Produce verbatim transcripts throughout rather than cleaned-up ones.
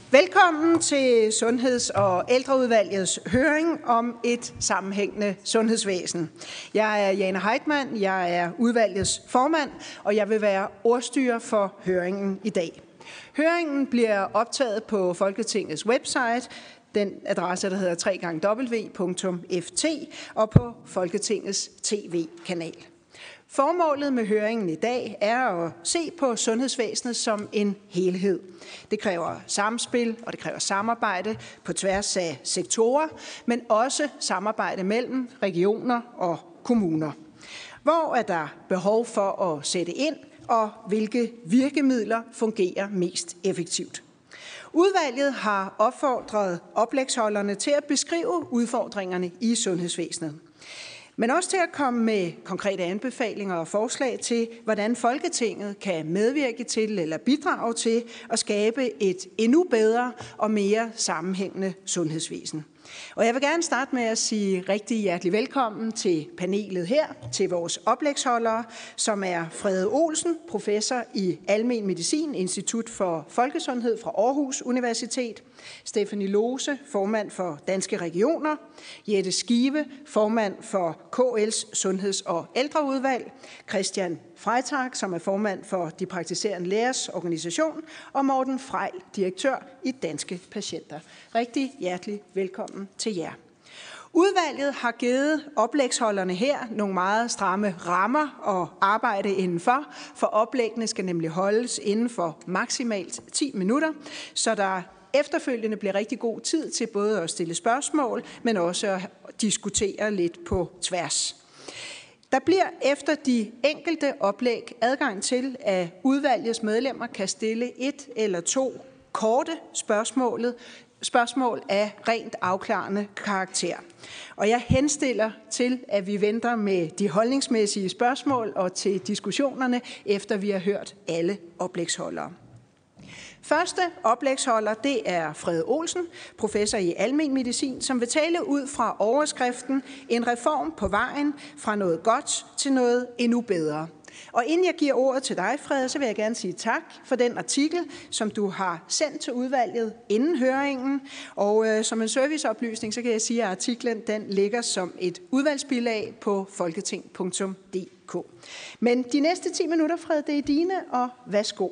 Velkommen til Sundheds- og Ældreudvalgets høring om et sammenhængende sundhedsvæsen. Jeg er Jane Heitmann, jeg er udvalgets formand, og jeg vil være ordstyrer for høringen i dag. Høringen bliver optaget på Folketingets website, den adresse, der hedder w w w punktum f t, og på Folketingets tv-kanal. Formålet med høringen i dag er at se på sundhedsvæsenet som en helhed. Det kræver samspil, og det kræver samarbejde på tværs af sektorer, men også samarbejde mellem regioner og kommuner. Hvor er der behov for at sætte ind, og hvilke virkemidler fungerer mest effektivt? Udvalget har opfordret oplægsholderne til at beskrive udfordringerne i sundhedsvæsenet, men også til at komme med konkrete anbefalinger og forslag til, hvordan Folketinget kan medvirke til eller bidrage til at skabe et endnu bedre og mere sammenhængende sundhedsvæsen. Og jeg vil gerne starte med at sige rigtig hjertelig velkommen til panelet her, til vores oplægsholdere, som er Frede Olsen, professor i almen medicin, Institut for Folkesundhed fra Aarhus Universitet, Stephanie Lose, formand for Danske Regioner, Jette Skive, formand for K L's Sundheds- og Ældreudvalg, Christian Freitag, som er formand for De Praktiserende Lægers Organisation, og Morten Frejl, direktør i Danske Patienter. Rigtig hjertelig velkommen til jer. Udvalget har givet oplægsholderne her nogle meget stramme rammer at arbejde indenfor, for oplæggene skal nemlig holdes inden for maksimalt ti minutter, så der efterfølgende bliver rigtig god tid til både at stille spørgsmål, men også at diskutere lidt på tværs. Der bliver efter de enkelte oplæg adgang til, at udvalgets medlemmer kan stille et eller to korte spørgsmål, spørgsmål af rent afklarende karakter. Og jeg henstiller til, at vi venter med de holdningsmæssige spørgsmål og til diskussionerne, efter vi har hørt alle oplægsholdere. Første oplægsholder, det er Frede Olsen, professor i almen medicin, som vil tale ud fra overskriften En reform på vejen fra noget godt til noget endnu bedre. Og inden jeg giver ordet til dig, Frede, så vil jeg gerne sige tak for den artikel, som du har sendt til udvalget inden høringen. Og øh, som en serviceoplysning, så kan jeg sige, at artiklen den ligger som et udvalgsbilag på folketing punktum d k. Men de næste ti minutter, Frede, det er dine, og værsgo.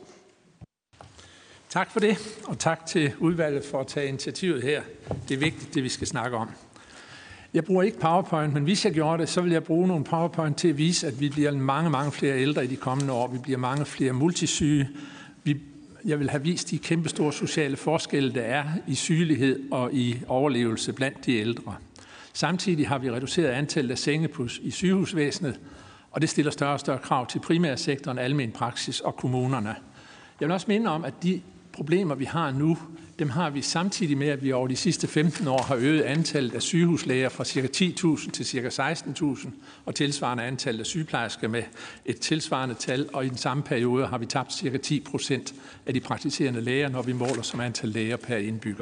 Tak for det, og tak til udvalget for at tage initiativet her. Det er vigtigt, det vi skal snakke om. Jeg bruger ikke PowerPoint, men hvis jeg gjorde det, så vil jeg bruge nogle PowerPoint til at vise, at vi bliver mange, mange flere ældre i de kommende år. Vi bliver mange flere multisyge. Vi, jeg vil have vist de kæmpestore sociale forskelle, der er i sygelighed og i overlevelse blandt de ældre. Samtidig har vi reduceret antallet af senge i sygehusvæsenet, og det stiller større og større krav til primærsektoren, almen praksis og kommunerne. Jeg vil også minde om, at de problemer, vi har nu, dem har vi samtidig med, at vi over de sidste femten år har øget antallet af sygehuslæger fra ca. ti tusind til ca. seksten tusind, og tilsvarende antallet af sygeplejersker med et tilsvarende tal, og i den samme periode har vi tabt ca. ti procent af de praktiserende læger, når vi måler som antal læger per indbygger.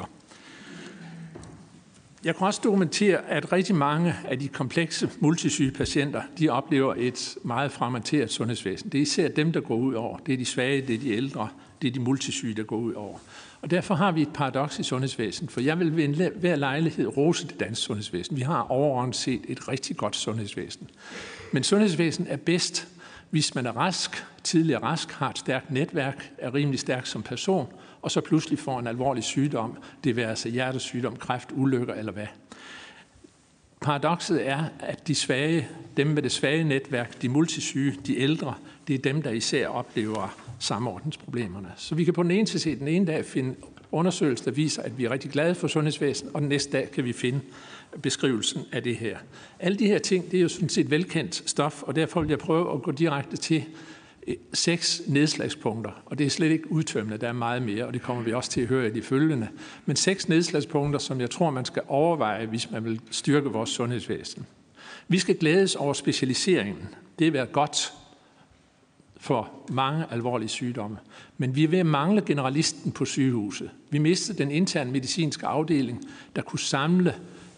Jeg kan også dokumentere, at rigtig mange af de komplekse multisyge patienter, de oplever et meget fragmenteret sundhedsvæsen. Det er især dem, der går ud over. Det er de svage, det er de ældre, det er de multisyge, der går ud over. Og derfor har vi et paradoks i sundhedsvæsenet, for jeg vil ved hver lejlighed rose det danske sundhedsvæsen. Vi har overordnet set et rigtig godt sundhedsvæsen. Men sundhedsvæsen er bedst, hvis man er rask, tidligere rask, har et stærkt netværk, er rimelig stærk som person, og så pludselig får en alvorlig sygdom, det vil altså hjertesygdom, kræft, ulykker eller hvad. Paradokset er, at de svage, dem med det svage netværk, de multisyge, de ældre, det er dem, der især oplever samordningsproblemerne. Så vi kan på den ene side den ene dag finde undersøgelser, der viser, at vi er rigtig glade for sundhedsvæsenet, og den næste dag kan vi finde beskrivelsen af det her. Alle de her ting, det er jo sådan set velkendt stof, og derfor vil jeg prøve at gå direkte til seks nedslagspunkter, og det er slet ikke udtømmende, der er meget mere, og det kommer vi også til at høre i de følgende. Men seks nedslagspunkter, som jeg tror, man skal overveje, hvis man vil styrke vores sundhedsvæsen. Vi skal glædes over specialiseringen. Det er været godt for mange alvorlige sygdomme. Men vi er ved at mangle generalisten på sygehuset. Vi mistede den interne medicinske afdeling, der kunne samle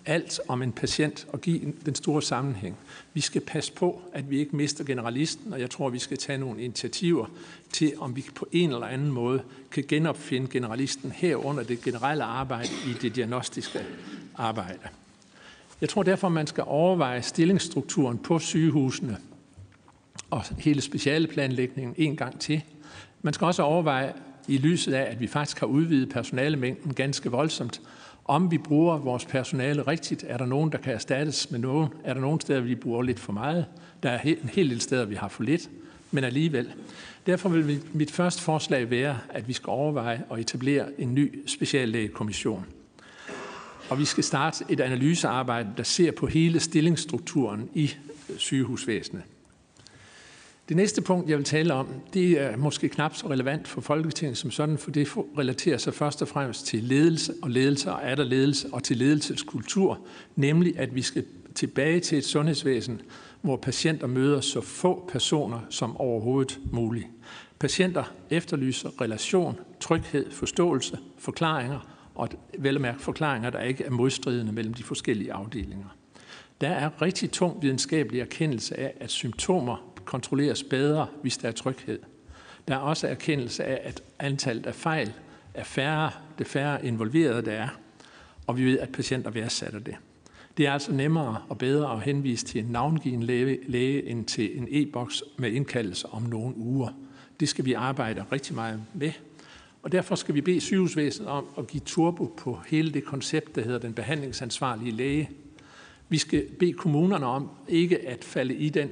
alt om en patient og give den store sammenhæng. Vi skal passe på, at vi ikke mister generalisten, og jeg tror, vi skal tage nogle initiativer til, om vi på en eller anden måde kan genopfinde generalisten herunder det generelle arbejde i det diagnostiske arbejde. Jeg tror derfor, man skal overveje stillingsstrukturen på sygehusene og hele specialeplanlægningen en gang til. Man skal også overveje, i lyset af, at vi faktisk har udvidet personalemængden ganske voldsomt, om vi bruger vores personale rigtigt. Er der nogen, der kan erstattes med nogen? Er der nogen steder, vi bruger lidt for meget? Der er en hel del steder, vi har for lidt, men alligevel. Derfor vil mit første forslag være, at vi skal overveje at etablere en ny speciallægekommission. Og vi skal starte et analysearbejde, der ser på hele stillingsstrukturen i sygehusvæsenet. Det næste punkt, jeg vil tale om, det er måske knap så relevant for Folketinget som sådan, for det relaterer sig først og fremmest til ledelse og ledelse og atter ledelse og til ledelseskultur, nemlig at vi skal tilbage til et sundhedsvæsen, hvor patienter møder så få personer som overhovedet muligt. Patienter efterlyser relation, tryghed, forståelse, forklaringer og vel at mærke forklaringer, der ikke er modstridende mellem de forskellige afdelinger. Der er rigtig tung videnskabelig erkendelse af, at symptomer kontrolleres bedre, hvis der er tryghed. Der er også erkendelse af, at antallet af fejl er færre, det færre involverede der er, og vi ved, at patienter værdsætter det. Det er altså nemmere og bedre at henvise til en navngiven læge, læge end til en e-boks med indkaldelse om nogle uger. Det skal vi arbejde rigtig meget med, og derfor skal vi bede sygehusvæsenet om at give turbo på hele det koncept, der hedder den behandlingsansvarlige læge. Vi skal bede kommunerne om ikke at falde i den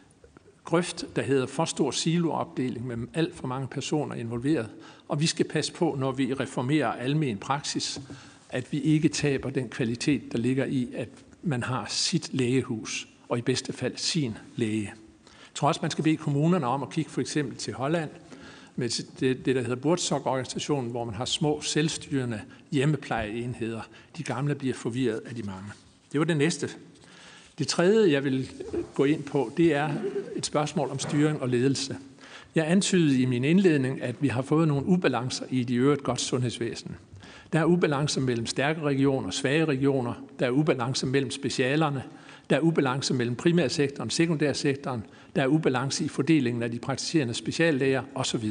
grøft, der hedder for stor siloopdeling med alt for mange personer involveret. Og vi skal passe på, når vi reformerer almen praksis, at vi ikke taber den kvalitet, der ligger i, at man har sit lægehus, og i bedste fald sin læge. Jeg tror også, man skal bede kommunerne om at kigge for eksempel til Holland, med det, det der hedder Buurtzorg-organisationen, hvor man har små selvstyrende hjemmeplejeenheder. De gamle bliver forvirret af de mange. Det var det næste. Det tredje, jeg vil gå ind på, det er et spørgsmål om styring og ledelse. Jeg antydede i min indledning, at vi har fået nogle ubalancer i de øvrigt godt sundhedsvæsen. Der er ubalancer mellem stærke regioner og svage regioner. Der er ubalancer mellem specialerne. Der er ubalance mellem primærsektoren og sekundærsektoren. Der er ubalance i fordelingen af de praktiserende speciallæger osv.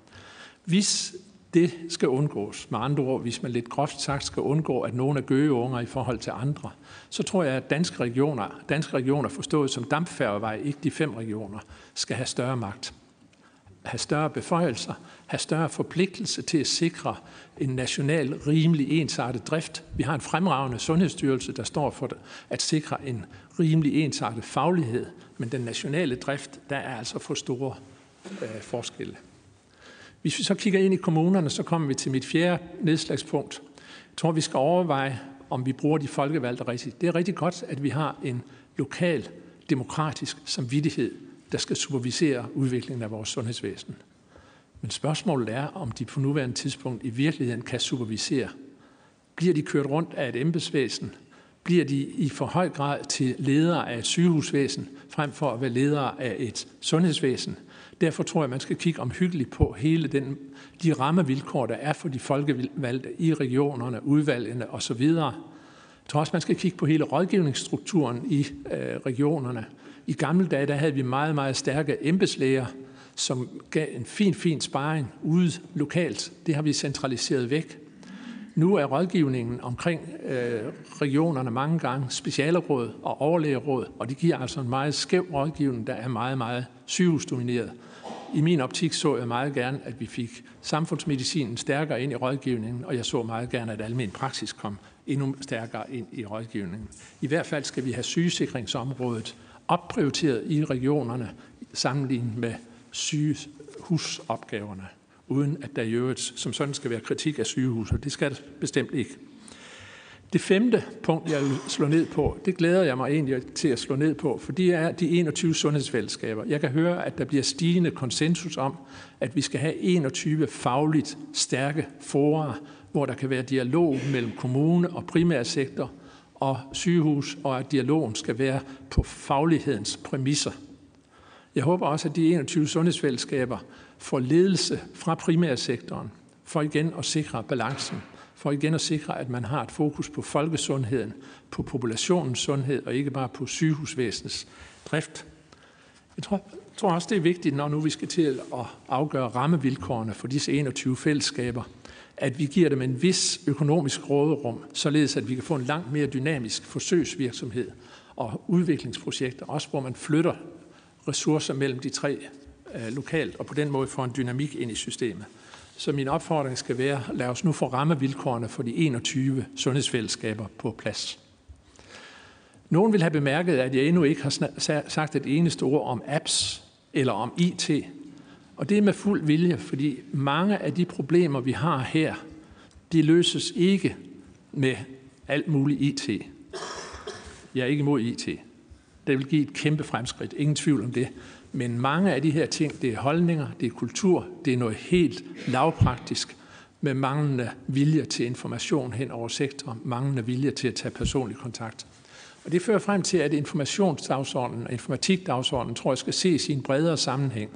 Hvis det skal undgås, med andre ord, hvis man lidt groft sagt skal undgå, at nogle er gøgeunger i forhold til andre, så tror jeg, at danske regioner, danske regioner forstået som dampfærgevej, ikke de fem regioner, skal have større magt, have større beføjelser, have større forpligtelse til at sikre en national, rimelig ensartet drift. Vi har en fremragende sundhedsstyrelse, der står for at sikre en rimelig ensartet faglighed, men den nationale drift, der er altså for store øh, forskelle. Hvis vi så kigger ind i kommunerne, så kommer vi til mit fjerde nedslagspunkt. Jeg tror, vi skal overveje, om vi bruger de folkevalgte rigtigt. Det er rigtig godt, at vi har en lokal, demokratisk samvittighed, der skal supervisere udviklingen af vores sundhedsvæsen. Men spørgsmålet er, om de på nuværende tidspunkt i virkeligheden kan supervisere. Bliver de kørt rundt af et embedsvæsen? Bliver de i for høj grad til ledere af et sygehusvæsen, frem for at være ledere af et sundhedsvæsen? Derfor tror jeg, man skal kigge omhyggeligt på hele den, de rammevilkår, der er for de folkevalgte i regionerne, udvalgene osv. Jeg tror også, man skal kigge på hele rådgivningsstrukturen i øh, regionerne. I gamle dage, der havde vi meget, meget stærke embedslæger, som gav en fin, fin sparring ude lokalt. Det har vi centraliseret væk. Nu er rådgivningen omkring øh, regionerne mange gange specialråd og overlægeråd, og det giver altså en meget skæv rådgivning, der er meget, meget sygehusdomineret. I min optik så jeg meget gerne, at vi fik samfundsmedicinen stærkere ind i rådgivningen, og jeg så meget gerne, at almen praksis kom endnu stærkere ind i rådgivningen. I hvert fald skal vi have sygesikringsområdet opprioriteret i regionerne sammenlignet med sygehusopgaverne, uden at der i øvrigt som sådan skal være kritik af sygehuset. Det skal det bestemt ikke. Det femte punkt, jeg vil slå ned på, det glæder jeg mig egentlig til at slå ned på, for det er de enogtyve sundhedsfællesskaber. Jeg kan høre, at der bliver stigende konsensus om, at vi skal have enogtyve fagligt stærke fora, hvor der kan være dialog mellem kommune og primærsektor og sygehus, og at dialogen skal være på faglighedens præmisser. Jeg håber også, at de enogtyve sundhedsfællesskaber får ledelse fra primærsektoren, for igen at sikre balancen. for igen at sikre, at man har et fokus på folkesundheden, på populationens sundhed og ikke bare på sygehusvæsenets drift. Jeg tror, jeg tror også, det er vigtigt, når nu vi skal til at afgøre rammevilkårene for disse enogtyve fællesskaber, at vi giver dem en vis økonomisk råderum, således at vi kan få en langt mere dynamisk forsøgsvirksomhed og udviklingsprojekter, også hvor man flytter ressourcer mellem de tre øh, lokalt, og på den måde får en dynamik ind i systemet. Så min opfordring skal være, lad os nu få rammevilkårene for de enogtyve sundhedsfællesskaber på plads. Nogen vil have bemærket, at jeg endnu ikke har sagt et eneste ord om apps eller om I T. Og det er med fuld vilje, fordi mange af de problemer, vi har her, de løses ikke med alt muligt I T. Jeg er ikke imod I T. Det vil give et kæmpe fremskridt, ingen tvivl om det. Men mange af de her ting, det er holdninger, det er kultur, det er noget helt lavpraktisk, med manglende vilje til information hen over sektorer, manglende vilje til at tage personlig kontakt. Og det fører frem til, at informationsdagsordenen og informatikdagsordenen, tror jeg, skal ses i en bredere sammenhæng.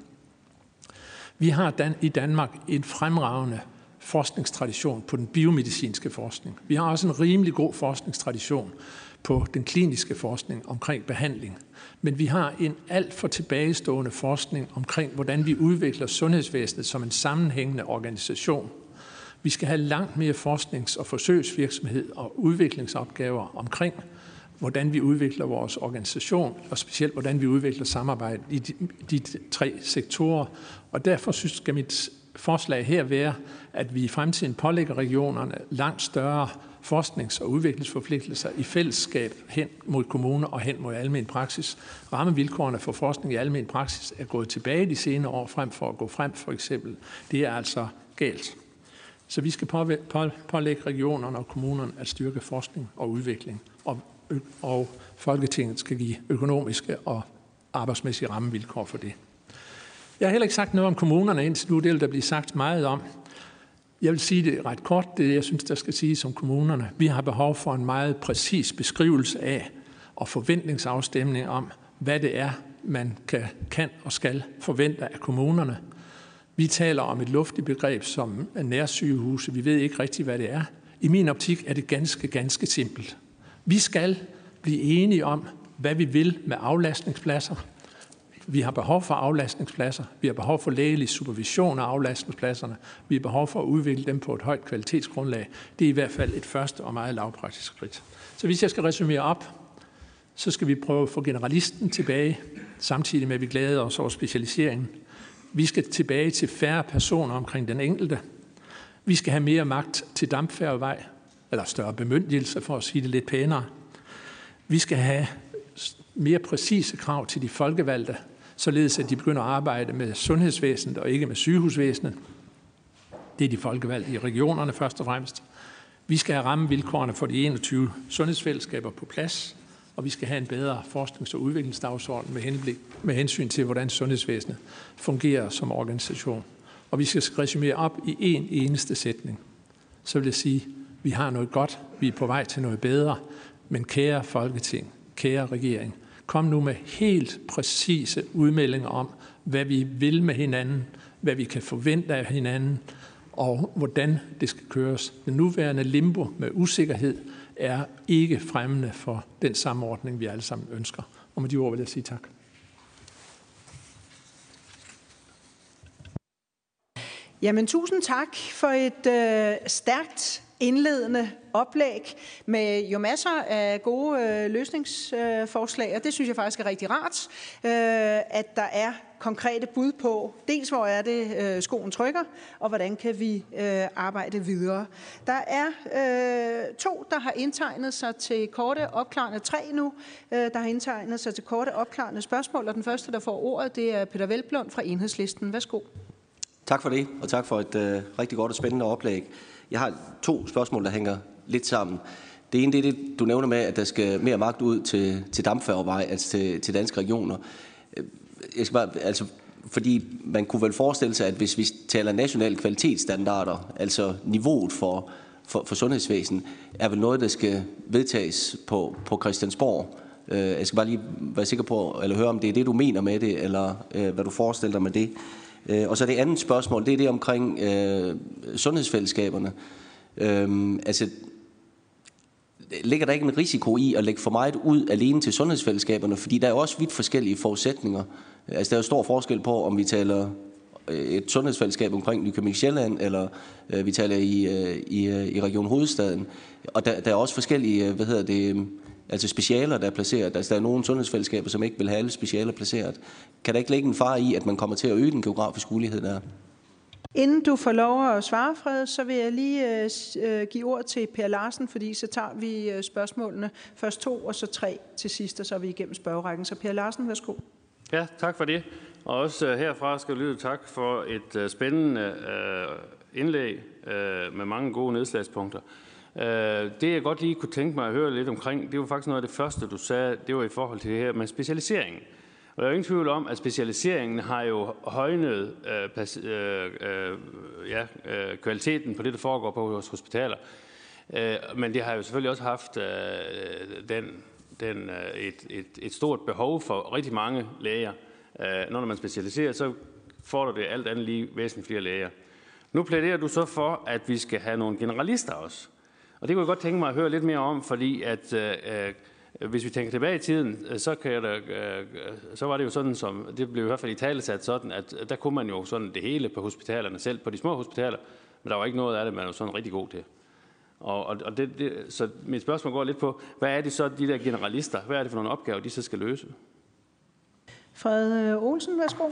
Vi har Dan- i Danmark en fremragende forskningstradition på den biomedicinske forskning. Vi har også en rimelig god forskningstradition på den kliniske forskning omkring behandling. Men vi har en alt for tilbagestående forskning omkring, hvordan vi udvikler sundhedsvæsenet som en sammenhængende organisation. Vi skal have langt mere forsknings- og forsøgsvirksomhed og udviklingsopgaver omkring, hvordan vi udvikler vores organisation, og specielt hvordan vi udvikler samarbejde i de, de tre sektorer. Og derfor synes, skal mit forslag her være, at vi i fremtiden pålægger regionerne langt større forsknings- og udviklingsforpligtelser i fællesskab hen mod kommuner og hen mod almen praksis. Rammevilkårene for forskning i almen praksis er gået tilbage de senere år, frem for at gå frem for eksempel. Det er altså galt. Så vi skal pålægge regionerne og kommunerne at styrke forskning og udvikling, og, og Folketinget skal give økonomiske og arbejdsmæssige rammevilkår for det. Jeg har heller ikke sagt noget om kommunerne indtil nu, det vil der blive sagt meget om. Jeg vil sige det ret kort, det jeg synes, der skal siges om kommunerne. Vi har behov for en meget præcis beskrivelse af og forventningsafstemning om, hvad det er, man kan, kan og skal forvente af kommunerne. Vi taler om et luftigt begreb som nærsygehuse. Vi ved ikke rigtigt, hvad det er. I min optik er det ganske, ganske simpelt. Vi skal blive enige om, hvad vi vil med aflastningspladser. Vi har behov for aflastningspladser. Vi har behov for lægelig supervision af aflastningspladserne. Vi har behov for at udvikle dem på et højt kvalitetsgrundlag. Det er i hvert fald et første og meget lavpraktisk skridt. Så hvis jeg skal resumere op, så skal vi prøve at få generalisten tilbage, samtidig med at vi glæder os over specialiseringen. Vi skal tilbage til færre personer omkring den enkelte. Vi skal have mere magt til dampfærgevej, eller større bemyndigelse for at sige det lidt pænere. Vi skal have mere præcise krav til de folkevalgte, således at de begynder at arbejde med sundhedsvæsenet og ikke med sygehusvæsenet. Det er de folkevalgte i regionerne først og fremmest. Vi skal have rammevilkårene for de enogtyve sundhedsfællesskaber på plads, og vi skal have en bedre forsknings- og udviklingsdagsorden med, henblik, med hensyn til, hvordan sundhedsvæsenet fungerer som organisation. Og vi skal resumere op i en eneste sætning. Så vil jeg sige, at vi har noget godt, vi er på vej til noget bedre, men kære Folketing, kære regering, kom nu med helt præcise udmeldinger om, hvad vi vil med hinanden, hvad vi kan forvente af hinanden, og hvordan det skal køres. Den nuværende limbo med usikkerhed er ikke fremmende for den samordning, vi alle sammen ønsker. Og med de ord vil jeg sige tak. Jamen, tusind tak for et øh, stærkt indledende oplæg med jo masser af gode øh, løsningsforslag, og det synes jeg faktisk er rigtig rart, øh, at der er konkrete bud på, dels hvor er det øh, skoen trykker, og hvordan kan vi øh, arbejde videre. Der er øh, to, der har indtegnet sig til korte opklarende, tre nu, øh, der har indtegnet sig til korte opklarende spørgsmål, og den første, der får ordet, det er Peter Hvelplund fra Enhedslisten. Værsgo. Tak for det, og tak for et øh, rigtig godt og spændende oplæg. Jeg har to spørgsmål, der hænger lidt sammen. Det ene det er det, du nævner med, at der skal mere magt ud til, til dampfærgevej, altså til, til danske regioner. Jeg skal bare, altså, fordi man kunne vel forestille sig, at hvis vi taler nationale kvalitetsstandarder, altså niveauet for, for, for sundhedsvæsen, er vel noget, der skal vedtages på, på Christiansborg. Jeg skal bare lige være sikker på, eller høre, om det er det, du mener med det, eller øh, hvad du forestiller dig med det. Og så det andet spørgsmål, det er det omkring øh, sundhedsfællesskaberne. Øhm, altså, ligger der ikke en risiko i at lægge for meget ud alene til sundhedsfællesskaberne? Fordi der er jo også vidt forskellige forudsætninger. Altså, der er jo stor forskel på, om vi taler et sundhedsfællesskab omkring Nykøbing Sjælland, eller øh, vi taler i, øh, i, øh, i Region Hovedstaden. Og der, der er også forskellige, hvad hedder det, altså specialer, der er placeret. Altså, der er nogle sundhedsfællesskaber, som ikke vil have alle specialer placeret. Kan der ikke ligge en fare i, at man kommer til at øge den geografiske ulighed der? Inden du får lov at svare, Fred, så vil jeg lige uh, give ord til Per Larsen, fordi så tager vi uh, spørgsmålene først to og så tre til sidst, og så er vi igennem spørgerækken. Så Per Larsen, værsgo. Ja, tak for det. Og også uh, herfra skal jeg lyde tak for et uh, spændende uh, indlæg uh, med mange gode nedslagspunkter. Uh, det jeg godt lige kunne tænke mig at høre lidt omkring, det var faktisk noget af det første, du sagde, det var i forhold til det her med specialisering. Og der er jo ingen tvivl om, at specialiseringen har jo højnet øh, øh, øh, ja, øh, kvaliteten på det, der foregår på vores hospitaler. Øh, men det har jo selvfølgelig også haft øh, den, den, øh, et, et, et stort behov for rigtig mange læger. Øh, når man specialiserer, så får du det alt andet lige væsentligt flere læger. Nu plæderer du så for, at vi skal have nogle generalister også. Og det kunne jeg godt tænke mig at høre lidt mere om, fordi at øh, hvis vi tænker tilbage i tiden, så, kan jeg da, så var det jo sådan, som det blev i hvert fald i talesat sådan, at der kunne man jo sådan det hele på hospitalerne, selv på de små hospitaler, men der var ikke noget af det, man var sådan rigtig god til. Og, og det, det, så mit spørgsmål går lidt på, hvad er det så, de der generalister, hvad er det for nogle opgaver, de så skal løse? Fred Olsen, værsgo.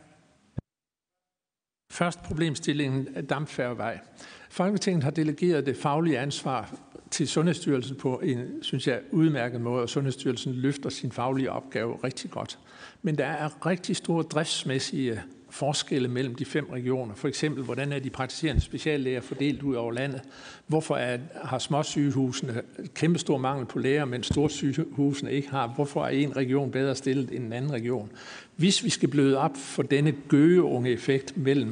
Først problemstillingen af Dampfærgevej. Folketinget har delegeret det faglige ansvar til Sundhedsstyrelsen på en, synes jeg, udmærket måde, og Sundhedsstyrelsen løfter sin faglige opgave rigtig godt. Men der er rigtig store driftsmæssige forskelle mellem de fem regioner. For eksempel, hvordan er de praktiserende speciallæger fordelt ud over landet? Hvorfor er, har småsygehusene kæmpe stor mangel på læger, mens storsygehusene ikke har? Hvorfor er en region bedre stillet end en anden region? Hvis vi skal bløde op for denne gøgeunge effekt mellem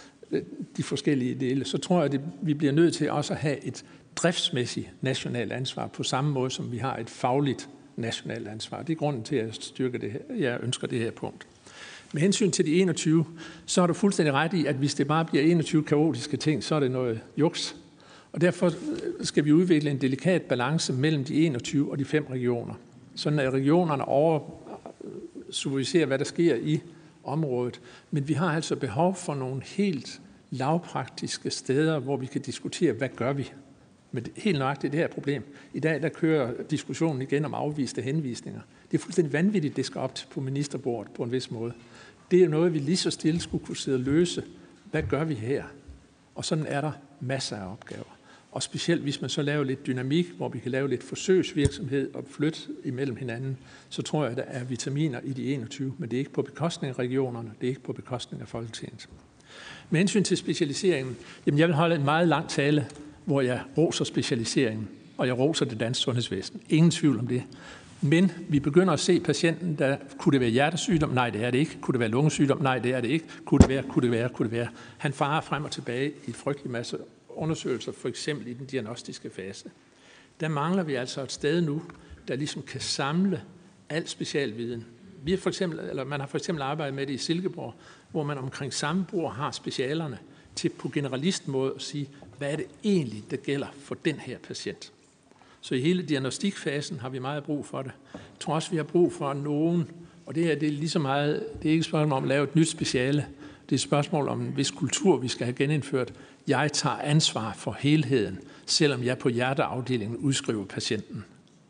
de forskellige dele, så tror jeg, at vi bliver nødt til også at have et driftsmæssigt nationalt ansvar på samme måde, som vi har et fagligt nationalt ansvar. Det er grunden til, at jeg styrker det her. Jeg ønsker det her punkt. Med hensyn til de enogtyve, så har du fuldstændig ret i, at hvis det bare bliver enogtyve kaotiske ting, så er det noget juks. Og derfor skal vi udvikle en delikat balance mellem de enogtyve og de fem regioner, sådan at regionerne oversuperviserer, hvad der sker i området. Men vi har altså behov for nogle helt lavpraktiske steder, hvor vi kan diskutere, hvad gør vi? Men helt nøjagtigt det her problem. I dag der kører diskussionen igen om afviste henvisninger. Det er fuldstændig vanvittigt, det skal op på ministerbordet på en vis måde. Det er noget, vi lige så stille skulle kunne sidde og løse. Hvad gør vi her? Og sådan er der masser af opgaver. Og specielt hvis man så laver lidt dynamik, hvor vi kan lave lidt forsøgsvirksomhed og flytte imellem hinanden, så tror jeg, at der er vitaminer i de enogtyve. Men det er ikke på bekostning af regionerne, det er ikke på bekostning af Folketinget. Med hensyn til specialiseringen, jamen jeg vil holde en meget lang tale, hvor jeg roser specialiseringen, og jeg roser det danske sundhedsvæsen. Ingen tvivl om det. Men vi begynder at se patienten, der kunne det være hjertesygdom? Nej, det er det ikke. Kunne det være lungesygdom? Nej, det er det ikke. Kunne det være, kunne det være, kunne det være. Han farer frem og tilbage i en frygtelig masse undersøgelser, for eksempel i den diagnostiske fase. Der mangler vi altså et sted nu, der ligesom kan samle al specialviden. Vi har for eksempel, eller man har for eksempel arbejdet med det i Silkeborg, hvor man omkring samme bord har specialerne til på generalistmåde at sige, hvad er det egentlig, der gælder for den her patient. Så i hele diagnostikfasen har vi meget brug for det. Jeg tror også, vi har brug for nogen, og det her det er lige så meget, det er ikke et spørgsmål om at lave et nyt speciale, det er et spørgsmål om, hvis kultur vi skal have genindført. Jeg tager ansvar for helheden, selvom jeg på hjerteafdelingen udskriver patienten.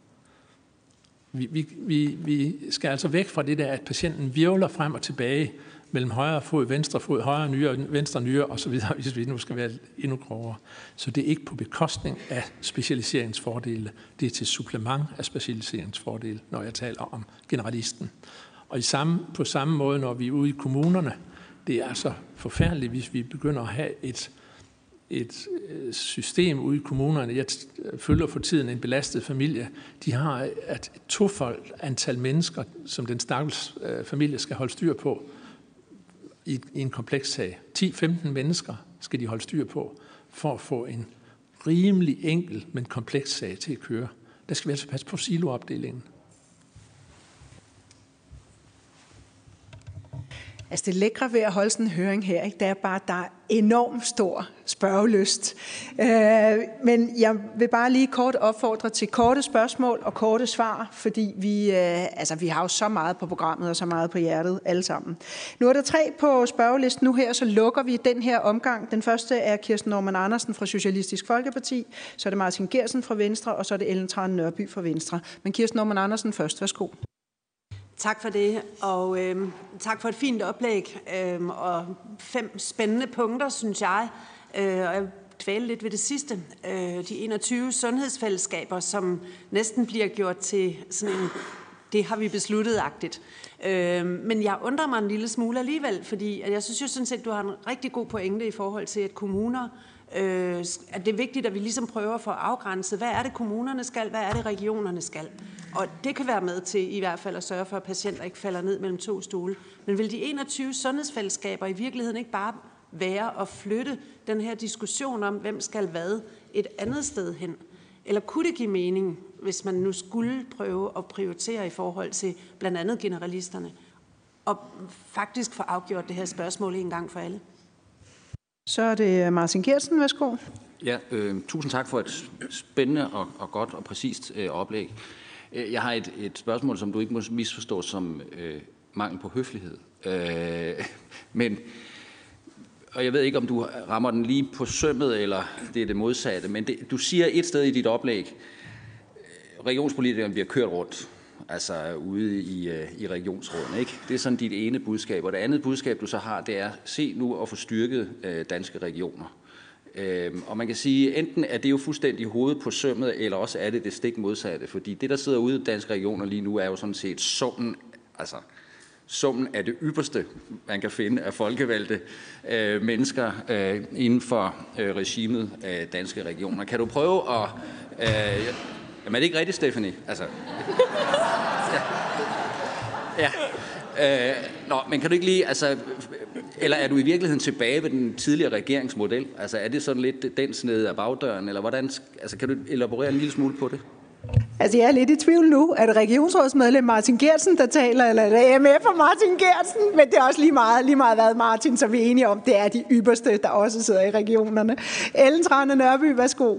Vi, vi, vi, vi skal altså væk fra det der, at patienten virvler frem og tilbage mellem højre fod, venstre fod, højre nyre, venstre nyre osv., hvis vi nu skal være endnu grovere. Så det er ikke på bekostning af specialiseringsfordele. Det er til supplement af specialiseringsfordele, når jeg taler om generalisten. Og i samme, på samme måde, når vi er ude i kommunerne, det er altså forfærdeligt, hvis vi begynder at have et, et system ude i kommunerne. Jeg følger for tiden en belastet familie. De har et tofoldt antal mennesker, som den stakkels familie skal holde styr på i en kompleks sag. ti til femten mennesker skal de holde styr på, for at få en rimelig enkel, men kompleks sag til at køre. Der skal vi altså passe på siloopdelingen. Altså det lækre ved at holde sådan en høring her, ikke, det er bare, at der er enormt stor spørgelyst. Øh, men jeg vil bare lige kort opfordre til korte spørgsmål og korte svar, fordi vi, øh, altså, vi har jo så meget på programmet og så meget på hjertet alle sammen. Nu er der tre på spørgelisten nu her, så lukker vi den her omgang. Den første er Kirsten Normann Andersen fra Socialistisk Folkeparti, så er det Martin Geertsen fra Venstre, og så er det Ellen Trane Nørby fra Venstre. Men Kirsten Normann Andersen først, værsgo. Tak for det, og øh, tak for et fint oplæg, øh, og fem spændende punkter, synes jeg. Øh, og jeg dvæler lidt ved det sidste. Øh, de enogtyve sundhedsfællesskaber, som næsten bliver gjort til sådan en, det har vi besluttet-agtigt. Øh, men jeg undrer mig en lille smule alligevel, fordi at jeg synes jo sådan set, du har en rigtig god pointe i forhold til, at kommuner, øh, at det er vigtigt, at vi ligesom prøver at få afgrænset, hvad er det kommunerne skal, hvad er det regionerne skal. Og det kan være med til i hvert fald at sørge for, at patienter ikke falder ned mellem to stole. Men vil de enogtyve sundhedsfællesskaber i virkeligheden ikke bare være at flytte den her diskussion om, hvem skal hvad, et andet sted hen? Eller kunne det give mening, hvis man nu skulle prøve at prioritere i forhold til blandt andet generalisterne, og faktisk få afgjort det her spørgsmål en gang for alle? Så er det Martin Geertsen, værsgo. Ja, øh, tusind tak for et spændende og, og godt og præcist øh, oplæg. Jeg har et, et spørgsmål, som du ikke må misforstå som øh, mangel på høflighed. Øh, men, og jeg ved ikke, om du rammer den lige på sømmet, eller det er det modsatte, men det, du siger et sted i dit oplæg, regionspolitikerne bliver kørt rundt, altså ude i, i regionsrådene, ikke? Det er sådan dit ene budskab. Og det andet budskab, du så har, det er, se nu at få styrket øh, danske regioner. Øhm, og man kan sige, enten er det jo fuldstændig hovedet på sømmet, eller også er det det stik modsatte. Fordi det, der sidder ude i danske regioner lige nu, er jo sådan set summen, altså summen af det ypperste, man kan finde af folkevalgte øh, mennesker øh, inden for øh, regimet af danske regioner. Kan du prøve at... Øh, jamen er det ikke rigtigt, Stephanie? Altså... ja. ja. Øh, nå, men kan du ikke lige, altså, eller er du i virkeligheden tilbage ved den tidligere regeringsmodel? Altså, er det sådan lidt den snede af bagdøren, eller hvordan, altså, kan du elaborere en lille smule på det? Altså, jeg er lidt i tvivl nu. Er det regionsrådsmedlem Martin Geertsen, der taler, eller er det A M F og Martin Geertsen? Men det er også lige meget, lige meget hvad Martin, så vi er enige om, det er de ypperste, der også sidder i regionerne. Ellen Trane Nørby, værsgo.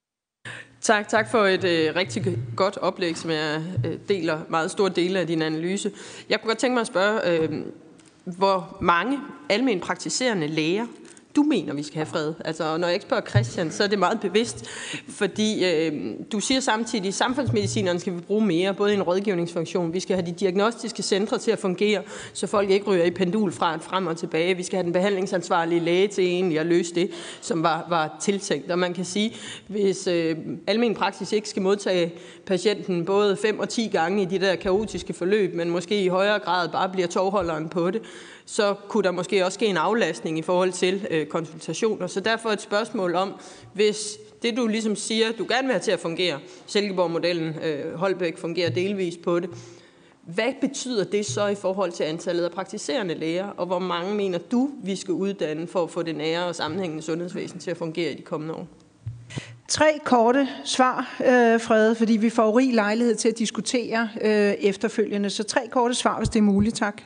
Tak, tak for et øh, rigtig godt oplæg, som jeg øh, deler meget store dele af din analyse. Jeg kunne godt tænke mig at spørge, øh, hvor mange almen praktiserende læger du mener, vi skal have fred. Altså, når jeg ikke spørger Christian, så er det meget bevidst, fordi øh, du siger samtidig, at samfundsmedicinerne skal vi bruge mere, både i en rådgivningsfunktion. Vi skal have de diagnostiske centre til at fungere, så folk ikke ryger i pendul fra et frem og tilbage. Vi skal have den behandlingsansvarlige læge til egentlig at løse det, som var, var tiltænkt. Og man kan sige, hvis øh, almen praksis ikke skal modtage patienten både fem og ti gange i de der kaotiske forløb, men måske i højere grad bare bliver tovholderen på det, så kunne der måske også ske en aflastning i forhold til øh, konsultationer. Så derfor et spørgsmål om, hvis det du ligesom siger, du gerne vil have til at fungere, Silkeborg-modellen, øh, Holbæk fungerer delvis på det, hvad betyder det så i forhold til antallet af praktiserende læger, og hvor mange mener du, vi skal uddanne for at få det nære og sammenhængende sundhedsvæsen til at fungere i de kommende år? Tre korte svar, øh, Frede, fordi vi får rig lejlighed til at diskutere øh, efterfølgende. Så tre korte svar, hvis det er muligt, tak.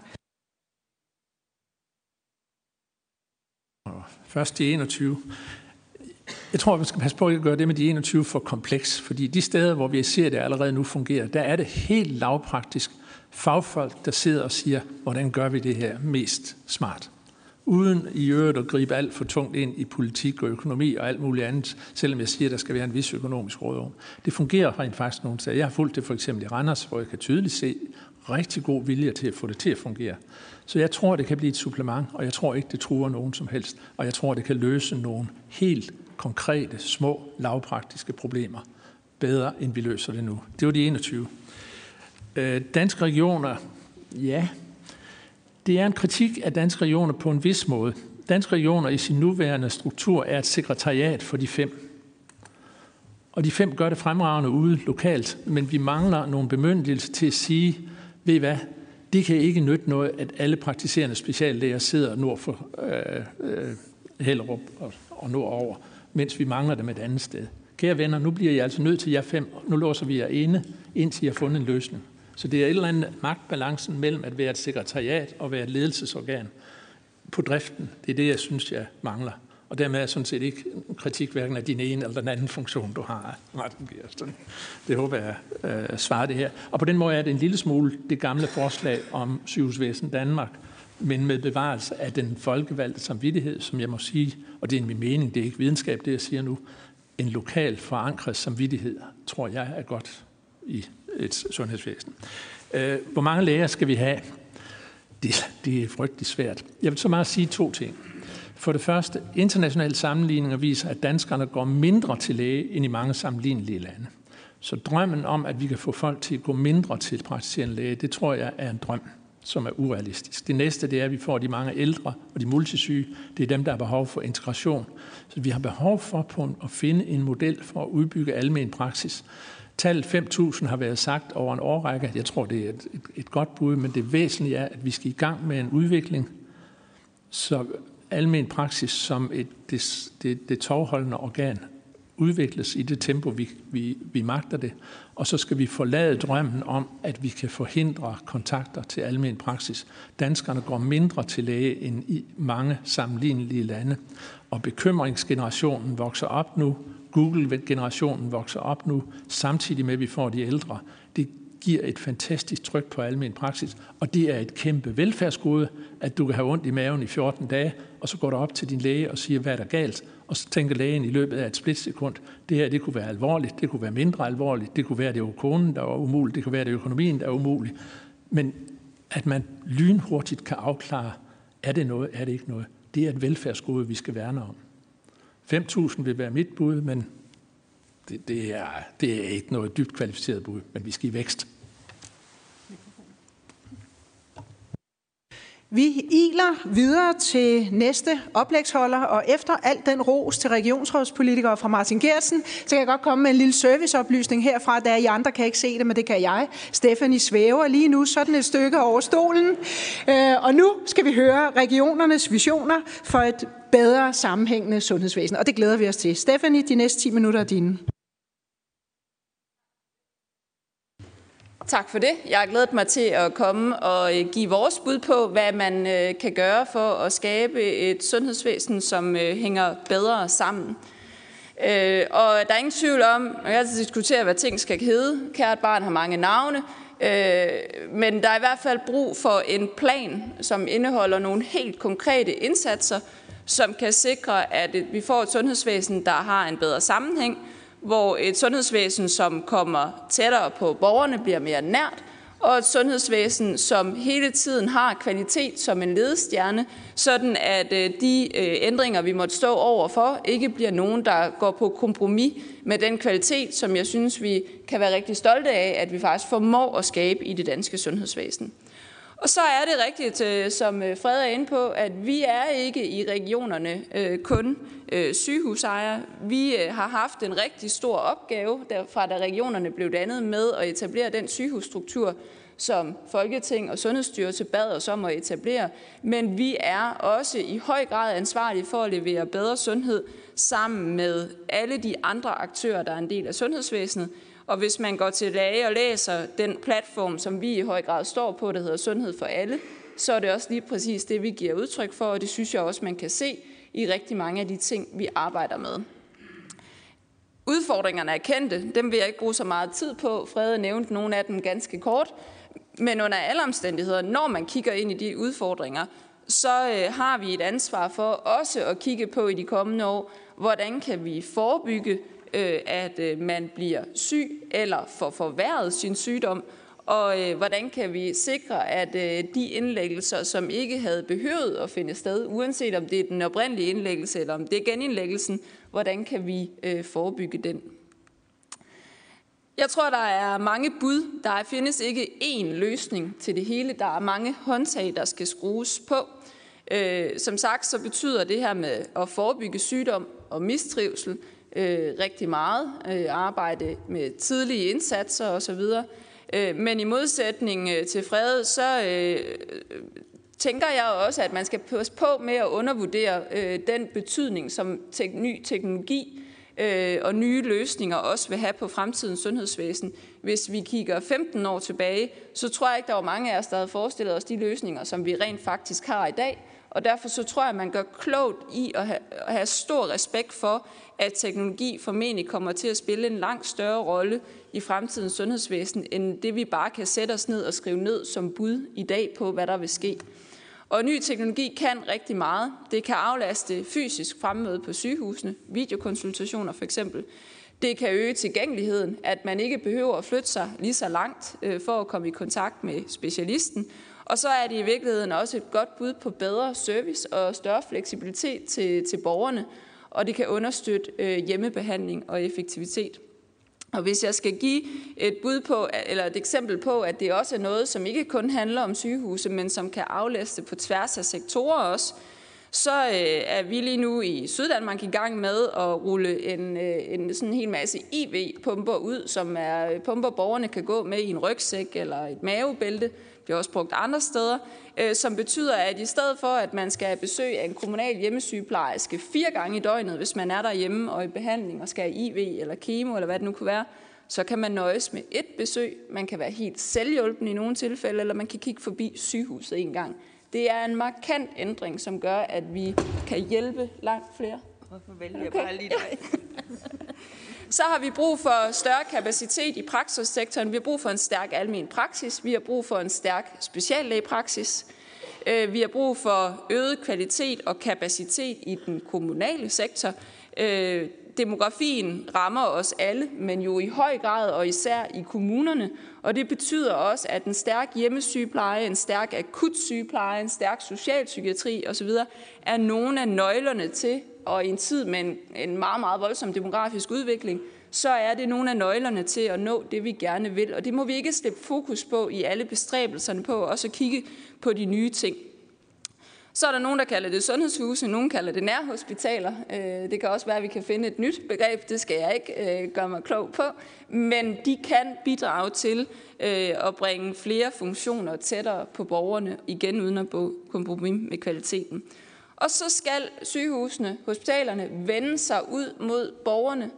Først de enogtyve. Jeg tror, vi skal passe på at gøre det med de enogtyve for kompleks, fordi de steder, hvor vi ser, det allerede nu fungerer, der er det helt lavpraktisk fagfolk, der sidder og siger, hvordan gør vi det her mest smart. Uden i øvrigt at gribe alt for tungt ind i politik og økonomi og alt muligt andet, selvom jeg siger, at der skal være en vis økonomisk råderum. Det fungerer rent faktisk nogle steder. Jeg har fulgt det for eksempel i Randers, hvor jeg kan tydeligt se rigtig god vilje til at få det til at fungere. Så jeg tror, det kan blive et supplement, og jeg tror ikke, det truer nogen som helst. Og jeg tror, det kan løse nogle helt konkrete, små, lavpraktiske problemer bedre, end vi løser det nu. Det var de enogtyve. Danske regioner, ja, det er en kritik af danske regioner på en vis måde. Danske regioner i sin nuværende struktur er et sekretariat for de fem. Og de fem gør det fremragende ude lokalt, men vi mangler nogle bemyndigelser til at sige, ved I hvad, det kan ikke nytte noget, at alle praktiserende speciallæger sidder nord for øh, øh, Hellerup og, og nordover, mens vi mangler dem et andet sted. Kære venner, nu bliver I altså nødt til jer fem, nu låser vi jer inde, indtil I har fundet en løsning. Så det er et eller andet magtbalancen mellem at være et sekretariat og være et ledelsesorgan på driften. Det er det, jeg synes, jeg mangler. Og dermed er sådan set ikke kritik hverken af din ene eller den anden funktion, du har. Det håber jeg øh, svarer det her. Og på den måde er det en lille smule det gamle forslag om Sygehusvæsen Danmark, men med bevarelse af den folkevalgte samvittighed, som jeg må sige, og det er min mening, det er ikke videnskab, det jeg siger nu, en lokal forankret samvittighed, tror jeg er godt i et sundhedsvæsen. Øh, hvor mange læger skal vi have? Det, det er frygtelig svært. Jeg vil så meget sige to ting. For det første, internationale sammenligninger viser, at danskerne går mindre til læge end i mange sammenlignelige lande. Så drømmen om, at vi kan få folk til at gå mindre til praktiserende læge, det tror jeg er en drøm, som er urealistisk. Det næste, det er, at vi får de mange ældre og de multisyge. Det er dem, der har behov for integration. Så vi har behov for på at finde en model for at udbygge almen praksis. Tallet fem tusind har været sagt over en årrække. Jeg tror, det er et, et, et godt bud, men det væsentlige er, at vi skal i gang med en udvikling, så almen praksis som et det, det, det tovholdende organ udvikles i det tempo, vi, vi, vi magter det. Og så skal vi forlade drømmen om, at vi kan forhindre kontakter til almen praksis. Danskerne går mindre til læge end i mange sammenlignelige lande. Og bekymringsgenerationen vokser op nu. Google-generationen vokser op nu, samtidig med, at vi får de ældre. Det giver et fantastisk tryk på almen praksis, og det er et kæmpe velfærdsgode, at du kan have ondt i maven i fjorten dage, og så går du op til din læge og siger, hvad er der galt? Og så tænker lægen i løbet af et splitsekund, det her det kunne være alvorligt, det kunne være mindre alvorligt, det kunne være det var konen, der var umuligt, det kunne være det økonomien, der var umuligt. Men at man lynhurtigt kan afklare, er det noget, er det ikke noget? Det er et velfærdsgode, vi skal værne om. fem tusind vil være mit bud, men det, det, er, det er ikke noget dybt kvalificeret bud, men vi skal i vækst. Vi iler videre til næste oplægsholder, og efter alt den ros til regionsrådspolitikere fra Martin Geertsen, så kan jeg godt komme med en lille serviceoplysning herfra, da I andre kan ikke se det, men det kan jeg. Stephanie svæver lige nu sådan et stykke over stolen, og nu skal vi høre regionernes visioner for et bedre sammenhængende sundhedsvæsen, og det glæder vi os til. Stephanie, de næste ti minutter er dine. Tak for det. Jeg har glædet mig til at komme og give vores bud på, hvad man kan gøre for at skabe et sundhedsvæsen, som hænger bedre sammen. Og der er ingen tvivl om, at jeg kan diskutere, hvad ting skal hedde. Kært barn har mange navne, men der er i hvert fald brug for en plan, som indeholder nogle helt konkrete indsatser, som kan sikre, at vi får et sundhedsvæsen, der har en bedre sammenhæng, hvor et sundhedsvæsen, som kommer tættere på borgerne, bliver mere nært, og et sundhedsvæsen, som hele tiden har kvalitet som en ledestjerne, sådan at de ændringer, vi måtte stå overfor, ikke bliver nogen, der går på kompromis med den kvalitet, som jeg synes, vi kan være rigtig stolte af, at vi faktisk formår at skabe i det danske sundhedsvæsen. Og så er det rigtigt, som Fred er inde på, at vi er ikke i regionerne kun sygehusejere. Vi har haft en rigtig stor opgave, derfra da regionerne blev dannet med at etablere den sygehusstruktur, som Folketing og Sundhedsstyrelse bad os om at etablere. Men vi er også i høj grad ansvarlige for at levere bedre sundhed sammen med alle de andre aktører, der er en del af sundhedsvæsenet. Og hvis man går tilbage og læser den platform, som vi i høj grad står på, der hedder Sundhed for alle, så er det også lige præcis det, vi giver udtryk for, og det synes jeg også, man kan se i rigtig mange af de ting, vi arbejder med. Udfordringerne er kendte, dem vil jeg ikke bruge så meget tid på. Frede nævnte nogle af dem ganske kort, men under alle omstændigheder, når man kigger ind i de udfordringer, så øh, har vi et ansvar for også at kigge på i de kommende år, hvordan kan vi forebygge, at man bliver syg eller får forværret sin sygdom, og øh, hvordan kan vi sikre, at øh, de indlæggelser, som ikke havde behøvet at finde sted, uanset om det er den oprindelige indlæggelse eller om det er genindlæggelsen, hvordan kan vi øh, forebygge den? Jeg tror, der er mange bud. Der findes ikke én løsning til det hele. Der er mange håndtag, der skal skrues på. Øh, som sagt, så betyder det her med at forebygge sygdom og mistrivsel øh, rigtig meget. Øh, arbejde med tidlige indsatser osv. Øh, men i modsætning til Frede, så øh, tænker jeg også, at man skal passe på med at undervurdere øh, den betydning, som tek- ny teknologi øh, og nye løsninger også vil have på fremtidens sundhedsvæsen. Hvis vi kigger femten år tilbage, så tror jeg ikke, der var mange af os, der havde forestillet os de løsninger, som vi rent faktisk har i dag. Og derfor så tror jeg, at man gør klogt i at have, at have stor respekt for, at teknologi formentlig kommer til at spille en langt større rolle i fremtidens sundhedsvæsen, end det vi bare kan sætte os ned og skrive ned som bud i dag på, hvad der vil ske. Og ny teknologi kan rigtig meget. Det kan aflaste fysisk fremmøde på sygehusene, videokonsultationer for eksempel. Det kan øge tilgængeligheden, at man ikke behøver at flytte sig lige så langt for at komme i kontakt med specialisten. Og så er det i virkeligheden også et godt bud på bedre service og større fleksibilitet til, til borgerne, og det kan understøtte øh, hjemmebehandling og effektivitet. Og hvis jeg skal give et bud på, eller et eksempel på, at det også er noget, som ikke kun handler om sygehuse, men som kan aflaste på tværs af sektorer også, så øh, er vi lige nu i Syddanmark i gang med at rulle en, øh, en sådan hel masse I V-pumper ud, som er pumper, borgerne kan gå med i en rygsæk eller et mavebælte. Det er også brugt andre steder, øh, som betyder, at i stedet for, at man skal have besøg af en kommunal hjemmesygeplejerske fire gange i døgnet, hvis man er derhjemme og i behandling og skal have I V eller kemo eller hvad det nu kunne være, så kan man nøjes med et besøg. Man kan være helt selvhjulpen i nogle tilfælde, eller man kan kigge forbi sygehuset en gang. Det er en markant ændring, som gør, at vi kan hjælpe langt flere. Hvorfor vælger jeg bare lige dig? Så har vi brug for større kapacitet i praksissektoren. Vi har brug for en stærk almen praksis. Vi har brug for en stærk speciallægepraksis. Vi har brug for øget kvalitet og kapacitet i den kommunale sektor. Demografien rammer os alle, men jo i høj grad og især i kommunerne. Og det betyder også, at en stærk hjemmesygepleje, en stærk akutsygepleje, en stærk socialpsykiatri osv. er nogle af nøglerne til, og i en tid med en, en meget, meget voldsom demografisk udvikling, så er det nogle af nøglerne til at nå det, vi gerne vil. Og det må vi ikke slippe fokus på i alle bestræbelserne på, også at kigge på de nye ting. Så er der nogen, der kalder det sundhedshuse, nogen kalder det nærhospitaler. Det kan også være, at vi kan finde et nyt begreb, det skal jeg ikke gøre mig klog på. Men de kan bidrage til at bringe flere funktioner tættere på borgerne, igen uden at få kompromis med kvaliteten. Og så skal sygehusene, hospitalerne, vende sig ud mod borgerne.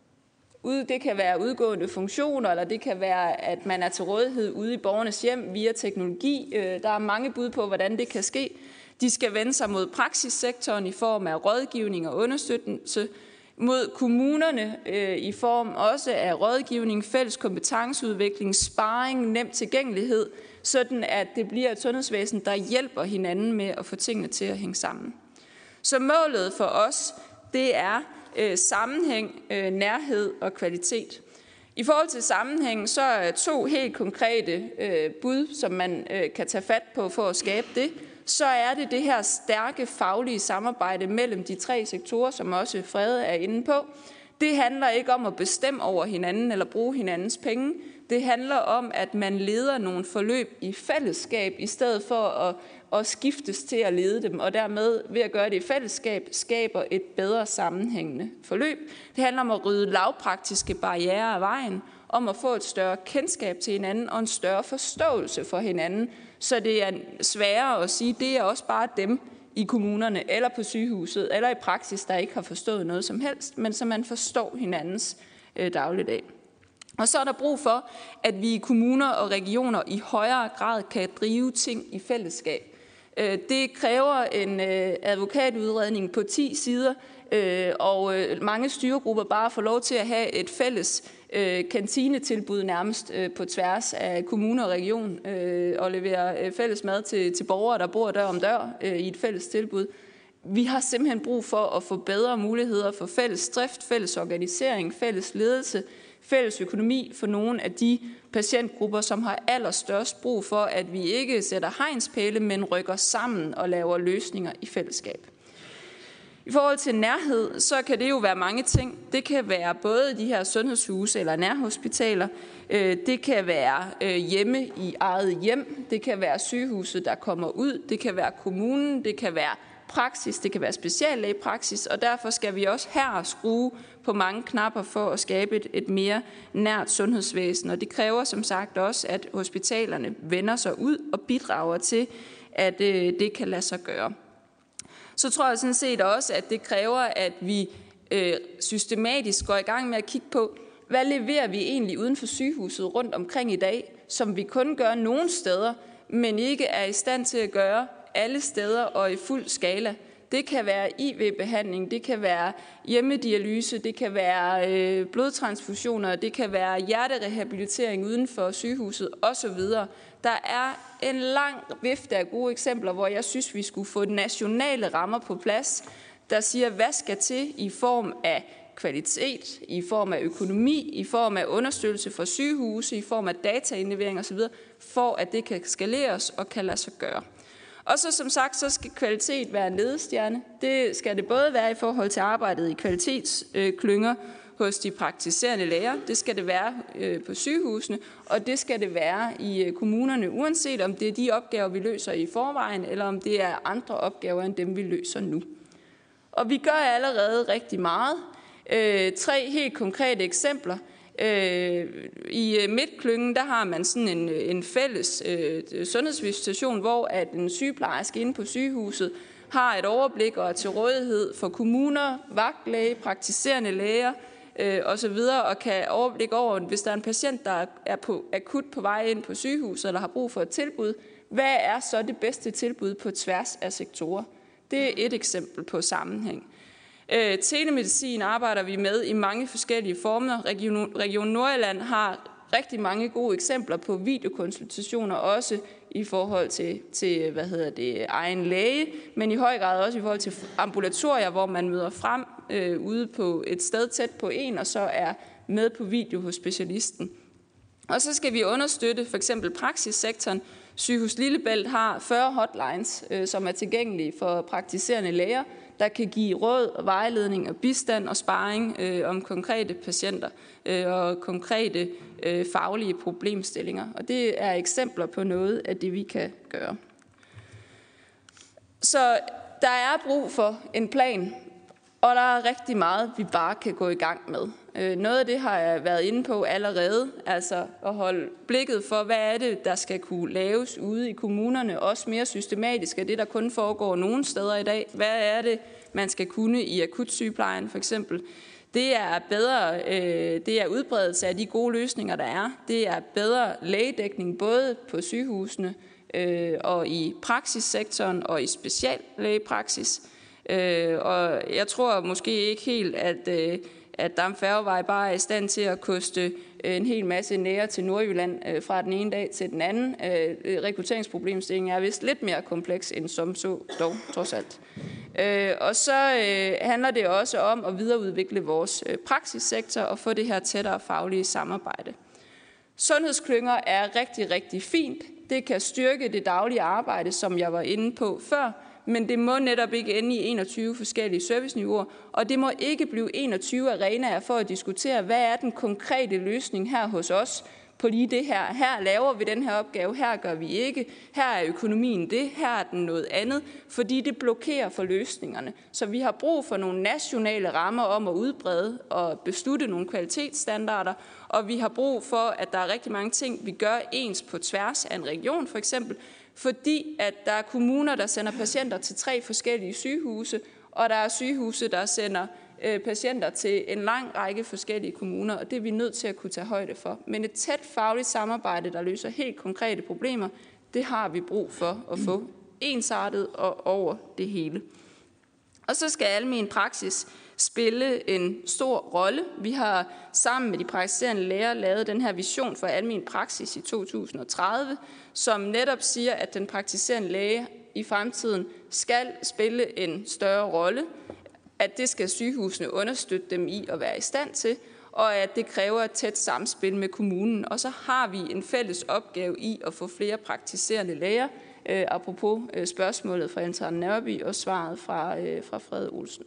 Det kan være udgående funktioner, eller det kan være, at man er til rådighed ude i borgernes hjem via teknologi. Der er mange bud på, hvordan det kan ske. De skal vende sig mod praksissektoren i form af rådgivning og understøttelse, mod kommunerne øh, i form også af rådgivning, fælles kompetenceudvikling, sparring, nem tilgængelighed, sådan at det bliver et sundhedsvæsen, der hjælper hinanden med at få tingene til at hænge sammen. Så målet for os, det er øh, sammenhæng, øh, nærhed og kvalitet. I forhold til sammenhæng, så er to helt konkrete øh, bud, som man øh, kan tage fat på for at skabe det. Så er det det her stærke faglige samarbejde mellem de tre sektorer, som også Frede er inde på. Det handler ikke om at bestemme over hinanden eller bruge hinandens penge. Det handler om, at man leder nogle forløb i fællesskab, i stedet for at, at skiftes til at lede dem, og dermed ved at gøre det i fællesskab, skaber et bedre sammenhængende forløb. Det handler om at rydde lavpraktiske barrierer af vejen, om at få et større kendskab til hinanden og en større forståelse for hinanden, så det er sværere at sige, at det er også bare dem i kommunerne, eller på sygehuset, eller i praksis, der ikke har forstået noget som helst, men så man forstår hinandens øh, dagligdag. Og så er der brug for, at vi i kommuner og regioner i højere grad kan drive ting i fællesskab. Øh, det kræver en øh, advokatudredning på ti sider, øh, og øh, mange styregrupper bare får lov til at have et fælles øh, kantinetilbud nærmest øh, på tværs af kommune og region, øh, og levere øh, fælles mad til, til borgere, der bor dør om dør øh, i et fælles tilbud. Vi har simpelthen brug for at få bedre muligheder for fælles drift, fælles organisering, fælles ledelse, fælles økonomi for nogle af de patientgrupper, som har allerstørst brug for, at vi ikke sætter hegnspæle, men rykker sammen og laver løsninger i fællesskab. I forhold til nærhed, så kan det jo være mange ting. Det kan være både de her sundhedshuse eller nærhospitaler. Det kan være hjemme i eget hjem. Det kan være sygehuset, der kommer ud. Det kan være kommunen. Det kan være praksis. Det kan være speciallægepraksis. Og derfor skal vi også her skrue på mange knapper for at skabe et, et mere nært sundhedsvæsen. Og det kræver som sagt også, at hospitalerne vender sig ud og bidrager til, at øh, det kan lade sig gøre. Så tror jeg sådan set også, at det kræver, at vi øh, systematisk går i gang med at kigge på, hvad leverer vi egentlig uden for sygehuset rundt omkring i dag, som vi kun gør nogle steder, men ikke er i stand til at gøre alle steder og i fuld skala. Det kan være I V-behandling, det kan være hjemmedialyse, det kan være øh, blodtransfusioner, det kan være hjerterehabilitering uden for sygehuset osv. Der er en lang vifte af gode eksempler, hvor jeg synes, vi skulle få nationale rammer på plads, der siger, hvad skal til i form af kvalitet, i form af økonomi, i form af understøttelse for sygehuse, i form af dataindlevering osv., for at det kan skaleres og kan lade sig gøre. Og så som sagt, så skal kvalitet være en ledestjerne. Det skal det både være i forhold til arbejdet i kvalitetsklynger hos de praktiserende læger, det skal det være på sygehusene, og det skal det være i kommunerne, uanset om det er de opgaver, vi løser i forvejen, eller om det er andre opgaver end dem, vi løser nu. Og vi gør allerede rigtig meget. Øh, tre helt konkrete eksempler. Øh, I Midtklyngen, der har man sådan en, en fælles øh, sundhedsvisitation, hvor at en sygeplejerske inde på sygehuset har et overblik og er til rådighed for kommuner, vagtlæge, praktiserende læger øh, osv., og kan overblik over, hvis der er en patient, der er på, akut på vej ind på sygehuset eller har brug for et tilbud, hvad er så det bedste tilbud på tværs af sektorer? Det er et eksempel på sammenhæng. Øh, telemedicin arbejder vi med i mange forskellige former. Region, Region Nordjylland har rigtig mange gode eksempler på videokonsultationer, også i forhold til, til hvad hedder det, egen læge, men i høj grad også i forhold til ambulatorier, hvor man møder frem øh, ude på et sted tæt på en, og så er med på video hos specialisten. Og så skal vi understøtte for eksempel praksissektoren. Sygehus Lillebælt har fyrre hotlines, øh, som er tilgængelige for praktiserende læger, der kan give råd, vejledning og bistand og sparring øh, om konkrete patienter øh, og konkrete øh, faglige problemstillinger. Og det er eksempler på noget af det, vi kan gøre. Så der er brug for en plan, og der er rigtig meget, vi bare kan gå i gang med. Øh, noget af det har jeg været inde på allerede, altså at holde blikket for, hvad er det, der skal kunne laves ude i kommunerne, også mere systematisk af det, der kun foregår nogle steder i dag. Hvad er det, man skal kunne i akutsygeplejen for eksempel? Det er bedre, øh, det er udbredelse af de gode løsninger, der er. Det er bedre lægedækning både på sygehusene øh, og i praksissektoren og i speciallægepraksis. Øh, og jeg tror måske ikke helt, at, øh, at Damfærgevej bare er i stand til at koste en hel masse læger til Nordjylland øh, fra den ene dag til den anden. Øh, rekrutteringsproblemstillingen er vist lidt mere kompleks end som så, dog trods alt. Øh, og så øh, handler det også om at videreudvikle vores øh, praksissektor og få det her tættere faglige samarbejde. Sundhedsklynger er rigtig, rigtig fint. Det kan styrke det daglige arbejde, som jeg var inde på før, men det må netop ikke ende i enogtyve forskellige serviceniveauer, og det må ikke blive enogtyve arenaer for at diskutere, hvad er den konkrete løsning her hos os på lige det her. Her laver vi den her opgave, her gør vi ikke, her er økonomien det, her er den noget andet, fordi det blokerer for løsningerne. Så vi har brug for nogle nationale rammer om at udbrede og beslutte nogle kvalitetsstandarder, og vi har brug for, at der er rigtig mange ting, vi gør ens på tværs af en region for eksempel, fordi at der er kommuner, der sender patienter til tre forskellige sygehuse, og der er sygehuse, der sender øh, patienter til en lang række forskellige kommuner, og det er vi nødt til at kunne tage højde for. Men et tæt fagligt samarbejde, der løser helt konkrete problemer, det har vi brug for at få ensartet og over det hele. Og så skal almen praksis spille en stor rolle. Vi har sammen med de praktiserende læger lavet den her vision for almen praksis i to tusind og tredive, som netop siger, at den praktiserende læge i fremtiden skal spille en større rolle, at det skal sygehusene understøtte dem i at være i stand til, og at det kræver et tæt samspil med kommunen. Og så har vi en fælles opgave i at få flere praktiserende læger, øh, apropos øh, spørgsmålet fra Ellen Nørby og svaret fra, øh, fra Frede Olsen.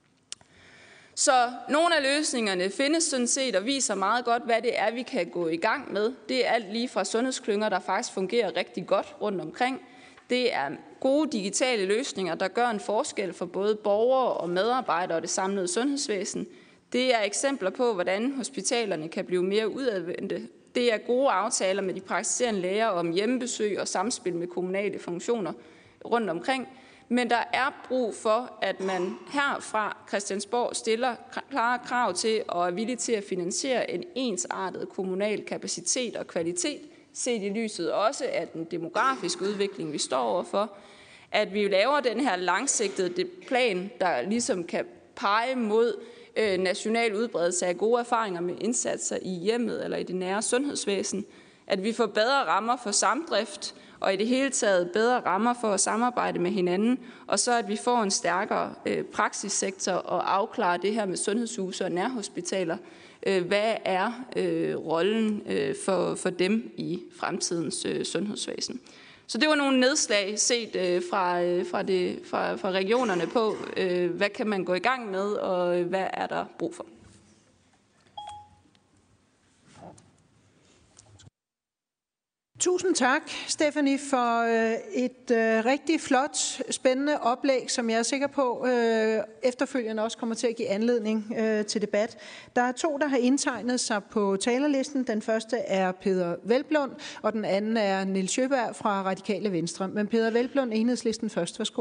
Så nogle af løsningerne findes sådan set og viser meget godt, hvad det er, vi kan gå i gang med. Det er alt lige fra sundhedsklynger, der faktisk fungerer rigtig godt rundt omkring. Det er gode digitale løsninger, der gør en forskel for både borgere og medarbejdere og det samlede sundhedsvæsen. Det er eksempler på, hvordan hospitalerne kan blive mere udadvendte. Det er gode aftaler med de praktiserende læger om hjemmebesøg og samspil med kommunale funktioner rundt omkring. Men der er brug for, at man her fra Christiansborg stiller klare krav til og er villig til at finansiere en ensartet kommunal kapacitet og kvalitet, set i lyset også af den demografiske udvikling, vi står overfor. At vi laver den her langsigtede plan, der ligesom kan pege mod øh, national udbredelse af gode erfaringer med indsatser i hjemmet eller i det nære sundhedsvæsen. At vi får bedre rammer for samdrift, og i det hele taget bedre rammer for at samarbejde med hinanden, og så at vi får en stærkere øh, praksissektor og afklare det her med sundhedshuse og nærhospitaler. Øh, hvad er øh, rollen øh, for, for dem i fremtidens øh, sundhedsvæsen? Så det var nogle nedslag set øh, fra, øh, fra, det, fra, fra regionerne på, øh, hvad kan man gå i gang med, og hvad er der brug for? Tusind tak, Stephanie, for et øh, rigtig flot, spændende oplæg, som jeg er sikker på øh, efterfølgende også kommer til at give anledning øh, til debat. Der er to, der har indtegnet sig på talerlisten. Den første er Peder Hvelplund, og den anden er Niels Sjøberg fra Radikale Venstre. Men Peder Hvelplund, Enhedslisten først. Værsgo.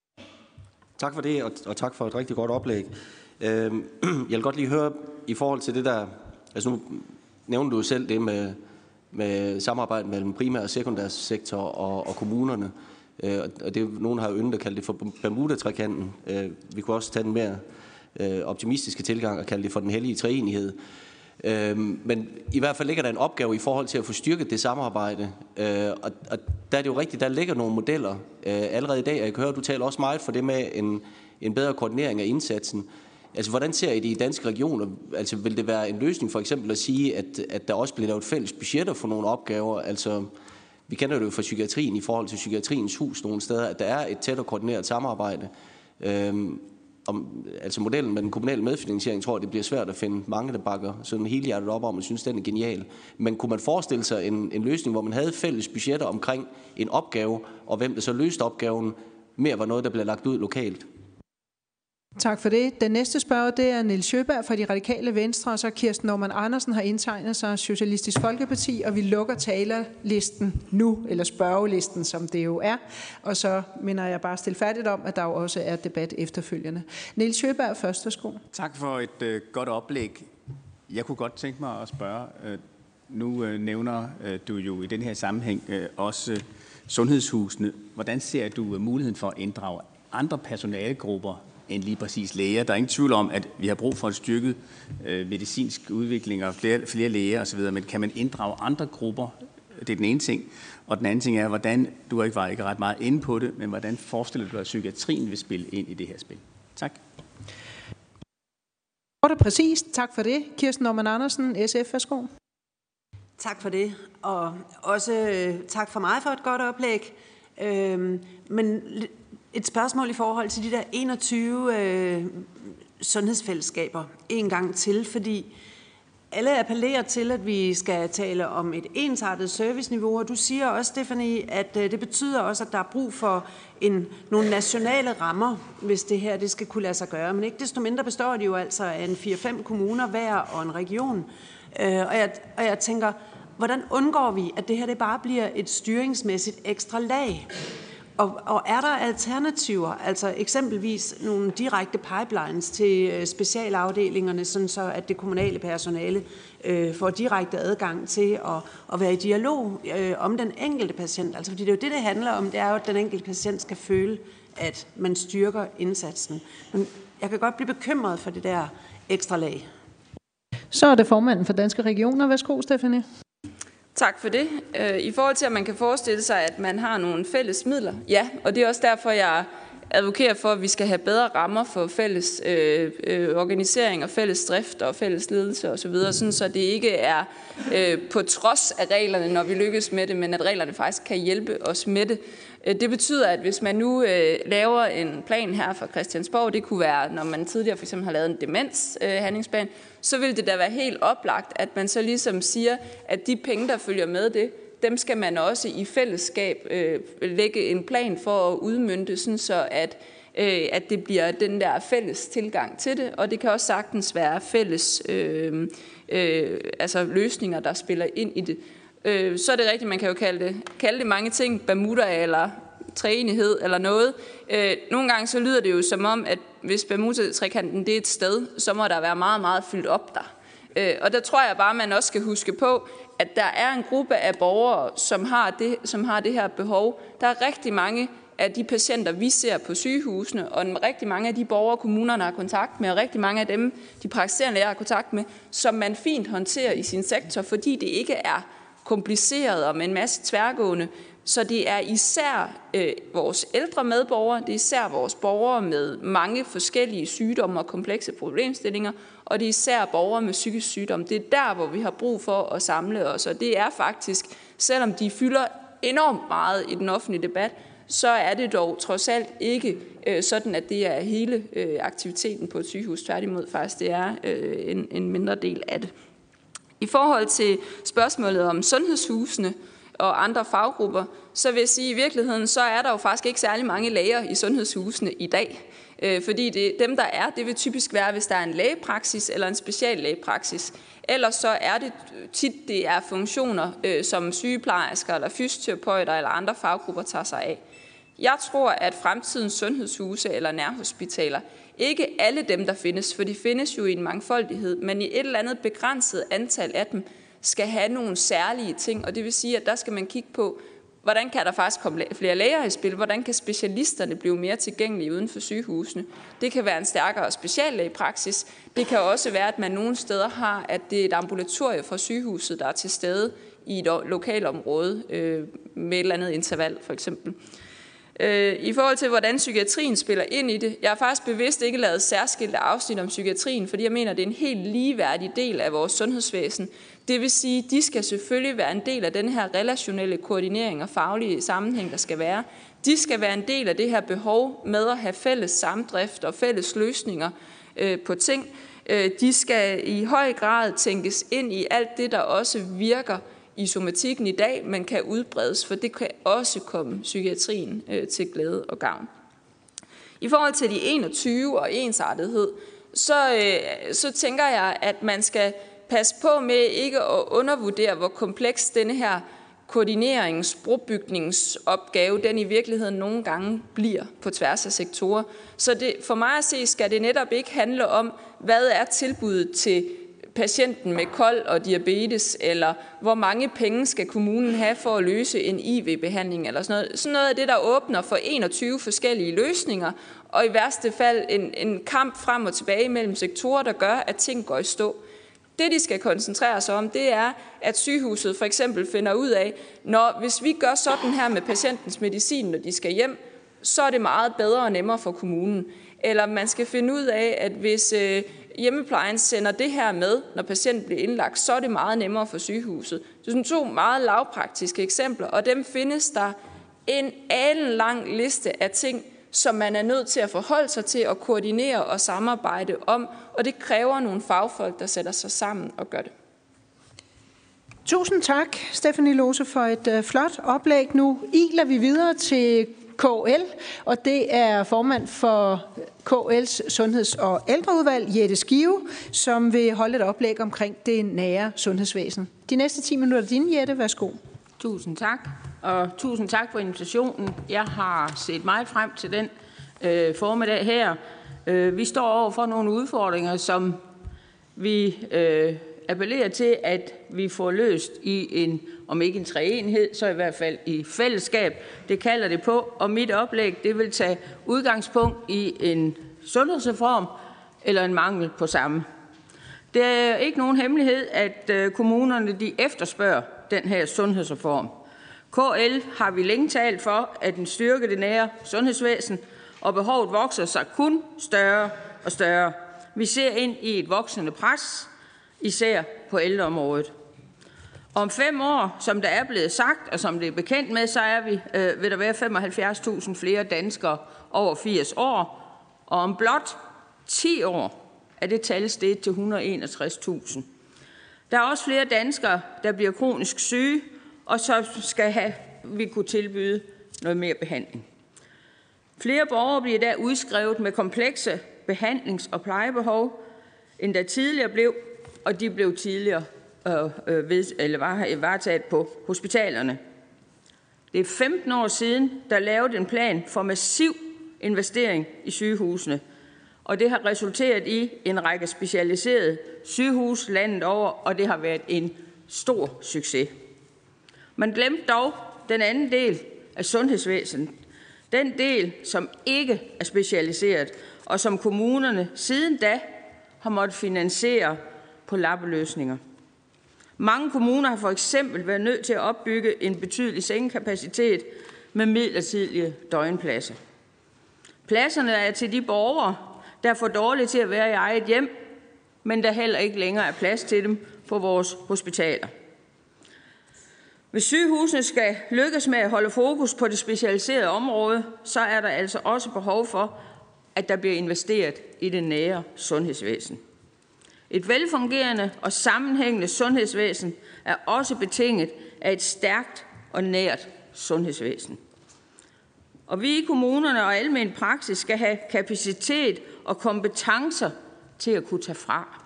Tak for det, og, og tak for et rigtig godt oplæg. Øh, jeg vil godt lige høre i forhold til det der, altså nu nævner du selv det med med samarbejde mellem primær- og sekundærsektor og, og kommunerne. Øh, og det, nogen har jo yndet at kalde det for Bermuda-trekanten. Øh, vi kunne også tage den mere øh, optimistiske tilgang og kalde det for den hellige treenighed. Øh, men i hvert fald ligger der en opgave i forhold til at få styrket det samarbejde. Øh, og, og der er det jo rigtigt, der ligger nogle modeller øh, allerede i dag. Jeg kan høre, at du taler også meget for det med en, en bedre koordinering af indsatsen. Altså, hvordan ser I det i danske regioner? Altså, vil det være en løsning for eksempel at sige, at, at der også bliver lavet fælles budgetter for nogle opgaver? Altså, vi kender det jo fra psykiatrien i forhold til psykiatriens hus nogle steder, at der er et tæt og koordineret samarbejde. Øhm, om, altså, modellen med den kommunale medfinansiering, tror jeg, det bliver svært at finde mange, der bakker sådan helhjertet op om, og synes, den er genial. Men kunne man forestille sig en, en løsning, hvor man havde fælles budgetter omkring en opgave, og hvem der så løste opgaven, mere var noget, der blev lagt ud lokalt? Tak for det. Den næste spørger, det er Niels Sjøberg fra de Radikale Venstre, og så Kirsten Normann Andersen har indtegnet sig Socialistisk Folkeparti, og vi lukker talerlisten nu, eller spørgelisten, som det jo er. Og så minder jeg bare stilfærdigt om, at der jo også er debat efterfølgende. Niels Sjøberg først, værsgo. Tak for et øh, godt oplæg. Jeg kunne godt tænke mig at spørge, øh, nu øh, nævner øh, du jo i den her sammenhæng øh, også øh, sundhedshusene. Hvordan ser du øh, muligheden for at inddrage andre personalegrupper end lige præcis læger? Der er ingen tvivl om, at vi har brug for et styrket øh, medicinsk udvikling og flere, flere læger osv., men kan man inddrage andre grupper? Det er den ene ting. Og den anden ting er, hvordan, du har ikke været ikke ret meget inde på det, men hvordan forestiller du dig, at psykiatrien vil spille ind i det her spil? Tak. Kort og præcist. Tak for det. Kirsten Normann Andersen, S F, værsgo. Tak for det, og også øh, tak for mig for et godt oplæg. Øh, men et spørgsmål i forhold til de der enogtyve øh, sundhedsfællesskaber en gang til, fordi alle appellerer til, at vi skal tale om et ensartet serviceniveau, og du siger også, Stephanie, at øh, det betyder også, at der er brug for en, nogle nationale rammer, hvis det her det skal kunne lade sig gøre. Men ikke desto mindre består det jo altså af en fire fem kommuner hver og en region. Øh, og, jeg, og jeg tænker, hvordan undgår vi, at det her det bare bliver et styringsmæssigt ekstra lag? Og, og er der alternativer, altså eksempelvis nogle direkte pipelines til specialafdelingerne, sådan så at det kommunale personale øh, får direkte adgang til at, at være i dialog øh, om den enkelte patient? Altså, fordi det er jo det, det handler om, det er jo, at den enkelte patient skal føle, at man styrker indsatsen. Men jeg kan godt blive bekymret for det der ekstra lag. Så er det formanden for Danske Regioner. Værsgo, Stephanie. Tak for det. I forhold til, at man kan forestille sig, at man har nogle fælles midler. Ja, og det er også derfor, jeg advokerer for, at vi skal have bedre rammer for fælles øh, øh, organisering og fælles drift og fælles ledelse osv., sådan så det ikke er øh, på trods af reglerne, når vi lykkes med det, men at reglerne faktisk kan hjælpe os med det. Det betyder, at hvis man nu øh, laver en plan her fra Christiansborg, det kunne være, når man tidligere for eksempel har lavet en demenshandlingsplan, øh, så vil det da være helt oplagt, at man så ligesom siger, at de penge, der følger med det, dem skal man også i fællesskab øh, lægge en plan for at udmønte, sådan så at, øh, at det bliver den der fælles tilgang til det, og det kan også sagtens være fælles øh, øh, altså løsninger, der spiller ind i det. Øh, så er det rigtigt, man kan jo kalde det, kalde det mange ting, Bermuda eller træenighed eller noget. Øh, nogle gange så lyder det jo som om, at hvis Bermuda-trekanten det er et sted, så må der være meget, meget fyldt op der. Øh, og der tror jeg bare, man også skal huske på, at der er en gruppe af borgere, som har det, som har det her behov. Der er rigtig mange af de patienter, vi ser på sygehusene, og rigtig mange af de borgere, kommunerne har kontakt med, og rigtig mange af dem, de praktiserende læger har kontakt med, som man fint håndterer i sin sektor, fordi det ikke er kompliceret og med en masse tværgående. Så det er især øh, vores ældre medborgere, det er især vores borgere med mange forskellige sygdomme og komplekse problemstillinger, og det er især borgere med psykisk sygdom. Det er der, hvor vi har brug for at samle os, og det er faktisk, selvom de fylder enormt meget i den offentlige debat, så er det dog trods alt ikke øh, sådan, at det er hele øh, aktiviteten på et sygehus. Tværtimod faktisk, det er øh, en, en mindre del af det. I forhold til spørgsmålet om sundhedshusene og andre faggrupper, så vil jeg sige, at i virkeligheden så er der jo faktisk ikke særlig mange læger i sundhedshusene i dag. Øh, fordi det, dem, der er, det vil typisk være, hvis der er en lægepraksis eller en speciallægepraksis. Ellers så er det tit, det er funktioner, øh, som sygeplejersker eller fysioterapeuter eller andre faggrupper tager sig af. Jeg tror, at fremtidens sundhedshuse eller nærhospitaler, ikke alle dem, der findes, for de findes jo i en mangfoldighed, men i et eller andet begrænset antal af dem, skal have nogle særlige ting, og det vil sige, at der skal man kigge på, hvordan kan der faktisk komme flere læger i spil, hvordan kan specialisterne blive mere tilgængelige uden for sygehusene. Det kan være en stærkere speciallægepraksis. Det kan også være, at man nogle steder har, at det er et ambulatorie fra sygehuset, der er til stede i et lokalområde øh, med et eller andet interval, for eksempel. I forhold til, hvordan psykiatrien spiller ind i det. Jeg har faktisk bevidst ikke lavet særskilte afsnit om psykiatrien, fordi jeg mener, at det er en helt ligeværdig del af vores sundhedsvæsen. Det vil sige, at de skal selvfølgelig være en del af den her relationelle koordinering og faglige sammenhæng, der skal være. De skal være en del af det her behov med at have fælles samdrift og fælles løsninger øh, på ting. De skal i høj grad tænkes ind i alt det, der også virker i somatikken i dag, men kan udbredes, for det kan også komme psykiatrien øh, til glæde og gavn. I forhold til de enogtyve og ensartethed, så, øh, så tænker jeg, at man skal passe på med ikke at undervurdere, hvor kompleks denne her koordinerings-, brobygningsopgave, den i virkeligheden nogle gange bliver på tværs af sektorer. Så det, for mig at se, skal det netop ikke handle om, hvad er tilbuddet til patienten med kol og diabetes, eller hvor mange penge skal kommunen have for at løse en I V-behandling, eller sådan noget. Sådan noget af det, der åbner for enogtyve forskellige løsninger, og i værste fald en, en kamp frem og tilbage mellem sektorer, der gør, at ting går i stå. Det, de skal koncentrere sig om, det er, at sygehuset for eksempel finder ud af, når hvis vi gør sådan her med patientens medicin, når de skal hjem, så er det meget bedre og nemmere for kommunen. Eller man skal finde ud af, at hvis øh, hjemmeplejen sender det her med, når patienten bliver indlagt, så er det meget nemmere for sygehuset. Det er sådan to meget lavpraktiske eksempler, og dem findes der en alenlang liste af ting, som man er nødt til at forholde sig til at koordinere og samarbejde om, og det kræver nogle fagfolk, der sætter sig sammen og gør det. Tusind tak, Stephanie Lose, for et uh, flot oplæg. Nu iler vi videre til K L, og det er formand for K L's Sundheds- og Ældreudvalg, Jette Skive, som vil holde et oplæg omkring det nære sundhedsvæsen. De næste ti minutter er dine, Jette. Værsgo. Tusind tak, og tusind tak for invitationen. Jeg har set meget frem til den øh, formiddag her. Øh, vi står over for nogle udfordringer, som vi øh, appellerer til, at vi får løst i en, om ikke en treenhed, så i hvert fald i fællesskab. Det kalder det på, og mit oplæg, det vil tage udgangspunkt i en sundhedsreform eller en mangel på samme. Det er ikke nogen hemmelighed, at kommunerne de efterspørger den her sundhedsreform. K L har vi længe talt for, at den styrker det nære sundhedsvæsen, og behovet vokser sig kun større og større. Vi ser ind i et voksende pres, især på ældreområdet. Om fem år, som der er blevet sagt, og som det er bekendt med, så er vi, øh, vil der være femoghalvfjerds tusind flere danskere over firs år, og om blot ti år er det tal steget til et hundrede og enogtres tusind. Der er også flere danskere, der bliver kronisk syge, og så skal have, vi kunne tilbyde noget mere behandling. Flere borgere bliver der udskrevet med komplekse behandlings- og plejebehov, end der tidligere blev, og de blev tidligere øh, ved, eller var varetaget på hospitalerne. Det er femten år siden, der lavede en plan for massiv investering i sygehusene, og det har resulteret i en række specialiserede sygehus landet over, og det har været en stor succes. Man glemte dog den anden del af sundhedsvæsenet, den del, som ikke er specialiseret, og som kommunerne siden da har måttet finansiere på lappeløsninger. Mange kommuner har for eksempel været nødt til at opbygge en betydelig sengekapacitet med midlertidige døgnpladser. Pladserne er til de borgere, der er for dårlige til at være i eget hjem, men der heller ikke længere er plads til dem på vores hospitaler. Hvis sygehusene skal lykkes med at holde fokus på det specialiserede område, så er der altså også behov for, at der bliver investeret i det nære sundhedsvæsen. Et velfungerende og sammenhængende sundhedsvæsen er også betinget af et stærkt og nært sundhedsvæsen. Og vi i kommunerne og almen praksis skal have kapacitet og kompetencer til at kunne tage fra.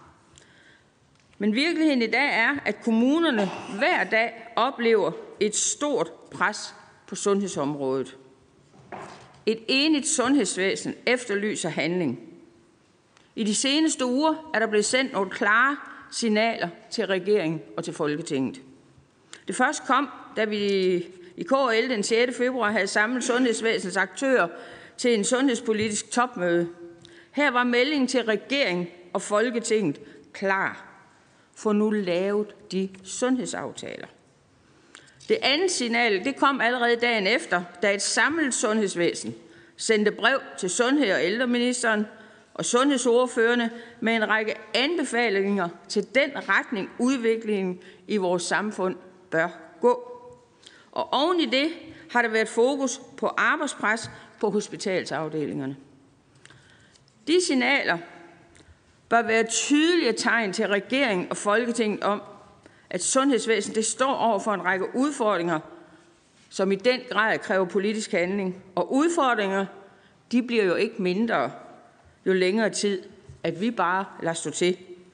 Men virkeligheden i dag er, at kommunerne hver dag oplever et stort pres på sundhedsområdet. Et enigt sundhedsvæsen efterlyser handling. I de seneste uger er der blevet sendt nogle klare signaler til regeringen og til Folketinget. Det første kom, da vi i K L den sjette februar havde samlet sundhedsvæsenets aktører til en sundhedspolitisk topmøde. Her var meldingen til regeringen og Folketinget klar. Få nu lavet de sundhedsaftaler. Det andet signal det kom allerede dagen efter, da et samlet sundhedsvæsen sendte brev til sundhed- og ældreministeren og sundhedsordførerne med en række anbefalinger til den retning, udviklingen i vores samfund bør gå. Og oven i det har der været fokus på arbejdspres på hospitalsafdelingerne. De signaler bør være tydelige tegn til regeringen og Folketinget om, at sundhedsvæsenet det står over for en række udfordringer, som i den grad kræver politisk handling. Og udfordringer, de bliver jo ikke mindre, jo længere tid, at vi bare lader stå til.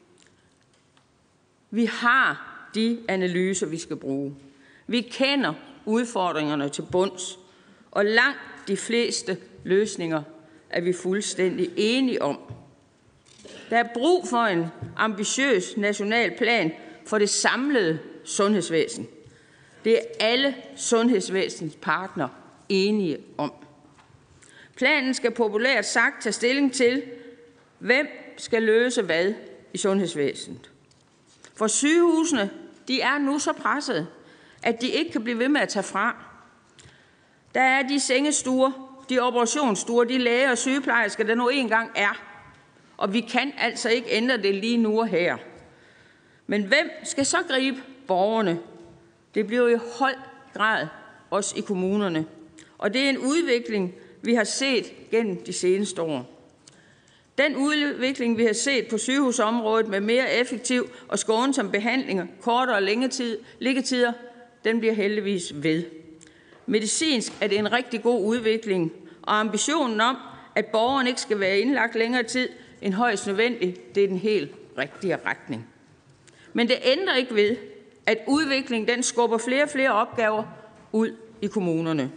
Vi har de analyser, vi skal bruge. Vi kender udfordringerne til bunds, og langt de fleste løsninger er vi fuldstændig enige om. Der er brug for en ambitiøs national plan for det samlede sundhedsvæsen. Det er alle sundhedsvæsenets partnere enige om. Planen skal populært sagt tage stilling til, hvem skal løse hvad i sundhedsvæsenet. For sygehusene, de er nu så pressede, at de ikke kan blive ved med at tage fra. Der er de sengestuer, de operationsstuer, de læger og sygeplejersker, der nu engang er. Og vi kan altså ikke ændre det lige nu og her. Men hvem skal så gribe borgerne? Det bliver i høj grad også i kommunerne. Og det er en udvikling, vi har set gennem de seneste år. Den udvikling, vi har set på sygehusområdet med mere effektiv og skånsom behandlinger, kortere og længere tid, liggetider, den bliver heldigvis ved. Medicinsk er det en rigtig god udvikling, og ambitionen om, at borgeren ikke skal være indlagt længere tid end højst nødvendigt, det er den helt rigtige retning. Men det ændrer ikke ved, at udviklingen den skubber flere og flere opgaver ud i kommunerne.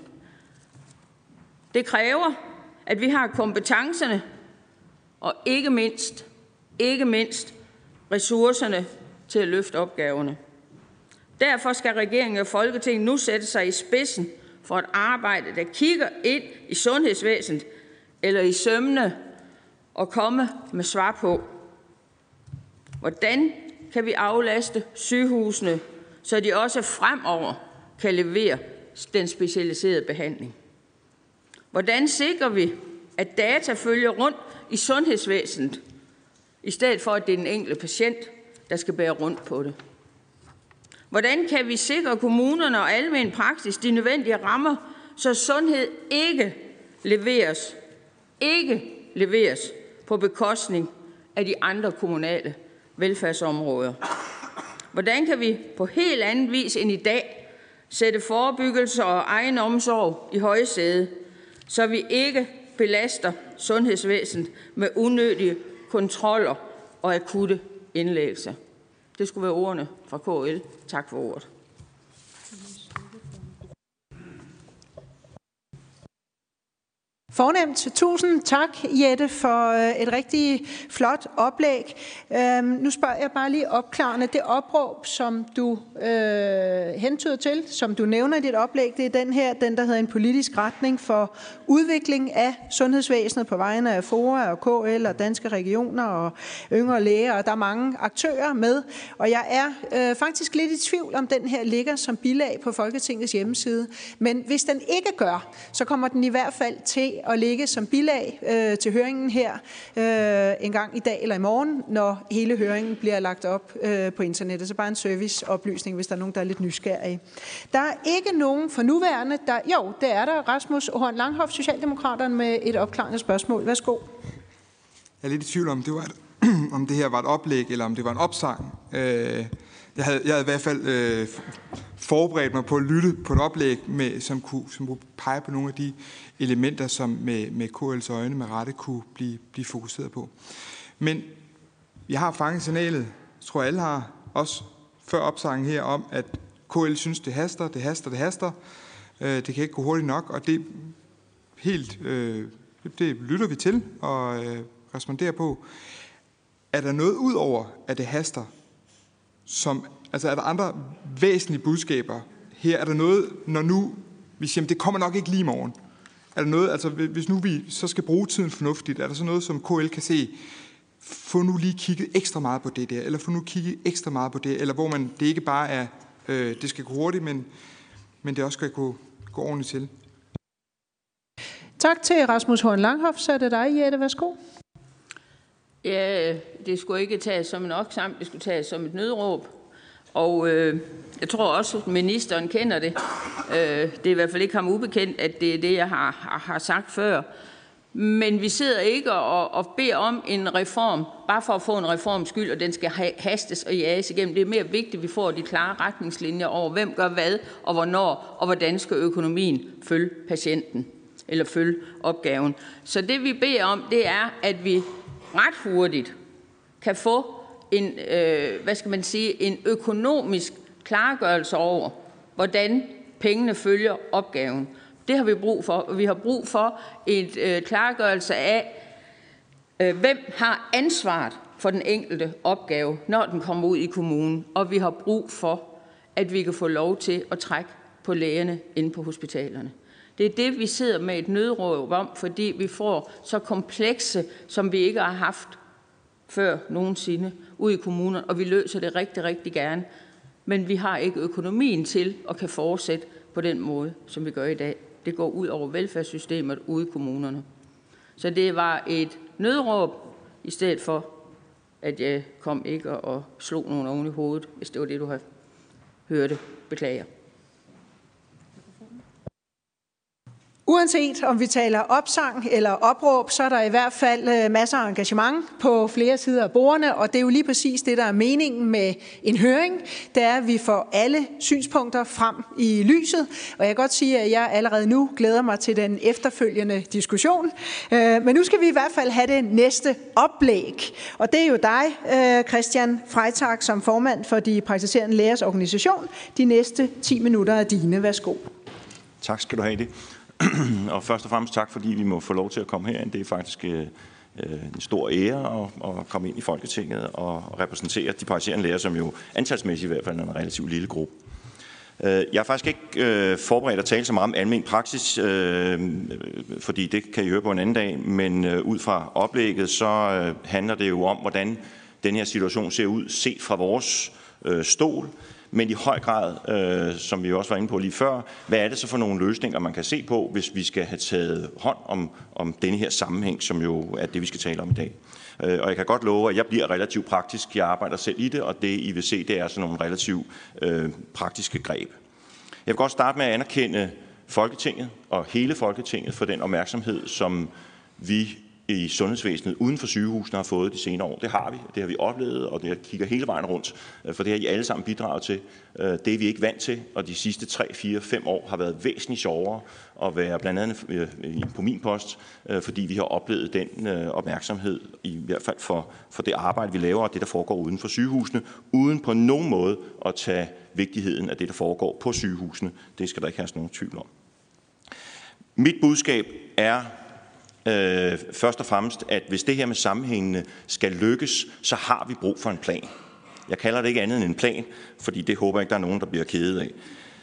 Det kræver, at vi har kompetencerne og ikke mindst, ikke mindst ressourcerne til at løfte opgaverne. Derfor skal regeringen og Folketinget nu sætte sig i spidsen for et arbejde, der kigger ind i sundhedsvæsenet eller i sømmene og komme med svar på, hvordan kan vi aflaste sygehusene, så de også fremover kan levere den specialiserede behandling. Hvordan sikrer vi, at data følger rundt i sundhedsvæsenet, i stedet for at det er den enkelte patient, der skal bære rundt på det? Hvordan kan vi sikre kommunerne og almen praksis de nødvendige rammer, så sundhed ikke leveres, ikke leveres på bekostning af de andre kommunale velfærdsområder? Hvordan kan vi på helt anden vis end i dag sætte forebyggelse og egen omsorg i højsædet, så vi ikke belaster sundhedsvæsenet med unødige kontroller og akutte indlæggelser? Det skulle være ordene fra K L. Tak for ordet. Fornemt. Tusind tak, Jette, for et rigtig flot oplæg. Nu spørger jeg bare lige opklarende. Det opråb, som du øh, hentyder til, som du nævner i dit oplæg, det er den her, den der hedder en politisk retning for udvikling af sundhedsvæsenet på vegne af FOA og K L og Danske Regioner og Yngre Læger, og der er mange aktører med. Og jeg er øh, faktisk lidt i tvivl, om den her ligger som bilag på Folketingets hjemmeside. Men hvis den ikke gør, så kommer den i hvert fald til at ligge som bilag øh, til høringen her øh, en gang i dag eller i morgen, når hele høringen bliver lagt op øh, på internettet. Så bare en serviceoplysning, hvis der er nogen, der er lidt nysgerrige. Der er ikke nogen for nuværende. Der, jo, det er der. Rasmus Horn Langhoff, Socialdemokraterne, med et opklarende spørgsmål. Værsgo. Jeg er lidt i tvivl om, det var et, om det her var et oplæg, eller om det var en opsang. Øh, jeg, havde, jeg havde i hvert fald øh, forberedt mig på at lytte på et oplæg, med, som, kunne, som kunne pege på nogle af de elementer, som med, med K L's øjne med rette kunne blive, blive fokuseret på. Men jeg har fanget signalet, tror jeg alle har, også før opsangen her, om at K L synes, det haster, det haster, det haster. Øh, det kan ikke gå hurtigt nok, og det helt, øh, det lytter vi til og øh, responderer på. Er der noget ud over, at det haster, som, altså er der andre væsentlige budskaber her? Er der noget, når nu vi siger, at det kommer nok ikke lige i morgen? Er der noget, altså hvis nu vi så skal bruge tiden fornuftigt, er der så noget, som K L kan se, få nu lige kigget ekstra meget på det der, eller få nu kigget ekstra meget på det, eller hvor man, det ikke bare er, øh, det skal gå hurtigt, men, men det også skal gå, gå ordentligt til? Tak til Rasmus Horn Langhoff. Så er det dig, Jette. Værsgo. Ja, det skulle ikke tages som en opsang, det skulle tages som et nødråb. Og øh, jeg tror også, at ministeren kender det. Øh, det er i hvert fald ikke ham ubekendt, at det er det, jeg har, har, har sagt før. Men vi sidder ikke og, og beder om en reform, bare for at få en reforms skyld, og den skal hastes og jages igennem. Det er mere vigtigt, at vi får de klare retningslinjer over, hvem gør hvad, og hvornår, og hvordan skal økonomien følge patienten, eller følge opgaven. Så det, vi beder om, det er, at vi ret hurtigt kan få en, øh, hvad skal man sige, en økonomisk klargørelse over, hvordan pengene følger opgaven. Det har vi brug for. Vi har brug for et øh, klargørelse af, øh, hvem har ansvaret for den enkelte opgave, når den kommer ud i kommunen. Og vi har brug for, at vi kan få lov til at trække på lægerne inde på hospitalerne. Det er det, vi sidder med et nødråb om, fordi vi får så komplekse, som vi ikke har haft før nogensinde ude i kommunerne, og vi løser det rigtig, rigtig gerne. Men vi har ikke økonomien til at kan fortsætte på den måde, som vi gør i dag. Det går ud over velfærdssystemet ude i kommunerne. Så det var et nødråb, i stedet for, at jeg kom ikke og slog nogen oven i hovedet, hvis det var det, du har hørt. Beklager. Uanset om vi taler opsang eller opråb, så er der i hvert fald masser af engagement på flere sider af bordene, og det er jo lige præcis det, der er meningen med en høring. Det er, at vi får alle synspunkter frem i lyset, og jeg kan godt sige, at jeg allerede nu glæder mig til den efterfølgende diskussion. Men nu skal vi i hvert fald have det næste oplæg, og det er jo dig, Christian Freitag, som formand for de praktiserende lægers organisation. De næste ti minutter er dine. Værsgo. Tak skal du have det. Og først og fremmest tak, fordi vi må få lov til at komme herind. Det er faktisk øh, en stor ære at, at komme ind i Folketinget og repræsentere de praktiserende læger, som jo antalsmæssigt i hvert fald er en relativt lille gruppe. Jeg har faktisk ikke øh, forberedt at tale så meget om almen praksis, øh, fordi det kan I høre på en anden dag, men øh, ud fra oplægget, så øh, handler det jo om, hvordan den her situation ser ud, set fra vores øh, stol. Men i høj grad, øh, som vi også var inde på lige før, hvad er det så for nogle løsninger, man kan se på, hvis vi skal have taget hånd om, om denne her sammenhæng, som jo er det, vi skal tale om i dag. Øh, og jeg kan godt love, at jeg bliver relativt praktisk. Jeg arbejder selv i det, og det I vil se, det er sådan nogle relativt øh, praktiske greb. Jeg vil godt starte med at anerkende Folketinget og hele Folketinget for den opmærksomhed, som vi i sundhedsvæsenet uden for sygehusene har fået de senere år. Det har vi, det har vi oplevet, og det kigger hele vejen rundt, for det har I alle sammen bidraget til. Det er vi ikke vant til, og de sidste tre, fire, fem år har været væsentligt sjovere at være blandt andet på min post, fordi vi har oplevet den opmærksomhed, i hvert fald for, for det arbejde, vi laver, og det, der foregår uden for sygehusene, uden på nogen måde at tage vigtigheden af det, der foregår på sygehusene. Det skal der ikke have nogen tvivl om. Mit budskab er øh, først og fremmest, at hvis det her med sammenhængende skal lykkes, så har vi brug for en plan. Jeg kalder det ikke andet end en plan, fordi det håber jeg ikke, der er nogen, der bliver kede af.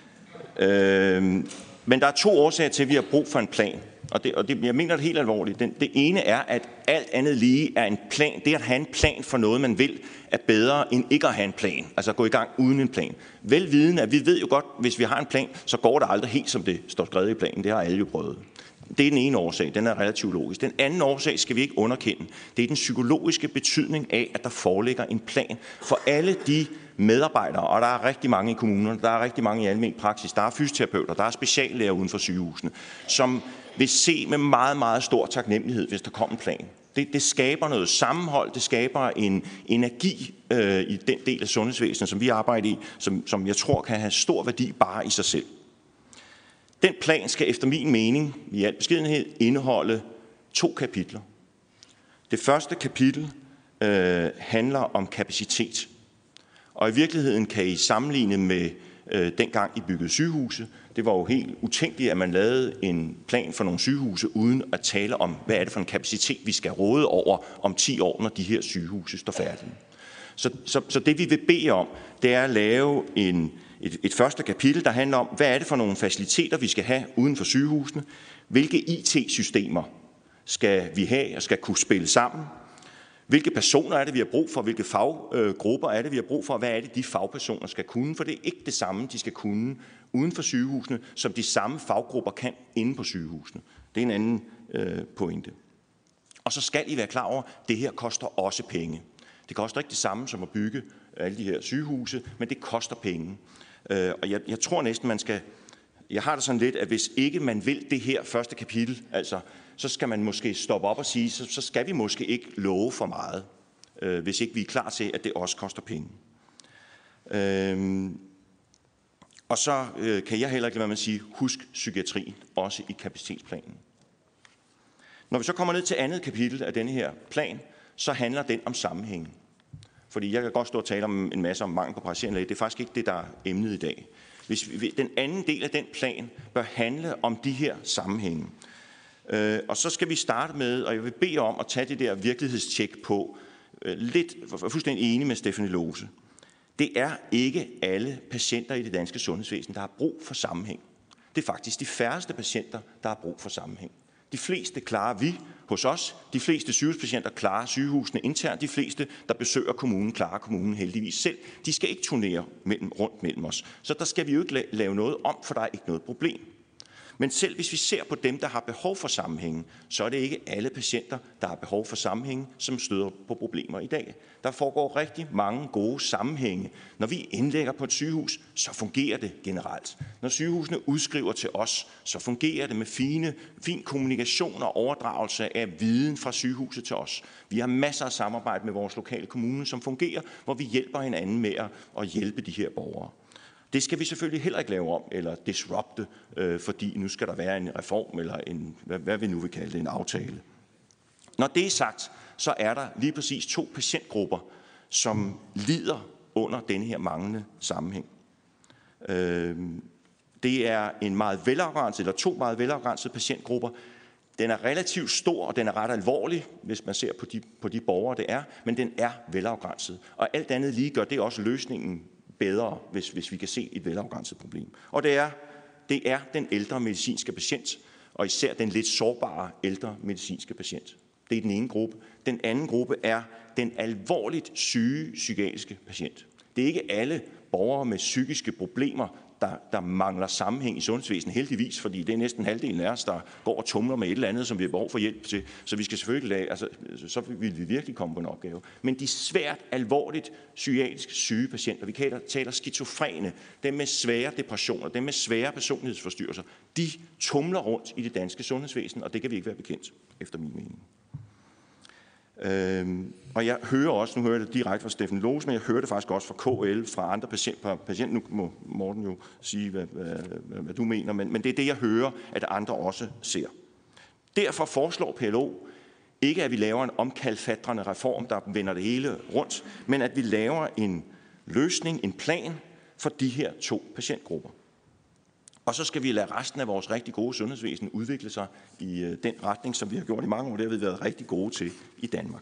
Øh, men der er to årsager til, at vi har brug for en plan. Og, det, og det, jeg mener det helt alvorligt. Den, det ene er, at alt andet lige er en plan. Det at have en plan for noget, man vil, er bedre end ikke at have en plan. Altså at gå i gang uden en plan. Velvidende, at vi ved jo godt, hvis vi har en plan, så går det aldrig helt, som det står skrevet i planen. Det har alle jo prøvet. Det er den ene årsag. Den er relativt logisk. Den anden årsag skal vi ikke underkende. Det er den psykologiske betydning af, at der foreligger en plan for alle de medarbejdere, og der er rigtig mange i kommunerne, der er rigtig mange i almen praksis, der er fysioterapeuter, der er speciallæger uden for sygehusene, som vil se med meget, meget stor taknemmelighed, hvis der kommer en plan. Det, det skaber noget sammenhold, det skaber en energi øh, i den del af sundhedsvæsenet, som vi arbejder i, som, som jeg tror kan have stor værdi bare i sig selv. Den plan skal efter min mening i al beskedenhed indeholde to kapitler. Det første kapitel øh, handler om kapacitet. Og i virkeligheden kan I sammenligne med øh, dengang I byggede sygehuse. Det var jo helt utænkeligt, at man lavede en plan for nogle sygehuse, uden at tale om, hvad er det for en kapacitet, vi skal råde over om ti år, når de her sygehuse står færdige. Så, så, så det vi vil bede om, det er at lave en, et, et første kapitel, der handler om, hvad er det for nogle faciliteter, vi skal have uden for sygehusene? Hvilke I T-systemer skal vi have og skal kunne spille sammen? Hvilke personer er det, vi har brug for? Hvilke faggrupper er det, vi har brug for? Hvad er det, de fagpersoner skal kunne? For det er ikke det samme, de skal kunne uden for sygehusene, som de samme faggrupper kan inde på sygehusene. Det er en anden øh, pointe. Og så skal I være klar over, at det her koster også penge. Det koster ikke det samme som at bygge alle de her sygehuse, men det koster penge. Øh, og jeg, jeg tror næsten, man skal... Jeg har det sådan lidt, at hvis ikke man vil det her første kapitel, altså, så skal man måske stoppe op og sige, så, så skal vi måske ikke love for meget, øh, hvis ikke vi er klar til, at det også koster penge. Øh, og så øh, kan jeg heller ikke lade være med at sige, husk psykiatrien, også i kapacitetsplanen. Når vi så kommer ned til andet kapitel af denne her plan, så handler den om sammenhængen. Fordi jeg kan godt stå og tale om en masse om mangel på praktiserende læge. Det er faktisk ikke det, der er emnet i dag. Hvis vi, den anden del af den plan bør handle om de her sammenhænge. Øh, og så skal vi starte med, og jeg vil bede om at tage det der virkelighedstjek på, øh, lidt fuldstændig enig med Stephanie Lose. Det er ikke alle patienter i det danske sundhedsvæsen, der har brug for sammenhæng. Det er faktisk de færreste patienter, der har brug for sammenhæng. De fleste klarer vi hos os. De fleste sygehuspatienter klarer sygehusene internt. De fleste, der besøger kommunen, klarer kommunen heldigvis selv. De skal ikke turnere mellem, rundt mellem os. Så der skal vi jo ikke lave noget om, for der er ikke noget problem. Men selv hvis vi ser på dem, der har behov for sammenhængen, så er det ikke alle patienter, der har behov for sammenhængen, som støder på problemer i dag. Der foregår rigtig mange gode sammenhænge. Når vi indlægger på et sygehus, så fungerer det generelt. Når sygehusene udskriver til os, så fungerer det med fine, fin kommunikation og overdragelse af viden fra sygehuset til os. Vi har masser af samarbejde med vores lokale kommune, som fungerer, hvor vi hjælper hinanden med at hjælpe de her borgere. Det skal vi selvfølgelig heller ikke lave om, eller disrupte, øh, fordi nu skal der være en reform, eller en, hvad, hvad vi nu vil kalde det, en aftale. Når det er sagt, så er der lige præcis to patientgrupper, som lider under denne her manglende sammenhæng. Øh, det er en meget velafgrænset, eller to meget velafgrænsede patientgrupper. Den er relativt stor, og den er ret alvorlig, hvis man ser på de, på de borgere, det er, men den er velafgrænset. Og alt andet lige gør det også løsningen bedre, hvis, hvis vi kan se et velafgrænset problem. Og det er, det er den ældre medicinske patient, og især den lidt sårbare ældre medicinske patient. Det er den ene gruppe. Den anden gruppe er den alvorligt syge psykiatriske patient. Det er ikke alle borgere med psykiske problemer, der, der mangler sammenhæng i sundhedsvæsenet, heldigvis, fordi det er næsten halvdelen af os, der går og tumler med et eller andet, som vi har behov for hjælp til. Så vi skal selvfølgelig lade, altså, så vil vi virkelig komme på en opgave. Men de svært alvorligt psykiatrisk syge patienter, vi taler skizofrene, dem med svære depressioner, dem med svære personlighedsforstyrrelser, de tumler rundt i det danske sundhedsvæsen, og det kan vi ikke være bekendt, efter min mening. Øhm, og jeg hører også, nu hører jeg det direkte fra Steffen Lose, men jeg hører det faktisk også fra K L, fra andre patienter. Patient, nu må Morten jo sige, hvad, hvad, hvad, hvad du mener, men, men det er det, jeg hører, at andre også ser. Derfor foreslår P L O ikke, at vi laver en omkalfatrende reform, der vender det hele rundt, men at vi laver en løsning, en plan for de her to patientgrupper. Og så skal vi lade resten af vores rigtig gode sundhedsvæsen udvikle sig i øh, den retning, som vi har gjort i mange år. Det har vi været rigtig gode til i Danmark.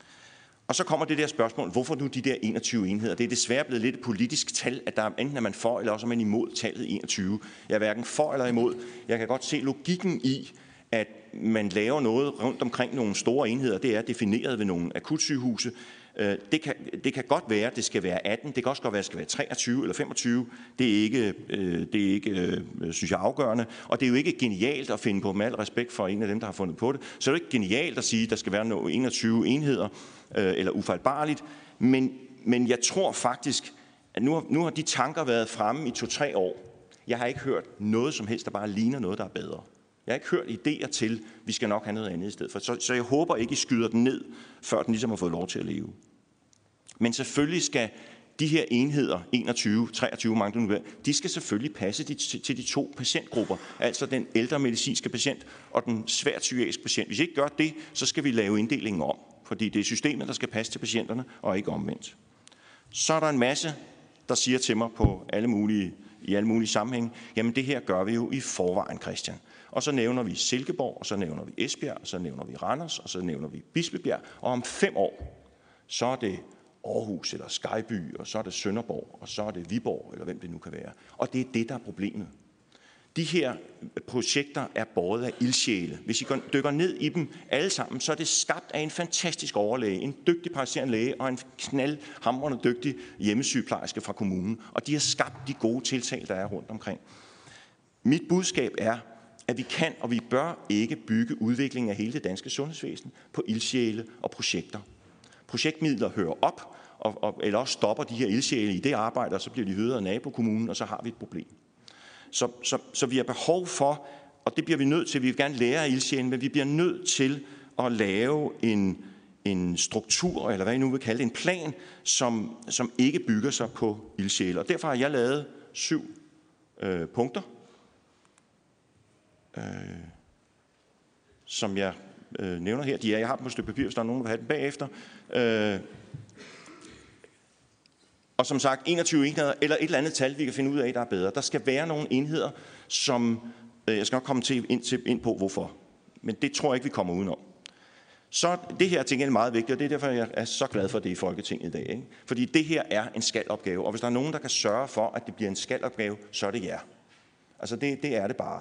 Og så kommer det der spørgsmål, hvorfor nu de der enogtyve enheder? Det er desværre blevet lidt et politisk tal, at der enten er man for, eller også er man imod tallet enogtyve. Jeg er hverken for eller imod. Jeg kan godt se logikken i, at man laver noget rundt omkring nogle store enheder. Det er defineret ved nogle akutsygehuse. Det kan, det kan godt være, at det skal være atten. Det kan også godt være, at det skal være treogtyve eller femogtyve. Det er ikke, det er ikke synes jeg, afgørende. Og det er jo ikke genialt at finde på, med al respekt for en af dem, der har fundet på det. Så er det ikke genialt at sige, at der skal være enogtyve enheder, eller ufejlbarligt. Men, men jeg tror faktisk, at nu har, nu har de tanker været fremme i to-tre år. Jeg har ikke hørt noget som helst, der bare ligner noget, der er bedre. Jeg har ikke hørt idéer til, at vi skal nok have noget andet i stedet for. Så, så jeg håber ikke, I skyder den ned, før den ligesom har fået lov til at leve. Men selvfølgelig skal de her enheder, enogtyve, treogtyve, mange nu, de skal selvfølgelig passe til de to patientgrupper. Altså den ældre medicinske patient og den svært psykiatriske patient. Hvis I ikke gør det, så skal vi lave inddelingen om. Fordi det er systemet, der skal passe til patienterne, og ikke omvendt. Så er der en masse, der siger til mig på alle mulige, i alle mulige sammenhænge, jamen det her gør vi jo i forvejen, Christian. Og så nævner vi Silkeborg, og så nævner vi Esbjerg, og så nævner vi Randers, og så nævner vi Bispebjerg. Og om fem år, så er det Aarhus eller Skyby, og så er det Sønderborg, og så er det Viborg, eller hvem det nu kan være. Og det er det, der er problemet. De her projekter er båret af ildsjæle. Hvis I dykker ned i dem alle sammen, så er det skabt af en fantastisk overlæge, en dygtig praktiserende læge og en knaldhamrende dygtig hjemmesygeplejerske fra kommunen. Og de har skabt de gode tiltag, der er rundt omkring. Mit budskab er, at vi kan og vi bør ikke bygge udviklingen af hele det danske sundhedsvæsen på ildsjæle og projekter. Projektmidler hører op, og, og, eller også stopper de her ildsjæle i det arbejde, og så bliver de hyret af nabokommunen, og så har vi et problem. Så, så, så vi har behov for, og det bliver vi nødt til, vi vil gerne lære af ildsjælen, men vi bliver nødt til at lave en, en struktur, eller hvad I nu vil kalde det, en plan, som, som ikke bygger sig på ildsjæle. Og derfor har jeg lavet syv øh, punkter, øh, som jeg øh, nævner her. De er, jeg har dem på et stykke papir, hvis der er nogen, der vil have dem bagefter. Øh, Og som sagt, enogtyve enheder, eller et eller andet tal, vi kan finde ud af, der er bedre. Der skal være nogle enheder, som, øh, jeg skal nok komme til ind, til, ind på, hvorfor. Men det tror jeg ikke, vi kommer udenom. Så det her ting er meget vigtigt, og det er derfor, jeg er så glad for det i Folketinget i dag. Ikke? Fordi det her er en skal-opgave, og hvis der er nogen, der kan sørge for, at det bliver en skal-opgave, så er det jer. Altså det, det er det bare.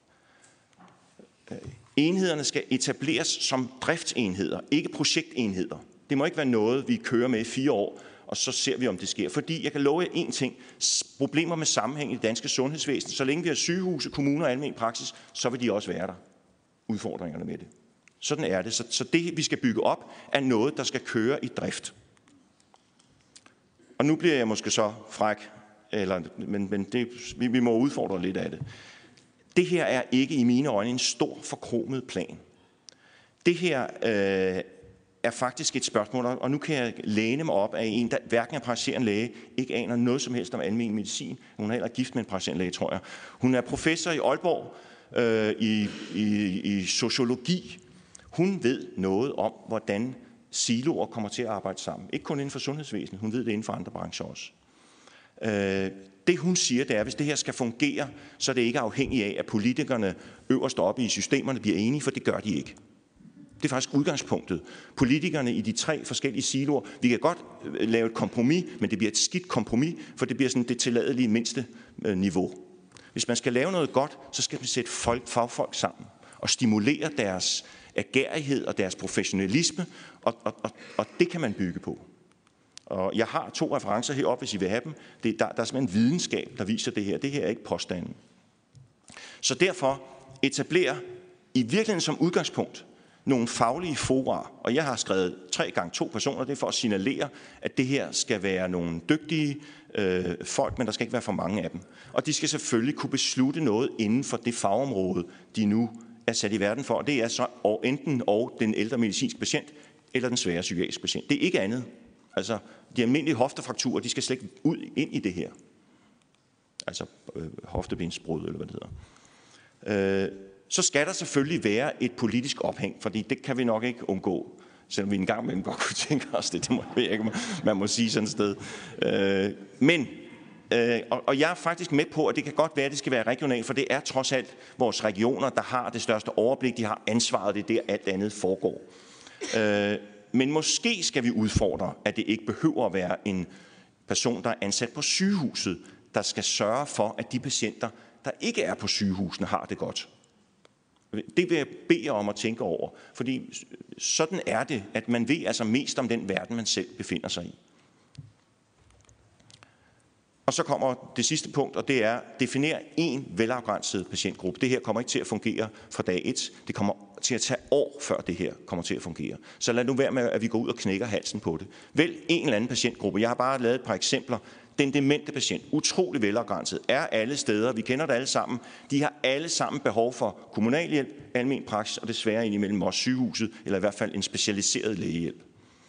Enhederne skal etableres som driftsenheder, ikke projektenheder. Det må ikke være noget, vi kører med i fire år, og så ser vi, om det sker. Fordi jeg kan love jer én ting. Problemer med sammenhæng i det danske sundhedsvæsen. Så længe vi har sygehuse, kommuner og almen praksis, så vil de også være der. Udfordringerne med det. Sådan er det. Så, så det, vi skal bygge op, er noget, der skal køre i drift. Og nu bliver jeg måske så fræk, eller, men, men det, vi, vi må udfordre lidt af det. Det her er ikke i mine øjne en stor forkromet plan. Det her øh, er faktisk et spørgsmål, og nu kan jeg læne mig op af en, der hverken er praktiserende læge, ikke aner noget som helst om almen medicin. Hun er heller gift med en praktiserende læge, tror jeg. Hun er professor i Aalborg øh, i, i, i sociologi. Hun ved noget om, hvordan siloer kommer til at arbejde sammen. Ikke kun inden for sundhedsvæsenet, hun ved det inden for andre brancher også. Øh, det hun siger, det er, at hvis det her skal fungere, så er det ikke afhængigt af, at politikerne øverst oppe i systemerne bliver enige, for det gør de ikke. Det er faktisk udgangspunktet. Politikerne i de tre forskellige siloer, vi kan godt lave et kompromis, men det bliver et skidt kompromis, for det bliver sådan det tilladelige mindste niveau. Hvis man skal lave noget godt, så skal man sætte folk, fagfolk sammen og stimulere deres agerighed og deres professionalisme, og, og, og, og det kan man bygge på. Og jeg har to referencer heroppe, hvis I vil have dem. Det, der, der er simpelthen videnskab, der viser det her. Det her er ikke påstanden. Så derfor etablerer i virkeligheden som udgangspunkt nogle faglige fora, og jeg har skrevet tre gange to personer, det er for at signalere, at det her skal være nogle dygtige øh, folk, men der skal ikke være for mange af dem. Og de skal selvfølgelig kunne beslutte noget inden for det fagområde, de nu er sat i verden for. Og det er så og enten og den ældre medicinske patient, eller den svære psykiatriske patient. Det er ikke andet. Altså, de almindelige hoftefrakturer, de skal slet ikke ud ind i det her. Altså øh, hoftebensbrud, eller hvad det hedder. Øh, så skal der selvfølgelig være et politisk ophæng, fordi det kan vi nok ikke undgå, selvom vi engang med godt kunne tænke os det. Det må jeg ikke, man må sige sådan et sted. Øh, men Øh, og, og jeg er faktisk med på, at det kan godt være, at det skal være regionalt, for det er trods alt vores regioner, der har det største overblik. De har ansvaret, det er der alt andet foregår. Øh, men måske skal vi udfordre, at det ikke behøver at være en person, der er ansat på sygehuset, der skal sørge for, at de patienter, der ikke er på sygehusene, har det godt. Det vil jeg bede jer om at tænke over, fordi sådan er det, at man ved altså mest om den verden, man selv befinder sig i. Og så kommer det sidste punkt, og det er, definere en velafgrænset patientgruppe. Det her kommer ikke til at fungere fra dag et. Det kommer til at tage år, før det her kommer til at fungere. Så lad nu være med, at vi går ud og knækker halsen på det. Vælg en eller anden patientgruppe. Jeg har bare lavet et par eksempler. Den demente patient, utrolig velafgrænset, er alle steder. Vi kender det alle sammen. De har alle sammen behov for kommunal hjælp, almen praksis og desværre indimellem også sygehuset, eller i hvert fald en specialiseret lægehjælp.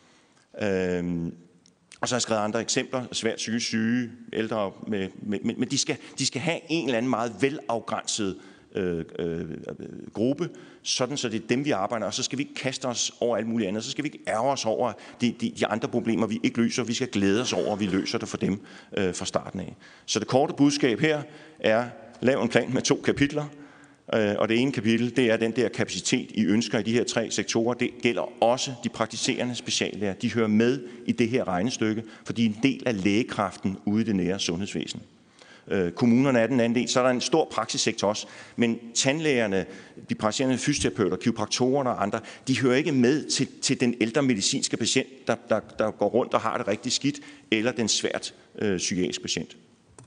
Øhm Og så har jeg skrevet andre eksempler, svært psykisk syge, ældre, med, med, men de skal, de skal have en eller anden meget velafgrænset øh, øh, gruppe, sådan så det er dem, vi arbejder, og så skal vi ikke kaste os over alt muligt andet, så skal vi ikke ærge os over de, de, de andre problemer, vi ikke løser, vi skal glæde os over, at vi løser det for dem øh, fra starten af. Så det korte budskab her er, lav en plan med to kapitler, og det ene kapitel, det er den der kapacitet, I ønsker i de her tre sektorer. Det gælder også de praktiserende speciallæger. De hører med i det her regnestykke, for de er en del af lægekraften ude i det nære sundhedsvæsen. Kommunerne er den anden del. Så er der en stor praksissektor også. Men tandlægerne, de praktiserende fysioterapeuter, kiropraktorerne og andre, de hører ikke med til, til den ældre medicinske patient, der, der, der går rundt og har det rigtig skidt, eller den svært øh, psykiatriske patient.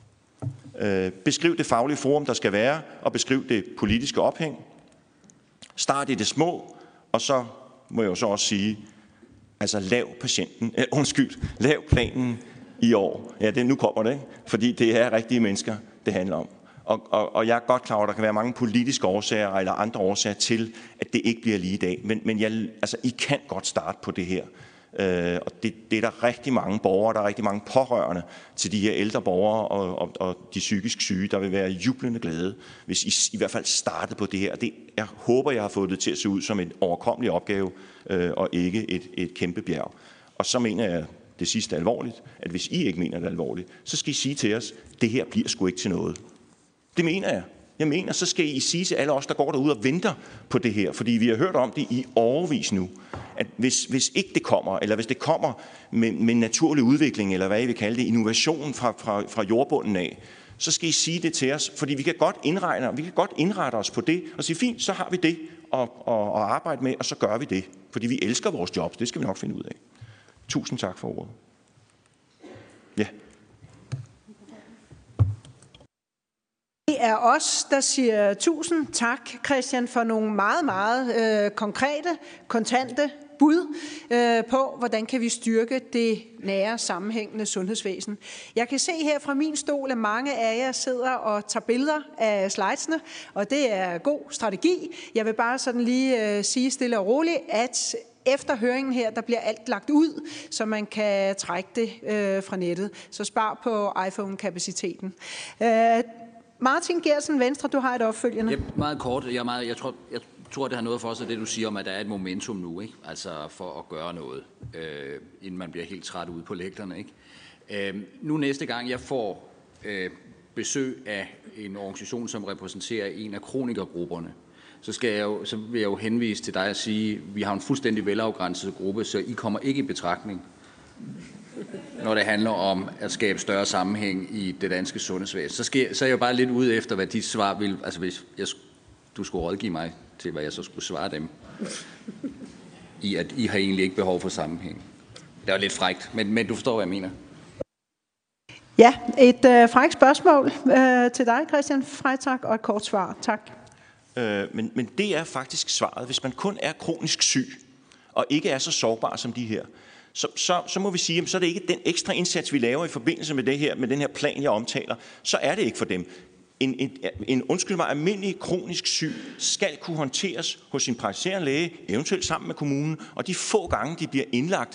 Beskriv det faglige forum, der skal være, og beskriv det politiske ophæng. Start i det små, og så må jeg jo så også sige, altså lav patienten, eh, undskyld, lav planen i år. Ja, det, nu kommer det, ikke? Fordi det er rigtige mennesker, det handler om. Og, og, og jeg er godt klar over, at der kan være mange politiske årsager eller andre årsager til, at det ikke bliver lige i dag. Men, men jeg, altså, I kan godt starte på det her. Øh, og det, det er der rigtig mange borgere, der er rigtig mange pårørende til de her ældre borgere og, og, og de psykisk syge, der vil være jublende glade, hvis I i hvert fald startede på det her. Det, jeg håber, jeg har fået det til at se ud som en overkommelig opgave, øh, og ikke et, et kæmpe bjerg. Og så mener jeg det sidste alvorligt, at hvis I ikke mener det alvorligt, så skal I sige til os, det her bliver sgu ikke til noget. Det mener jeg. Jeg mener, så skal I sige til alle os, der går derude og venter på det her, fordi vi har hørt om det i årevis nu, at hvis, hvis ikke det kommer, eller hvis det kommer med, med naturlig udvikling, eller hvad I vil kalde det, innovation fra, fra, fra jordbunden af, så skal I sige det til os, fordi vi kan godt indregne, vi kan godt indrette os på det, og sige, fint, så har vi det at, at, at arbejde med, og så gør vi det, fordi vi elsker vores jobs, det skal vi nok finde ud af. Tusind tak for ordet. Ja. Det er os, der siger tusind tak, Christian, for nogle meget, meget øh, konkrete, kontante bud øh, på, hvordan kan vi styrke det nære, sammenhængende sundhedsvæsen. Jeg kan se her fra min stol, at mange af jer sidder og tager billeder af slidesene, og det er god strategi. Jeg vil bare sådan lige øh, sige stille og roligt, at efter høringen her, der bliver alt lagt ud, så man kan trække det øh, fra nettet. Så spar på iPhone-kapaciteten. Øh, Martin Geertsen, Venstre, du har et opfølgende. Ja, meget kort. Jeg, er meget, jeg, tror, jeg tror, det har noget for sig, det du siger om, at der er et momentum nu, ikke? Altså for at gøre noget, øh, inden man bliver helt træt ude på lægterne. Ikke? Øh, nu næste gang, jeg får øh, besøg af en organisation, som repræsenterer en af kronikergrupperne, så, skal jeg jo, så vil jeg jo henvise til dig og sige, at vi har en fuldstændig velafgrænset gruppe, så I kommer ikke i betragtning, når det handler om at skabe større sammenhæng i det danske sundhedsvæsen. Så, skal, så er jeg jo bare lidt ude efter, hvad de svar vil. Altså hvis jeg, du skulle rådgive mig til, hvad jeg så skulle svare dem, i at I har egentlig ikke behov for sammenhæng. Det er jo lidt frækt, men, men du forstår, hvad jeg mener. Ja, et øh, frækt spørgsmål øh, til dig, Christian Freitag, og et kort svar. Tak. Øh, men, men det er faktisk svaret. Hvis man kun er kronisk syg, og ikke er så sårbar som de her, Så, så, så må vi sige, at så er det ikke den ekstra indsats, vi laver i forbindelse med det her, med den her plan, jeg omtaler, så er det ikke for dem. En, en, en undskyld mig, almindelig kronisk syg skal kunne håndteres hos sin praktiserende læge, eventuelt sammen med kommunen, og de få gange, de bliver indlagt,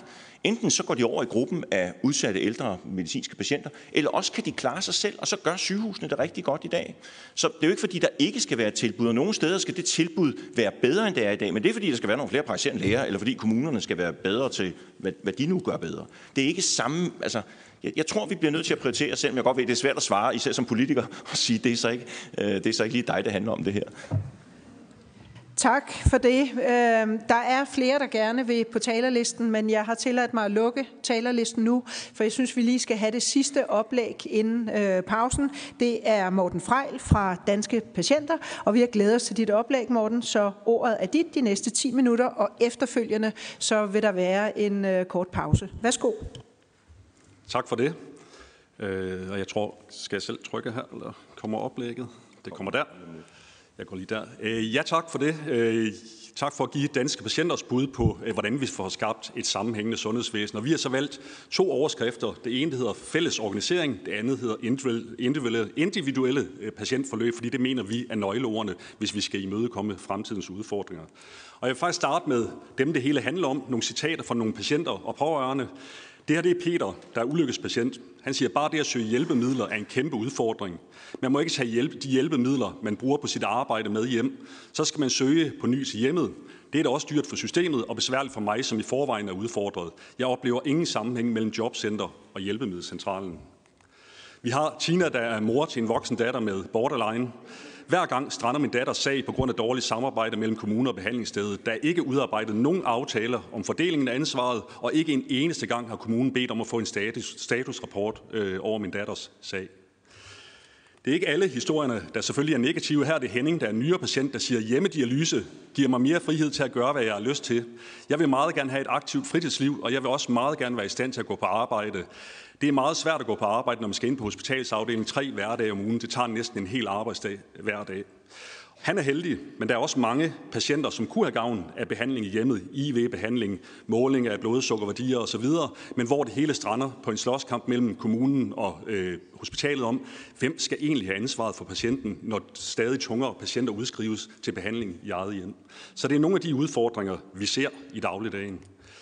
Enten så går de over i gruppen af udsatte ældre medicinske patienter, eller også kan de klare sig selv, og så gør sygehusene det rigtig godt i dag. Så det er jo ikke fordi, der ikke skal være et tilbud, og nogle steder skal det tilbud være bedre, end det er i dag, men det er fordi, der skal være nogle flere praktiserende læger, eller fordi kommunerne skal være bedre til, hvad, hvad de nu gør bedre. Det er ikke samme, altså, jeg, jeg tror, vi bliver nødt til at prioritere, selvom jeg godt ved, at det er svært at svare, især som politiker, og sige, det er så ikke, øh, det er så ikke lige dig, det handler om det her. Tak for det. Der er flere, der gerne vil på talerlisten, men jeg har tilladt mig at lukke talerlisten nu, for jeg synes, vi lige skal have det sidste oplæg inden pausen. Det er Morten Frejl fra Danske Patienter, og vi har glædet os til dit oplæg, Morten, så ordet er dit de næste ti minutter, og efterfølgende så vil der være en kort pause. Værsgo. Tak for det. Og jeg tror, skal jeg selv trykke her, eller kommer oplægget? Det kommer der. Jeg går lige der. Ja, tak for det. Tak for at give Danske Patienters bud på, hvordan vi får skabt et sammenhængende sundhedsvæsen. Og vi har så valgt to overskrifter. Det ene hedder fælles organisering, det andet hedder individuelle, individuelle patientforløb, fordi det mener vi er nøgleordene, hvis vi skal imødekomme fremtidens udfordringer. Og jeg vil faktisk starte med dem, det hele handler om. Nogle citater fra nogle patienter og pårørende. Det her det er Peter, der er ulykkespatient. Han siger, bare det at søge hjælpemidler er en kæmpe udfordring. Man må ikke tage hjælp, de hjælpemidler, man bruger på sit arbejde med hjem. Så skal man søge på ny til hjemmet. Det er da også dyrt for systemet og besværligt for mig, som i forvejen er udfordret. Jeg oplever ingen sammenhæng mellem jobcenter og hjælpemiddelcentralen. Vi har Tina, der er mor til en voksen datter med borderline. Hver gang strander min datters sag på grund af dårligt samarbejde mellem kommuner og behandlingsstedet. Der er ikke udarbejdet nogen aftaler om fordelingen af ansvaret, og ikke en eneste gang har kommunen bedt om at få en status, statusrapport øh, over min datters sag. Det er ikke alle historierne, der selvfølgelig er negative. Her er det Henning, der er en nyere patient, der siger, hjemmedialyse giver mig mere frihed til at gøre, hvad jeg har lyst til. Jeg vil meget gerne have et aktivt fritidsliv, og jeg vil også meget gerne være i stand til at gå på arbejde. Det er meget svært at gå på arbejde, når man skal ind på hospitalsafdelingen tre hverdage om ugen. Det tager næsten en hel arbejdsdag hver dag. Han er heldig, men der er også mange patienter, som kunne have gavn af behandling i hjemmet, I V-behandling, måling af blodsukkerværdier osv., men hvor det hele strander på en slåskamp mellem kommunen og øh, hospitalet om, hvem skal egentlig have ansvaret for patienten, når stadig tungere patienter udskrives til behandling i eget hjem. Så det er nogle af de udfordringer, vi ser i dagligdagen.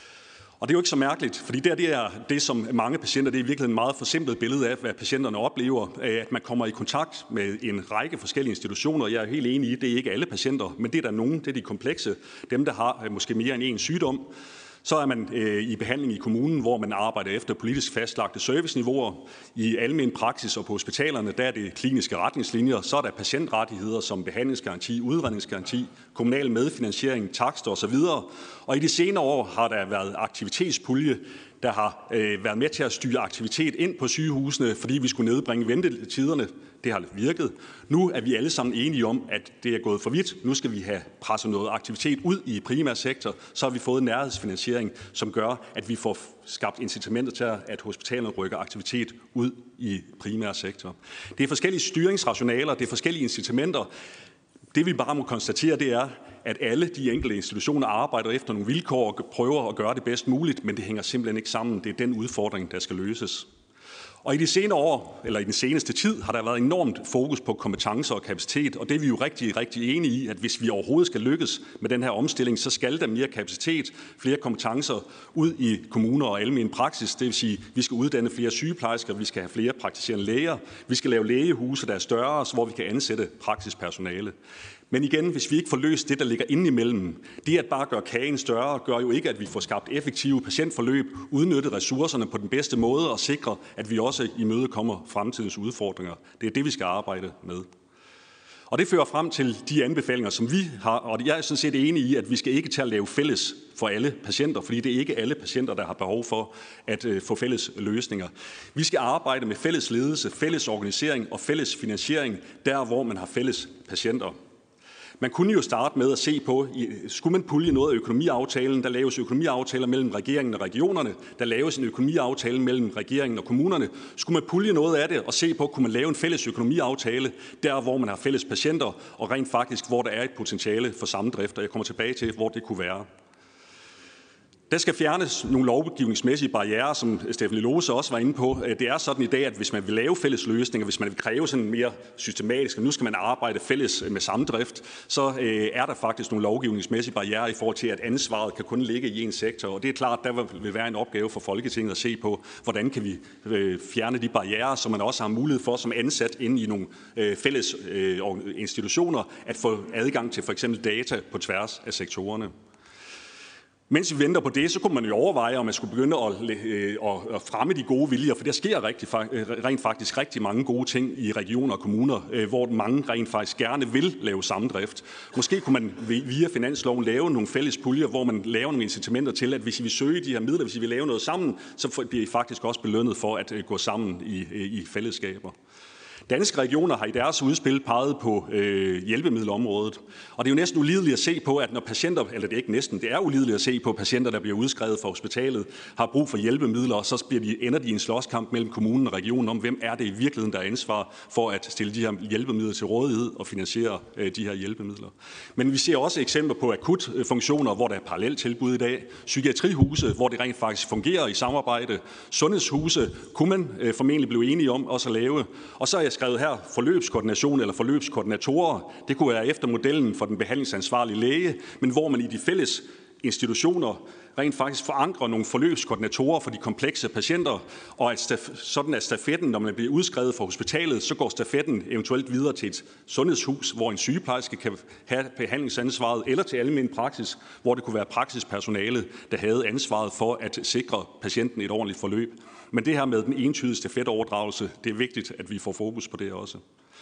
Og det er jo ikke så mærkeligt, fordi det, det er det, som mange patienter, det er virkelig en meget forsimplet billede af, hvad patienterne oplever, at man kommer i kontakt med en række forskellige institutioner. Jeg er helt enig i, det er ikke alle patienter, men det er der nogen, det er de komplekse, dem der har måske mere end en sygdom. Så er man øh, i behandling i kommunen, hvor man arbejder efter politisk fastlagte serviceniveauer. I almen praksis og på hospitalerne, der er det kliniske retningslinjer. Så er der patientrettigheder som behandlingsgaranti, udredningsgaranti, kommunal medfinansiering, takster osv. Og i de senere år har der været aktivitetspulje, der har øh, været med til at styre aktivitet ind på sygehusene, fordi vi skulle nedbringe ventetiderne. Det har virket. Nu er vi alle sammen enige om, at det er gået for vidt. Nu skal vi have presset noget aktivitet ud i primærsektor. Så har vi fået nærhedsfinansiering, som gør, at vi får skabt incitamenter til, at hospitalerne rykker aktivitet ud i primærsektor. Det er forskellige styringsrationaler, det er forskellige incitamenter. Det vi bare må konstatere, det er, at alle de enkelte institutioner arbejder efter nogle vilkår og prøver at gøre det bedst muligt, men det hænger simpelthen ikke sammen. Det er den udfordring, der skal løses. Og i de senere år, eller i den seneste tid, har der været enormt fokus på kompetencer og kapacitet, og det er vi jo rigtig, rigtig enige i, at hvis vi overhovedet skal lykkes med den her omstilling, så skal der mere kapacitet, flere kompetencer ud i kommuner og almen praksis. Det vil sige, at vi skal uddanne flere sygeplejersker, vi skal have flere praktiserende læger, vi skal lave lægehuse, der er større, hvor vi kan ansætte praksispersonale. Men igen, hvis vi ikke får løst det, der ligger inde imellem, det at bare gøre kagen større, gør jo ikke, at vi får skabt effektive patientforløb, udnyttet ressourcerne på den bedste måde og sikre, at vi også imødekommer fremtidens udfordringer. Det er det, vi skal arbejde med. Og det fører frem til de anbefalinger, som vi har, og jeg er sådan set enig i, at vi skal ikke til at lave fælles for alle patienter, fordi det er ikke alle patienter, der har behov for at få fælles løsninger. Vi skal arbejde med fælles ledelse, fælles organisering og fælles finansiering, der hvor man har fælles patienter. Man kunne jo starte med at se på, skulle man pulje noget af økonomiaftalen? Der laves økonomiaftaler mellem regeringen og regionerne. Der laves en økonomiaftale mellem regeringen og kommunerne. Skulle man pulje noget af det og se på, kunne man lave en fælles økonomiaftale, der hvor man har fælles patienter, og rent faktisk, hvor der er et potentiale for samdrift, og jeg kommer tilbage til, hvor det kunne være. Der skal fjernes nogle lovgivningsmæssige barrierer, som Stephanie Lose også var inde på. Det er sådan i dag, at hvis man vil lave fælles løsninger, hvis man vil kræve sådan mere systematisk, og nu skal man arbejde fælles med samdrift, så øh, er der faktisk nogle lovgivningsmæssige barrierer i forhold til, at ansvaret kan kun ligge i en sektor. Og det er klart, der vil være en opgave for Folketinget at se på, hvordan kan vi øh, fjerne de barrierer, så man også har mulighed for som ansat inde i nogle øh, fælles øh, institutioner at få adgang til for eksempel data på tværs af sektorerne. Mens vi venter på det, så kunne man jo overveje, om man skulle begynde at, øh, at fremme de gode viljer, for der sker rigtig, rent faktisk rigtig mange gode ting i regioner og kommuner, øh, hvor mange rent faktisk gerne vil lave samdrift. Måske kunne man via finansloven lave nogle fælles puljer, hvor man laver nogle incitamenter til, at hvis I vil søge de her midler, hvis I vil lave noget sammen, så bliver I faktisk også belønnet for at øh, gå sammen i, i fællesskaber. Danske regioner har i deres udspil peget på øh, hjælpemiddelområdet, og det er jo næsten ulideligt at se på, at når patienter, eller det er ikke næsten, det er ulideligt at se på patienter, der bliver udskrevet fra hospitalet, har brug for hjælpemidler, og så bliver de, ender de i en slåskamp mellem kommunen og regionen om, hvem er det i virkeligheden, der er ansvar for at stille de her hjælpemidler til rådighed og finansiere øh, de her hjælpemidler. Men vi ser også eksempler på akutfunktioner, hvor der er parallelt tilbud i dag, psykiatrihuse, hvor det rent faktisk fungerer i samarbejde, sundhedshuse kunne man øh, formentlig blive enige om også at lave, og så er jeg skrevet her forløbskoordination eller forløbskoordinatorer. Det kunne være efter modellen for den behandlingsansvarlige læge, men hvor man i de fælles institutioner rent faktisk forankrer nogle forløbskoordinatorer for de komplekse patienter, og at staf- sådan at stafetten, når man bliver udskrevet fra hospitalet, så går stafetten eventuelt videre til et sundhedshus, hvor en sygeplejerske kan have behandlingsansvaret, eller til almen praksis, hvor det kunne være praksispersonale, der havde ansvaret for at sikre patienten et ordentligt forløb. Men det her med den entydige stafetoverdragelse, det er vigtigt, at vi får fokus på det også.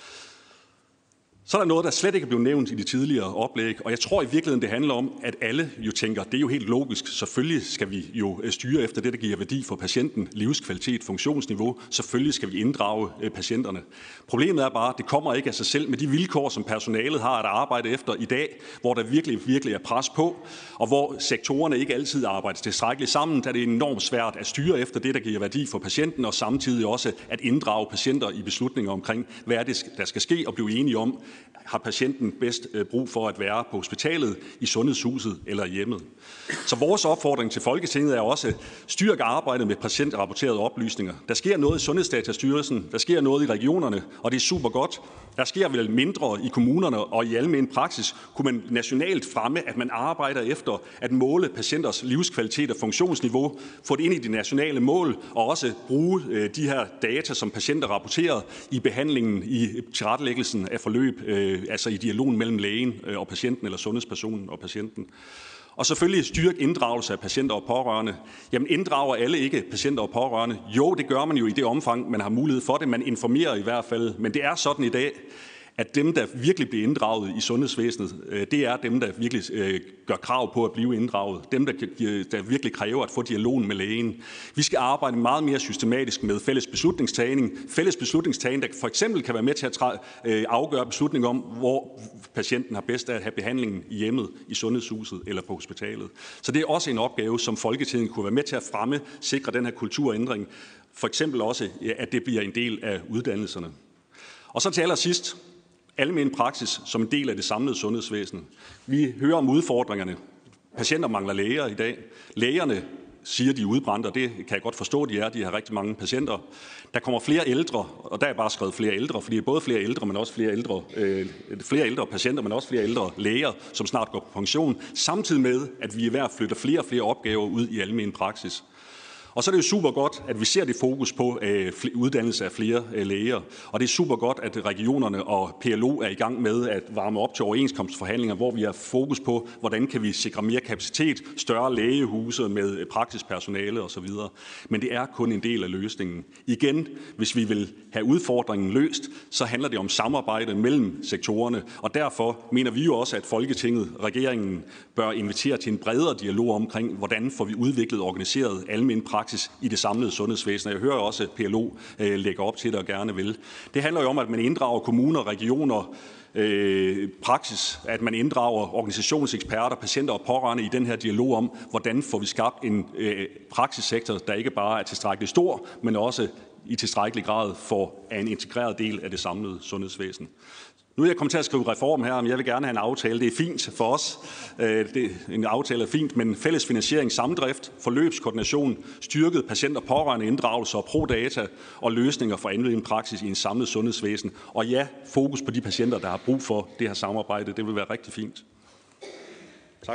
Så er der noget, der slet ikke er blevet nævnt i de tidligere oplæg, og jeg tror i virkeligheden, det handler om, at alle jo tænker, det er jo helt logisk, selvfølgelig skal vi jo styre efter det, der giver værdi for patienten, livskvalitet, funktionsniveau, selvfølgelig skal vi inddrage patienterne. Problemet er bare, at det kommer ikke af sig selv med de vilkår, som personalet har at arbejde efter i dag, hvor der virkelig, virkelig er pres på, og hvor sektorerne ikke altid arbejder tilstrækkeligt sammen, da det er enormt svært at styre efter det, der giver værdi for patienten, og samtidig også at inddrage patienter i beslutninger omkring, hvad er det, der skal ske, og blive enige om, har patienten bedst brug for at være på hospitalet, i sundhedshuset eller hjemmet. Så vores opfordring til Folketinget er også at styrke arbejdet med patientrapporterede oplysninger. Der sker noget i Sundhedsdatastyrelsen, der sker noget i regionerne, og det er super godt. Der sker vel mindre i kommunerne og i almen praksis. Kunne man nationalt fremme, at man arbejder efter at måle patienters livskvalitet og funktionsniveau, få det ind i de nationale mål, og også bruge de her data, som patienter rapporterer i behandlingen, i tilrettelæggelsen af forløb, altså i dialogen mellem lægen og patienten, eller sundhedspersonen og patienten. Og selvfølgelig styrke inddragelse af patienter og pårørende. Jamen inddrager alle ikke patienter og pårørende? Jo, det gør man jo i det omfang, man har mulighed for det. Man informerer i hvert fald. Men det er sådan i dag, at dem, der virkelig bliver inddraget i sundhedsvæsenet, det er dem, der virkelig gør krav på at blive inddraget. Dem, der, der virkelig kræver at få dialogen med lægen. Vi skal arbejde meget mere systematisk med fælles beslutningstagning. Fælles beslutningstagning, der for eksempel kan være med til at træ, afgøre beslutning om, hvor patienten har bedst af at have behandlingen i hjemmet, i sundhedshuset eller på hospitalet. Så det er også en opgave, som Folketinget kunne være med til at fremme, sikre den her kulturændring. For eksempel også, at det bliver en del af uddannelserne. Og så til allersidst, almen praksis som en del af det samlede sundhedsvæsen. Vi hører om udfordringerne. Patienter mangler læger i dag. Lægerne siger, de er udbrændte, og det kan jeg godt forstå, de er. De har rigtig mange patienter. Der kommer flere ældre, og der er bare skrevet flere ældre, fordi både flere ældre, men også flere ældre, øh, flere ældre patienter, men også flere ældre læger, som snart går på pension, samtidig med, at vi i hver flytter flere og flere opgaver ud i almen praksis. Og så er det jo super godt, at vi ser det fokus på øh, uddannelse af flere øh, læger. Og det er super godt, at regionerne og P L O er i gang med at varme op til overenskomstforhandlinger, hvor vi har fokus på, hvordan kan vi sikre mere kapacitet, større lægehuse med praksispersonale osv. Men det er kun en del af løsningen. Igen, hvis vi vil have udfordringen løst, så handler det om samarbejde mellem sektorerne. Og derfor mener vi jo også, at Folketinget, regeringen, bør invitere til en bredere dialog omkring, hvordan får vi udviklet og organiseret almen praksis i det samlede sundhedsvæsen. Jeg hører også, at P L O øh, lægger op til det og gerne vil. Det handler jo om, at man inddrager kommuner, regioner, øh, praksis, at man inddrager organisationseksperter, patienter og pårørende i den her dialog om, hvordan får vi skabt en øh, praksissektor, der ikke bare er tilstrækkeligt stor, men også i tilstrækkelig grad for en integreret del af det samlede sundhedsvæsen. Nu er jeg kommet til at skrive reform her, men jeg vil gerne have en aftale. Det er fint for os. Det, en aftale er fint, men fælles finansiering, samdrift, forløbskoordination, styrket patient- og pårørende inddragelse og pro-data og løsninger for anvendt praksis i en samlet sundhedsvæsen. Og ja, fokus på de patienter, der har brug for det her samarbejde. Det vil være rigtig fint. Tak.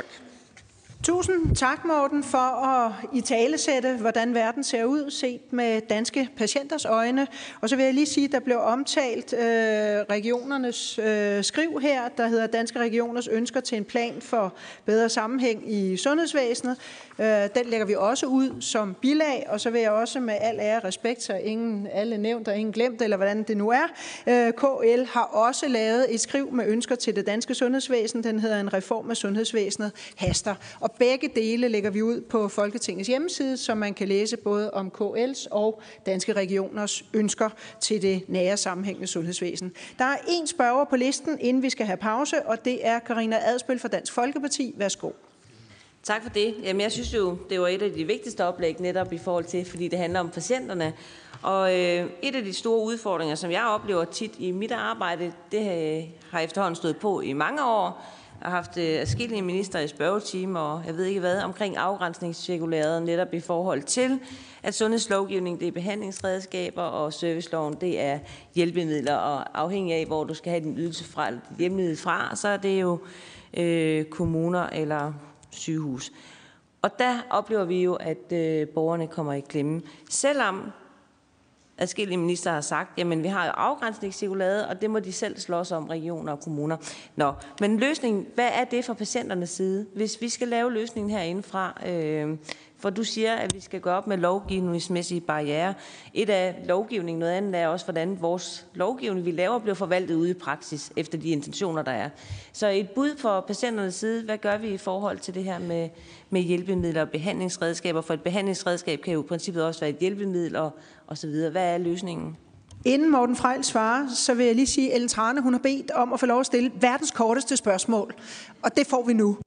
Tusind tak, Morten, for at italesætte, hvordan verden ser ud, set med danske patienters øjne. Og så vil jeg lige sige, at der blev omtalt øh, regionernes øh, skriv her, der hedder Danske Regioners ønsker til en plan for bedre sammenhæng i sundhedsvæsenet. Øh, den lægger vi også ud som bilag, og så vil jeg også med al ære og respekt, så ingen alle nævnt og ingen glemt, eller hvordan det nu er. Øh, K L har også lavet et skriv med ønsker til det danske sundhedsvæsen. Den hedder En reform af sundhedsvæsenet haster. Og begge dele lægger vi ud på Folketingets hjemmeside, så man kan læse både om K L's og Danske Regioners ønsker til det nære sammenhængende sundhedsvæsen. Der er en spørger på listen, inden vi skal have pause, og det er Karina Adsbøl fra Dansk Folkeparti. Værsgo. Tak for det. Jamen, jeg synes jo, det var et af de vigtigste oplæg netop i forhold til, fordi det handler om patienterne. Og øh, et af de store udfordringer, som jeg oplever tit i mit arbejde, det har efterhånden stået på i mange år. Jeg har haft adskillige minister i spørgetime, og jeg ved ikke hvad, omkring afgrænsningscirkulæret netop i forhold til, at sundhedslovgivning, det er behandlingsredskaber, og serviceloven, det er hjælpemidler, og afhængig af, hvor du skal have din ydelse fra, eller dit hjælpemiddel fra, så er det jo øh, kommuner eller sygehus. Og der oplever vi jo, at øh, borgerne kommer i klemme. Selvom adskillige minister har sagt, jamen vi har jo afgrænsningscirkulæret, og det må de selv slås om, regioner og kommuner. Nå, men løsningen, hvad er det fra patienternes side? Hvis vi skal lave løsningen herindefra, øh, for du siger, at vi skal gå op med lovgivningsmæssige barrierer. Et af lovgivningen, noget andet er også, hvordan vores lovgivning, vi laver, bliver forvaltet ude i praksis, efter de intentioner, der er. Så et bud for patienternes side, hvad gør vi i forhold til det her med, med hjælpemidler og behandlingsredskaber? For et behandlingsredskab kan jo i princippet også være et hjælpemiddel og, og så videre. Hvad er løsningen? Inden Morten Frejl svarer, så vil jeg lige sige, at Ellen Trane, hun har bedt om at få lov at stille verdens korteste spørgsmål. Og det får vi nu.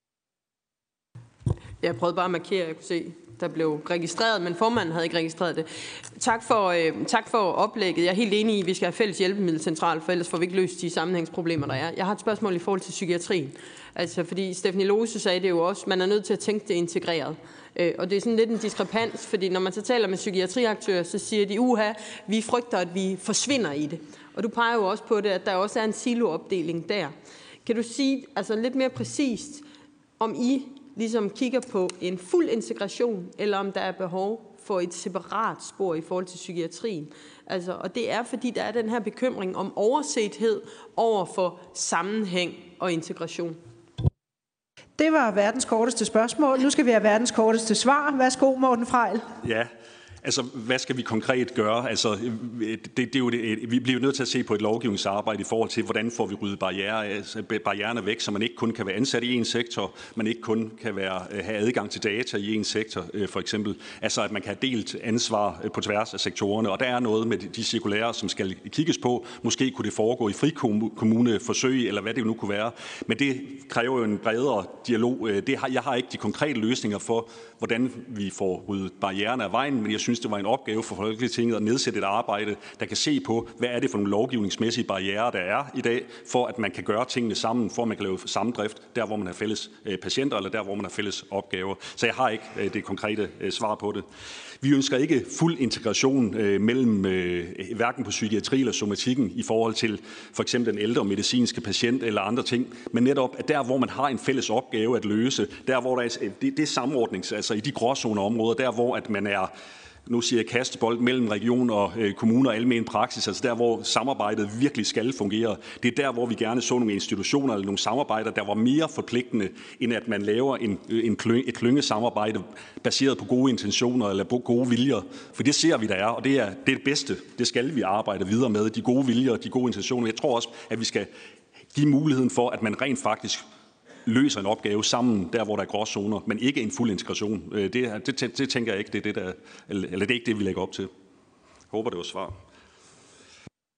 Jeg prøvede bare at markere, at jeg kunne se, der blev registreret, men formanden havde ikke registreret det. Tak for, øh, tak for oplægget. Jeg er helt enig i, at vi skal have fælles hjælpemiddelcentral, for ellers får vi ikke løst de sammenhængsproblemer, der er. Jeg har et spørgsmål i forhold til psykiatrien. Altså, fordi Stephanie Lose sagde det jo også, man er nødt til at tænke det integreret. Øh, og det er sådan lidt en diskrepans, fordi når man så taler med psykiatriaktører, så siger de, uha, vi frygter, at vi forsvinder i det. Og du peger jo også på det, at der også er en siloopdeling der. Kan du sige altså lidt mere præcist, om I ligesom kigger på en fuld integration, eller om der er behov for et separat spor i forhold til psykiatrien. Altså, og det er, fordi der er den her bekymring om oversethed over for sammenhæng og integration. Det var verdens korteste spørgsmål. Nu skal vi have verdens korteste svar. Værsgo, Morten Frejl. Ja. Altså, hvad skal vi konkret gøre? Altså, det, det er jo det, vi bliver nødt til at se på et lovgivningsarbejde i forhold til, hvordan får vi ryddet barriere, altså, barriererne væk, så man ikke kun kan være ansat i en sektor, man ikke kun kan være, have adgang til data i en sektor, for eksempel. Altså, at man kan have delt ansvar på tværs af sektorerne, og der er noget med de cirkulære, som skal kigges på. Måske kunne det foregå i frikommuneforsøg, eller hvad det nu kunne være. Men det kræver jo en bredere dialog. Det har, jeg har ikke de konkrete løsninger for, hvordan vi får ryddet barriererne af vejen, men jeg synes, det var en opgave for Folketinget at nedsætte et arbejde, der kan se på, hvad er det for nogle lovgivningsmæssige barrierer, der er i dag, for at man kan gøre tingene sammen, for at man kan lave samdrift, der hvor man har fælles patienter, eller der hvor man har fælles opgaver. Så jeg har ikke det konkrete svar på det. Vi ønsker ikke fuld integration øh, mellem øh, hverken på psykiatri eller somatikken i forhold til for eksempel den ældre medicinske patient eller andre ting, men netop at der, hvor man har en fælles opgave at løse, der hvor der er, det, det er samordnings, altså i de gråzoneområder, der hvor at man er, nu siger jeg kastebold mellem region og øh, kommuner og almen praksis, altså der, hvor samarbejdet virkelig skal fungere. Det er der, hvor vi gerne så nogle institutioner eller nogle samarbejder, der var mere forpligtende, end at man laver en, en klø, et klyngesamarbejde baseret på gode intentioner eller på gode viljer. For det ser vi, der er, og det er, det er det bedste. Det skal vi arbejde videre med, de gode viljer, de gode intentioner. Jeg tror også, at vi skal give muligheden for, at man rent faktisk løser en opgave sammen, der hvor der er gråzoner, men ikke en fuld integration. Det, det, det tænker jeg ikke, det er det, der, eller det er ikke det, vi lægger op til. Jeg håber, det var svar.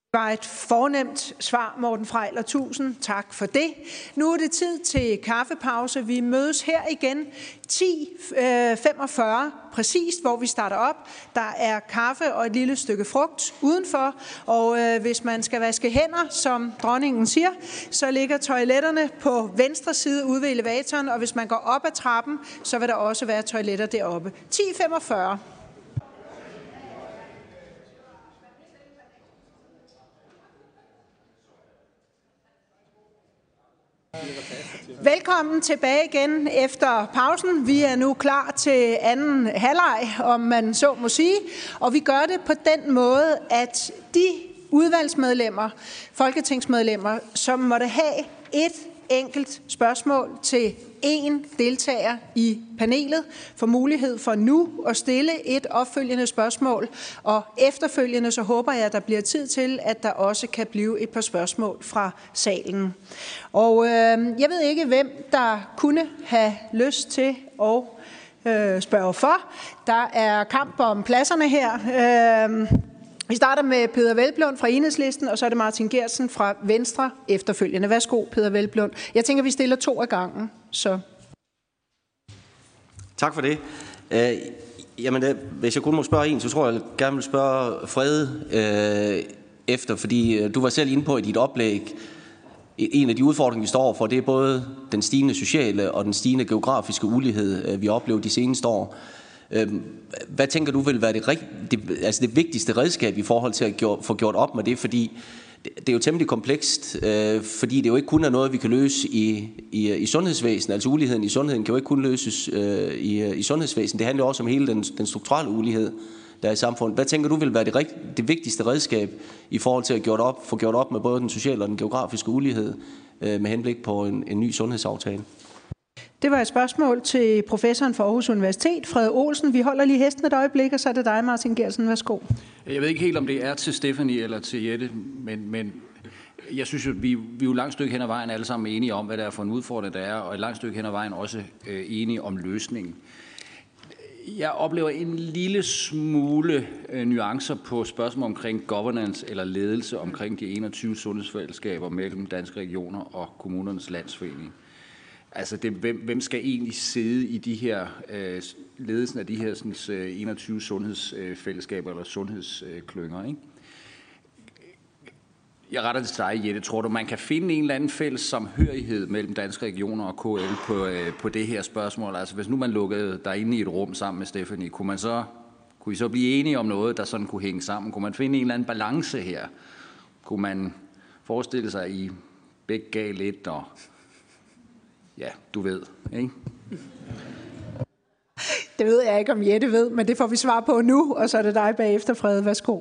Det var et fornemt svar, Morten Frejler. Tusind tak for det. Nu er det tid til kaffepause. Vi mødes her igen ti femogfyrre præcist, hvor vi starter op. Der er kaffe og et lille stykke frugt udenfor. Og øh, hvis man skal vaske hænder, som dronningen siger, så ligger toiletterne på venstre side ude ved elevatoren. Og hvis man går op ad trappen, så vil der også være toiletter deroppe. ti femogfyrre. Velkommen tilbage igen efter pausen. Vi er nu klar til anden halvleg, om man så må sige. Og vi gør det på den måde, at de udvalgsmedlemmer, folketingsmedlemmer, som måtte have et enkelt spørgsmål til en deltager i panelet, får mulighed for nu at stille et opfølgende spørgsmål, og efterfølgende så håber jeg, at der bliver tid til, at der også kan blive et par spørgsmål fra salen. Og øh, jeg ved ikke, hvem der kunne have lyst til at øh, spørge for. Der er kamp om pladserne her. Øh, Vi starter med Peder Hvelplund fra Enhedslisten, og så er det Martin Geertsen fra Venstre efterfølgende. Værsgo, Peder Hvelplund. Jeg tænker, vi stiller to af gangen. Så. Tak for det. Øh, jamen, det, hvis jeg kun må spørge en, så tror jeg, jeg gerne vil spørge Frede øh, efter, fordi du var selv inde på i dit oplæg, en af de udfordringer, vi står overfor, det er både den stigende sociale og den stigende geografiske ulighed, vi har oplevet de seneste år. Hvad tænker du vil være det, det, altså det vigtigste redskab i forhold til at gjort, få gjort op med det? Fordi det er jo temmelig komplekst, øh, fordi det jo ikke kun er noget, vi kan løse i, i, i sundhedsvæsenet. Altså uligheden i sundheden kan jo ikke kun løses øh, i, i sundhedsvæsenet. Det handler også om hele den, den strukturelle ulighed, der er i samfundet. Hvad tænker du vil være det, det vigtigste redskab i forhold til at gjort op, få gjort op med både den sociale og den geografiske ulighed øh, med henblik på en, en ny sundhedsaftale? Det var et spørgsmål til professoren fra Aarhus Universitet, Frede Olsen. Vi holder lige hesten et øjeblik, og så er det dig, Martin Geertsen. Værsgo. Jeg ved ikke helt, om det er til Stephanie eller til Jette, men, men jeg synes jo, vi, vi er jo et langt stykke hen ad vejen alle sammen enige om, hvad det er for en udfordring, der er, og et langt stykke hen ad vejen også øh, enige om løsningen. Jeg oplever en lille smule øh, nuancer på spørgsmål omkring governance eller ledelse omkring de enogtyve sundhedsfællesskaber mellem Danske Regioner og Kommunernes Landsforening. Altså, det, hvem, hvem skal egentlig sidde i de her øh, ledelsen af de her sådan, øh, enogtyve sundhedsfællesskaber eller sundhedsklynger, ikke? Jeg retter det til dig, Jette. Tror du, man kan finde en eller anden fælles samhørighed mellem Danske Regioner og K L på, øh, på det her spørgsmål? Altså, hvis nu man lukkede dig inde i et rum sammen med Stephanie, kunne man så, kunne I så blive enige om noget, der sådan kunne hænge sammen? Kunne man finde en eller anden balance her? Kunne man forestille sig, at I begge gav lidt og... Ja, du ved, ikke? Det ved jeg ikke, om Jette ved, men det får vi svar på nu, og så er det dig bagefter, Frede. Værsgo.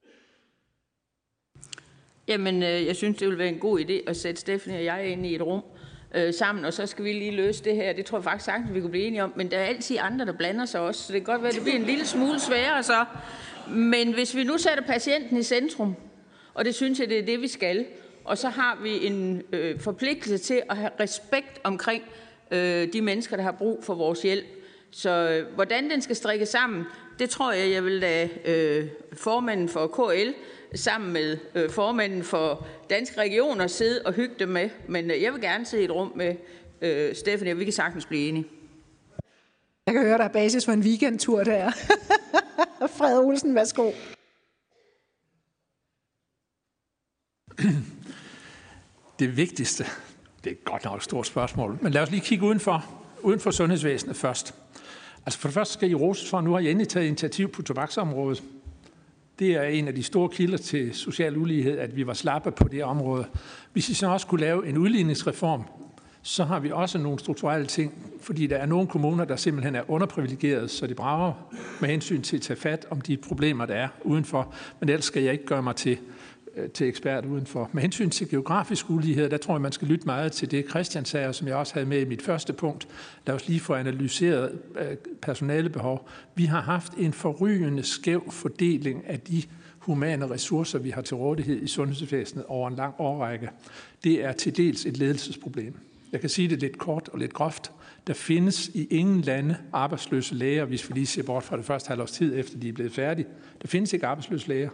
Jamen, jeg synes, det vil være en god idé at sætte Stephanie og jeg ind i et rum øh, sammen, og så skal vi lige løse det her. Det tror jeg faktisk sagtens, vi kunne blive enige om, men der er altid andre, der blander sig også, så det kan godt være, at det bliver en lille smule sværere så. Men hvis vi nu sætter patienten i centrum, og det synes jeg, det er det, vi skal, og så har vi en øh, forpligtelse til at have respekt omkring øh, de mennesker, der har brug for vores hjælp. Så øh, hvordan den skal strikke sammen, det tror jeg, jeg vil lade øh, formanden for K L sammen med øh, formanden for Danske Regioner sidde og hygge dem med. Men øh, jeg vil gerne sidde i et rum med øh, Stephanie, og vi kan sagtens blive enige. Jeg kan høre, der er basis for en weekendtur der. Frede Olsen, værsgo. Det vigtigste, det er godt nok et stort spørgsmål, men lad os lige kigge udenfor, uden for sundhedsvæsenet først. Altså for det første skal I roses for, at nu har I endelig taget initiativ på tobaksområdet. Det er en af de store kilder til social ulighed, at vi var slappe på det område. Hvis I så også kunne lave en udligningsreform, så har vi også nogle strukturelle ting, fordi der er nogle kommuner, der simpelthen er underprivilegeret, så de brager med hensyn til at tage fat om de problemer, der er udenfor. Men ellers skal jeg ikke gøre mig til til ekspert udenfor. Med hensyn til geografisk ulighed, der tror jeg, man skal lytte meget til det, Christian sagde, som jeg også havde med i mit første punkt. Lad os lige få analyseret personalebehov. Vi har haft en forrygende skæv fordeling af de humane ressourcer, vi har til rådighed i sundhedsvæsenet over en lang årrække. Det er til dels et ledelsesproblem. Jeg kan sige det lidt kort og lidt groft. Der findes i ingen lande arbejdsløse læger, hvis vi lige ser bort fra det første halvårs tid, efter de er blevet færdige. Der findes ikke arbejdsløse læger.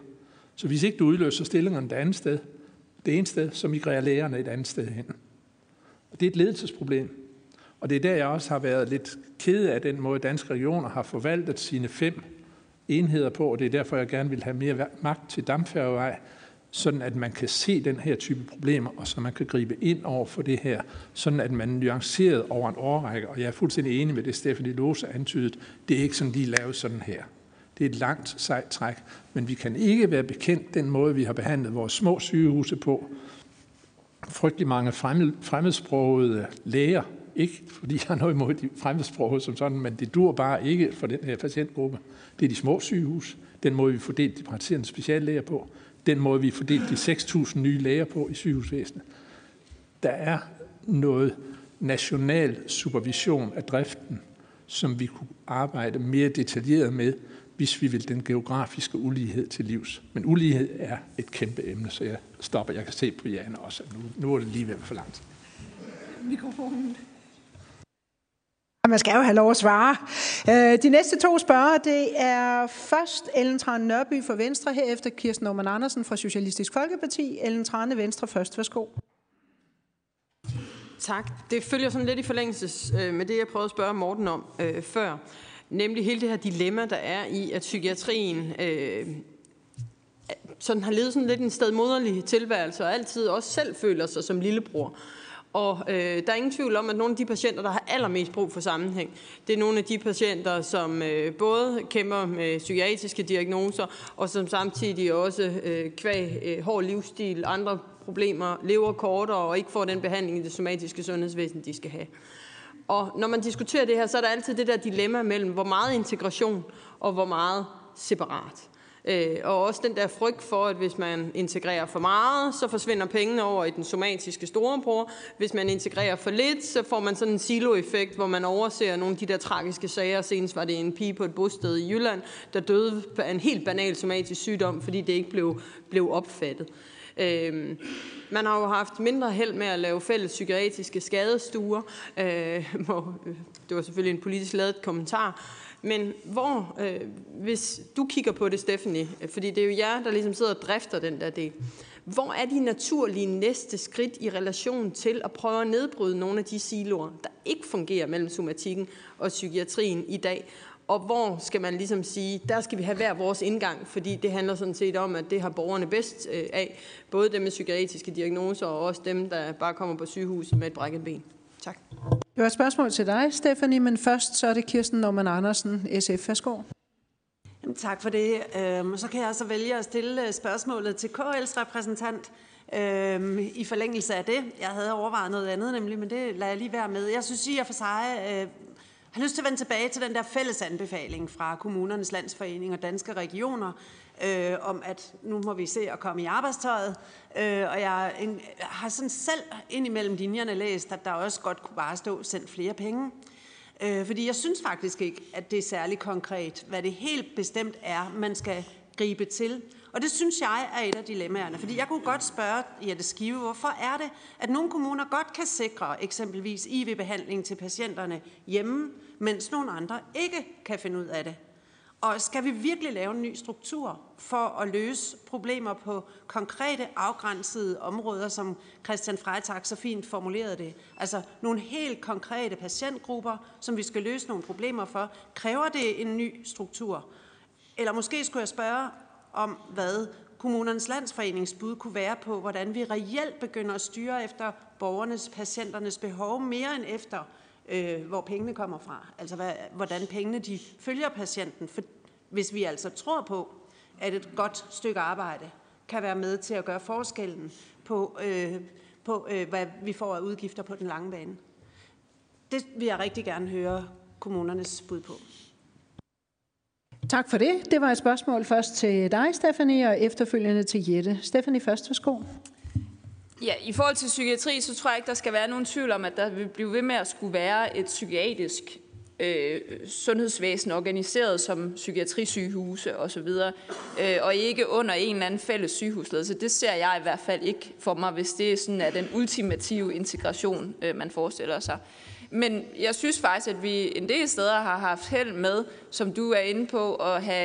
Så hvis ikke du udløser stillingerne et andet sted, det ene sted, så migrerer lægerne et andet sted hen. Og det er et ledelsesproblem. Og det er der, jeg også har været lidt ked af den måde, Danske Regioner har forvaltet sine fem enheder på, og det er derfor, jeg gerne vil have mere magt til Dampfærgevej, sådan at man kan se den her type problemer, og så man kan gribe ind over for det her, sådan at man nuanceret over en årrække. Og jeg er fuldstændig enig med det, Stephanie Lose antydet. Det er ikke sådan, de lavet sådan her. Det er et langt sejt træk, men vi kan ikke være bekendt den måde, vi har behandlet vores små sygehuse på. Frygtelig mange fremmedsprogede læger, ikke fordi jeg har noget imod de fremmedsprogede som sådan, men det dur bare ikke for den her patientgruppe. Det er de små sygehus, den måde vi fordelte de praktiserende speciallæger på, den måde vi fordelte de seks tusind nye læger på i sygehusvæsenet. Der er noget national supervision af driften, som vi kunne arbejde mere detaljeret med, hvis vi vil den geografiske ulighed til livs. Men ulighed er et kæmpe emne, så jeg stopper. Jeg kan se på Jane også, at nu, nu er det lige ved for langt. Mikrofonen. Man skal jo have lov at svare. De næste to spørger, det er først Ellen Trane Nørby fra Venstre, herefter Kirsten Normann Andersen fra Socialistisk Folkeparti. Ellen Trane, Venstre først. Værsgo. Tak. Det følger sådan lidt i forlængelse med det, jeg prøvede at spørge Morten om øh, før. Nemlig hele det her dilemma, der er i, at psykiatrien øh, sådan har levet sådan lidt en stedmoderlig tilværelse, og altid også selv føler sig som lillebror. Og øh, der er ingen tvivl om, at nogle af de patienter, der har allermest brug for sammenhæng, det er nogle af de patienter, som øh, både kæmper med psykiatriske diagnoser, og som samtidig også øh, kvæg øh, hård livsstil, andre problemer, lever kortere og ikke får den behandling i det somatiske sundhedsvæsen, de skal have. Og når man diskuterer det her, så er der altid det der dilemma mellem, hvor meget integration og hvor meget separat. Øh, og også den der frygt for, at hvis man integrerer for meget, så forsvinder pengene over i den somatiske storebror. Hvis man integrerer for lidt, så får man sådan en siloeffekt, hvor man overser nogle af de der tragiske sager. Senest var det en pige på et bosted i Jylland, der døde af en helt banal somatisk sygdom, fordi det ikke blev, blev opfattet. Øh, man har jo haft mindre held med at lave fælles psykiatriske skadestuer. Øh, det var selvfølgelig en politisk ladet kommentar. Men hvor, øh, hvis du kigger på det, Stephanie, fordi det er jo jer, der ligesom sidder og drifter den der del, hvor er de naturlige næste skridt i relation til at prøve at nedbryde nogle af de siloer, der ikke fungerer mellem somatikken og psykiatrien i dag? Og hvor skal man ligesom sige, der skal vi have hver vores indgang, fordi det handler sådan set om, at det har borgerne bedst øh, af, både dem med psykiatriske diagnoser og også dem, der bare kommer på sygehuset med et brækket ben. Tak. Det var et spørgsmål til dig, Stephanie, men først så er det Kirsten Normann Andersen, S F. Værsgo. Jamen, tak for det. Øhm, så kan jeg så vælge at stille spørgsmålet til K L's repræsentant øhm, i forlængelse af det. Jeg havde overvejet noget andet, nemlig, men det lader jeg lige være med. Jeg synes, I og for sig øh, har lyst til at vende tilbage til den der fælles anbefaling fra Kommunernes Landsforening og Danske Regioner, øh, om at nu må vi se at komme i arbejdstøjet. Øh, og jeg en, har sådan selv ind imellem linjerne læst, at der også godt kunne bare stå sendt flere penge. Øh, fordi jeg synes faktisk ikke, at det er særlig konkret, hvad det helt bestemt er, man skal gribe til. Og det synes jeg er et af dilemmaerne. Fordi jeg kunne godt spørge Jette Skive, hvorfor er det, at nogle kommuner godt kan sikre eksempelvis I V-behandling til patienterne hjemme, mens nogle andre ikke kan finde ud af det? Og skal vi virkelig lave en ny struktur for at løse problemer på konkrete, afgrænsede områder, som Christian Freitag så fint formulerede det? Altså nogle helt konkrete patientgrupper, som vi skal løse nogle problemer for. Kræver det en ny struktur? Eller måske skulle jeg spørge om, hvad Kommunernes Landsforenings bud kunne være på, hvordan vi reelt begynder at styre efter borgernes, patienternes behov, mere end efter Øh, hvor pengene kommer fra. Altså hvad, hvordan pengene de følger patienten. For, hvis vi altså tror på, at et godt stykke arbejde kan være med til at gøre forskellen på, øh, på øh, hvad vi får af udgifter på den lange bane. Det vil jeg rigtig gerne høre kommunernes bud på. Tak for det. Det var et spørgsmål først til dig, Stephanie, og efterfølgende til Jette. Stephanie først, værsgo. Ja, i forhold til psykiatri, så tror jeg ikke, der skal være nogen tvivl om, at der vil blive ved med at skulle være et psykiatrisk øh, sundhedsvæsen organiseret som psykiatrisygehuse osv., øh, og ikke under en eller anden fælles sygehusledelse. Det ser jeg i hvert fald ikke for mig, hvis det sådan er den ultimative integration, øh, man forestiller sig. Men jeg synes faktisk, at vi en del steder har haft held med, som du er inde på, at have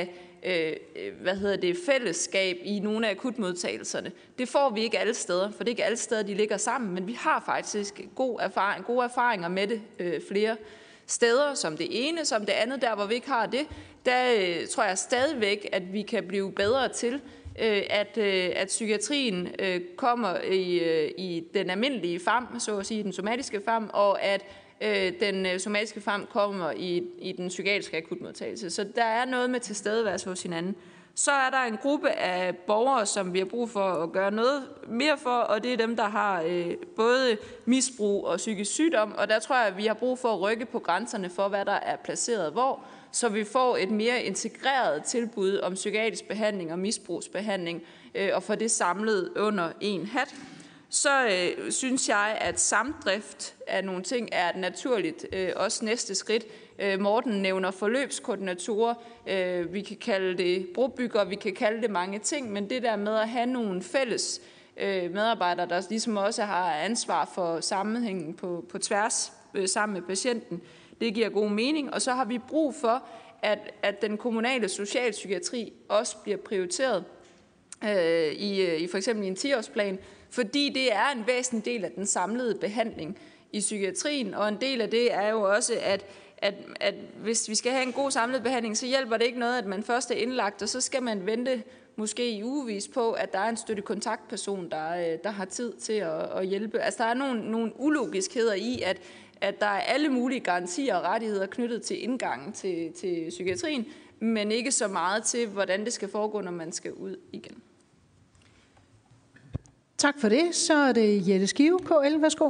øh, hvad hedder det, fællesskab i nogle af akutmodtagelserne. Det får vi ikke alle steder, for det er ikke alle steder, de ligger sammen, men vi har faktisk god erfaring, gode erfaringer med det øh, flere steder, som det ene, som det andet, der hvor vi ikke har det, der øh, tror jeg stadigvæk, at vi kan blive bedre til, øh, at, øh, at psykiatrien øh, kommer i, øh, i den almindelige fam, så at sige, den somatiske fam, og at øh, den somatiske fam kommer i, i den psykiatriske akutmodtagelse. Så der er noget med tilstedeværelse hos hinanden. Så er der en gruppe af borgere, som vi har brug for at gøre noget mere for, og det er dem, der har øh, både misbrug og psykisk sygdom, og der tror jeg, at vi har brug for at rykke på grænserne for, hvad der er placeret hvor, så vi får et mere integreret tilbud om psykiatrisk behandling og misbrugsbehandling, øh, og får det samlet under en hat. Så øh, synes jeg, at samdrift af nogle ting er et naturligt øh, også næste skridt. Øh, Morten nævner forløbskoordinatorer, øh, vi kan kalde det brobygger, vi kan kalde det mange ting, men det der med at have nogle fælles øh, medarbejdere, der ligesom også har ansvar for sammenhængen på, på tværs øh, sammen med patienten, det giver god mening. Og så har vi brug for, at, at den kommunale socialpsykiatri også bliver prioriteret øh, i, i for eksempel i en ti-årsplan, fordi det er en væsentlig del af den samlede behandling i psykiatrien, og en del af det er jo også, at, at, at hvis vi skal have en god samlet behandling, så hjælper det ikke noget, at man først er indlagt, og så skal man vente måske i ugevis på, at der er en støtte kontaktperson, der, der har tid til at, at hjælpe. Altså der er nogle, nogle ulogiskheder i, at, at der er alle mulige garantier og rettigheder knyttet til indgangen til, til psykiatrien, men ikke så meget til, hvordan det skal foregå, når man skal ud igen. Tak for det. Så er det Jette Skive, K L. Værsgo.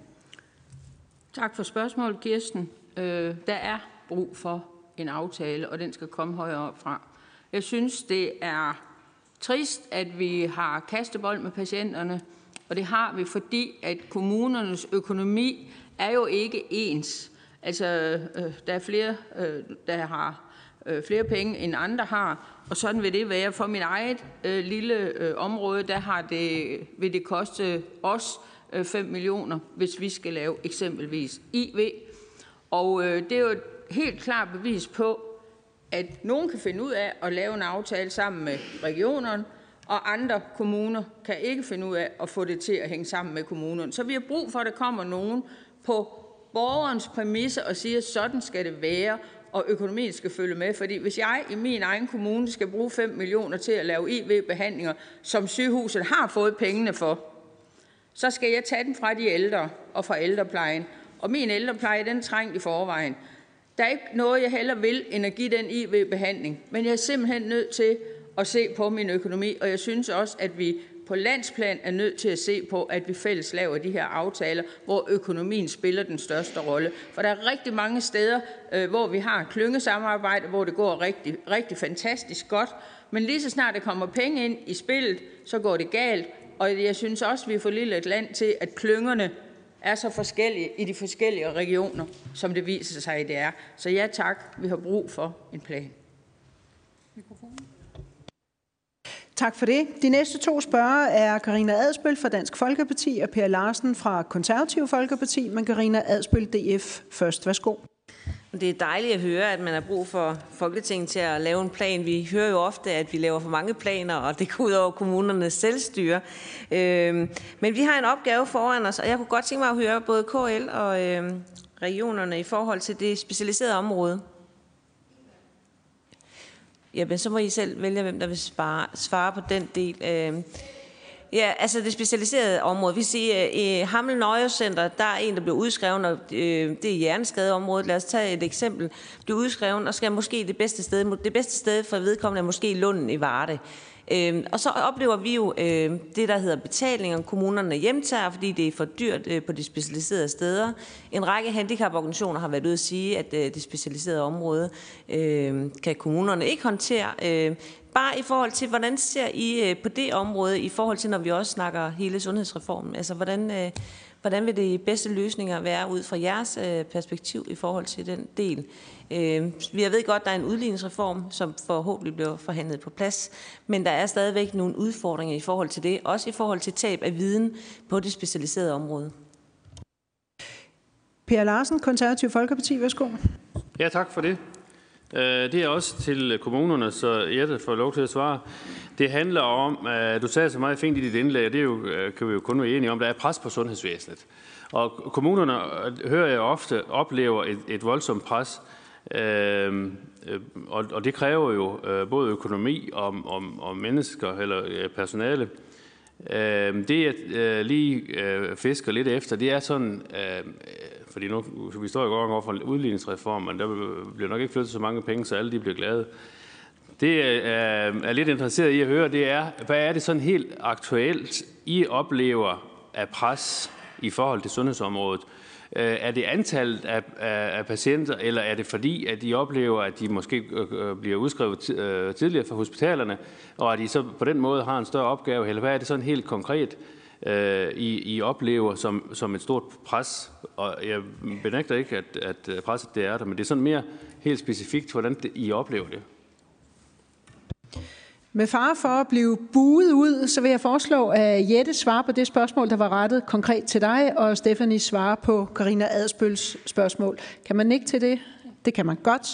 Tak for spørgsmålet, Kirsten. Øh, der er brug for en aftale, og den skal komme højere op fra. Jeg synes, det er trist, at vi har kastebold med patienterne, og det har vi, fordi at kommunernes økonomi er jo ikke ens. Altså, øh, der er flere, øh, der har øh, flere penge, end andre har, og sådan vil det være. For mit eget øh, lille øh, område, der har det, vil det koste os øh, fem millioner, hvis vi skal lave eksempelvis I V. Og øh, det er jo et helt klart bevis på, at nogen kan finde ud af at lave en aftale sammen med regionerne, og andre kommuner kan ikke finde ud af at få det til at hænge sammen med kommunerne. Så vi har brug for, at der kommer nogen på borgerens præmisser og siger, at sådan skal det være, og økonomien skal følge med. Fordi hvis jeg i min egen kommune skal bruge fem millioner til at lave I V-behandlinger, som sygehuset har fået pengene for, så skal jeg tage den fra de ældre og fra ældreplejen. Og min ældrepleje, den er trængt i forvejen. Der er ikke noget, jeg heller vil, end at give den I V-behandling. Men jeg er simpelthen nødt til at se på min økonomi, og jeg synes også, at vi på landsplan er nødt til at se på, at vi fælles laver de her aftaler, hvor økonomien spiller den største rolle. For der er rigtig mange steder, øh, hvor vi har klyngesamarbejde, hvor det går rigtig, rigtig fantastisk godt. Men lige så snart der kommer penge ind i spillet, så går det galt. Og jeg synes også, at vi er for lille et land til, at klyngerne er så forskellige i de forskellige regioner, som det viser sig, at det er. Så ja tak, vi har brug for en plan. Mikrofon. Tak for det. De næste to spørgere er Karina Adsbøl fra Dansk Folkeparti og Per Larsen fra Konservative Folkeparti, men Karina Adsbøl, D F, først. Værsgo. Det er dejligt at høre, at man har brug for Folketinget til at lave en plan. Vi hører jo ofte, at vi laver for mange planer, og det går ud over kommunernes selvstyre. Øhm, men vi har en opgave foran os, og jeg kunne godt tænke mig at høre både K L og øhm, regionerne i forhold til det specialiserede område. Jamen, så må I selv vælge, hvem der vil svare, svare på den del. Øhm, Ja, altså det specialiserede område. Vi siger, i Hammel Nøjecenter, der er en, der bliver udskrevet, og det er hjerneskadeområdet. Lad os tage et eksempel. Bliver udskrevet, og skal måske det bedste sted, det bedste sted for vedkommende er måske Lunden i Varde. Øhm, og så oplever vi jo øh, det, der hedder betaling, og kommunerne hjemtager, fordi det er for dyrt øh, på de specialiserede steder. En række handicaporganisationer har været ude at sige, at øh, det specialiserede område øh, kan kommunerne ikke håndtere. Øh, bare i forhold til, hvordan ser I øh, på det område, i forhold til, når vi også snakker hele sundhedsreformen? Altså, hvordan, øh, hvordan vil de bedste løsninger være ud fra jeres øh, perspektiv i forhold til den del? Øh, jeg ved godt, der er en udligningsreform, som forhåbentlig bliver forhandlet på plads, men der er stadigvæk nogle udfordringer i forhold til det, også i forhold til tab af viden på det specialiserede område. Per Larsen, Konservative Folkeparti, værsgo. Ja, tak for det. Det er også til kommunerne, så Jette får lov til at svare. Det handler om, at du sagde så meget fint i dit indlæg, og det er jo, kan vi jo kun være enige om, der er pres på sundhedsvæsenet. Og kommunerne, hører jeg ofte, oplever et, et voldsomt pres, øh, og, og det kræver jo øh, både økonomi og, og, og mennesker eller personale. Øh, det jeg øh, lige øh, fisker lidt efter, det er sådan, øh, fordi nu, vi står jo godt over for en udligningsreform, men der bliver nok ikke flyttet så mange penge, så alle de bliver glade. Det jeg er lidt interesseret i at høre, det er, hvad er det sådan helt aktuelt, I oplever af pres i forhold til sundhedsområdet? Er det antallet af, af, af patienter, eller er det fordi, at de oplever, at de måske øh, bliver udskrevet øh, tidligere fra hospitalerne, og at de så på den måde har en større opgave? Eller hvad er det sådan helt konkret, øh, I, I oplever som, som et stort pres? Og jeg benægter ikke, at, at presset det er der, men det er sådan mere helt specifikt, hvordan det, I oplever det. Med fare for at blive buet ud, så vil jeg foreslå, at Jette svarer på det spørgsmål, der var rettet konkret til dig, og Stephanie svarer på Karina Adsbøls spørgsmål. Kan man ikke til det? Det kan man godt.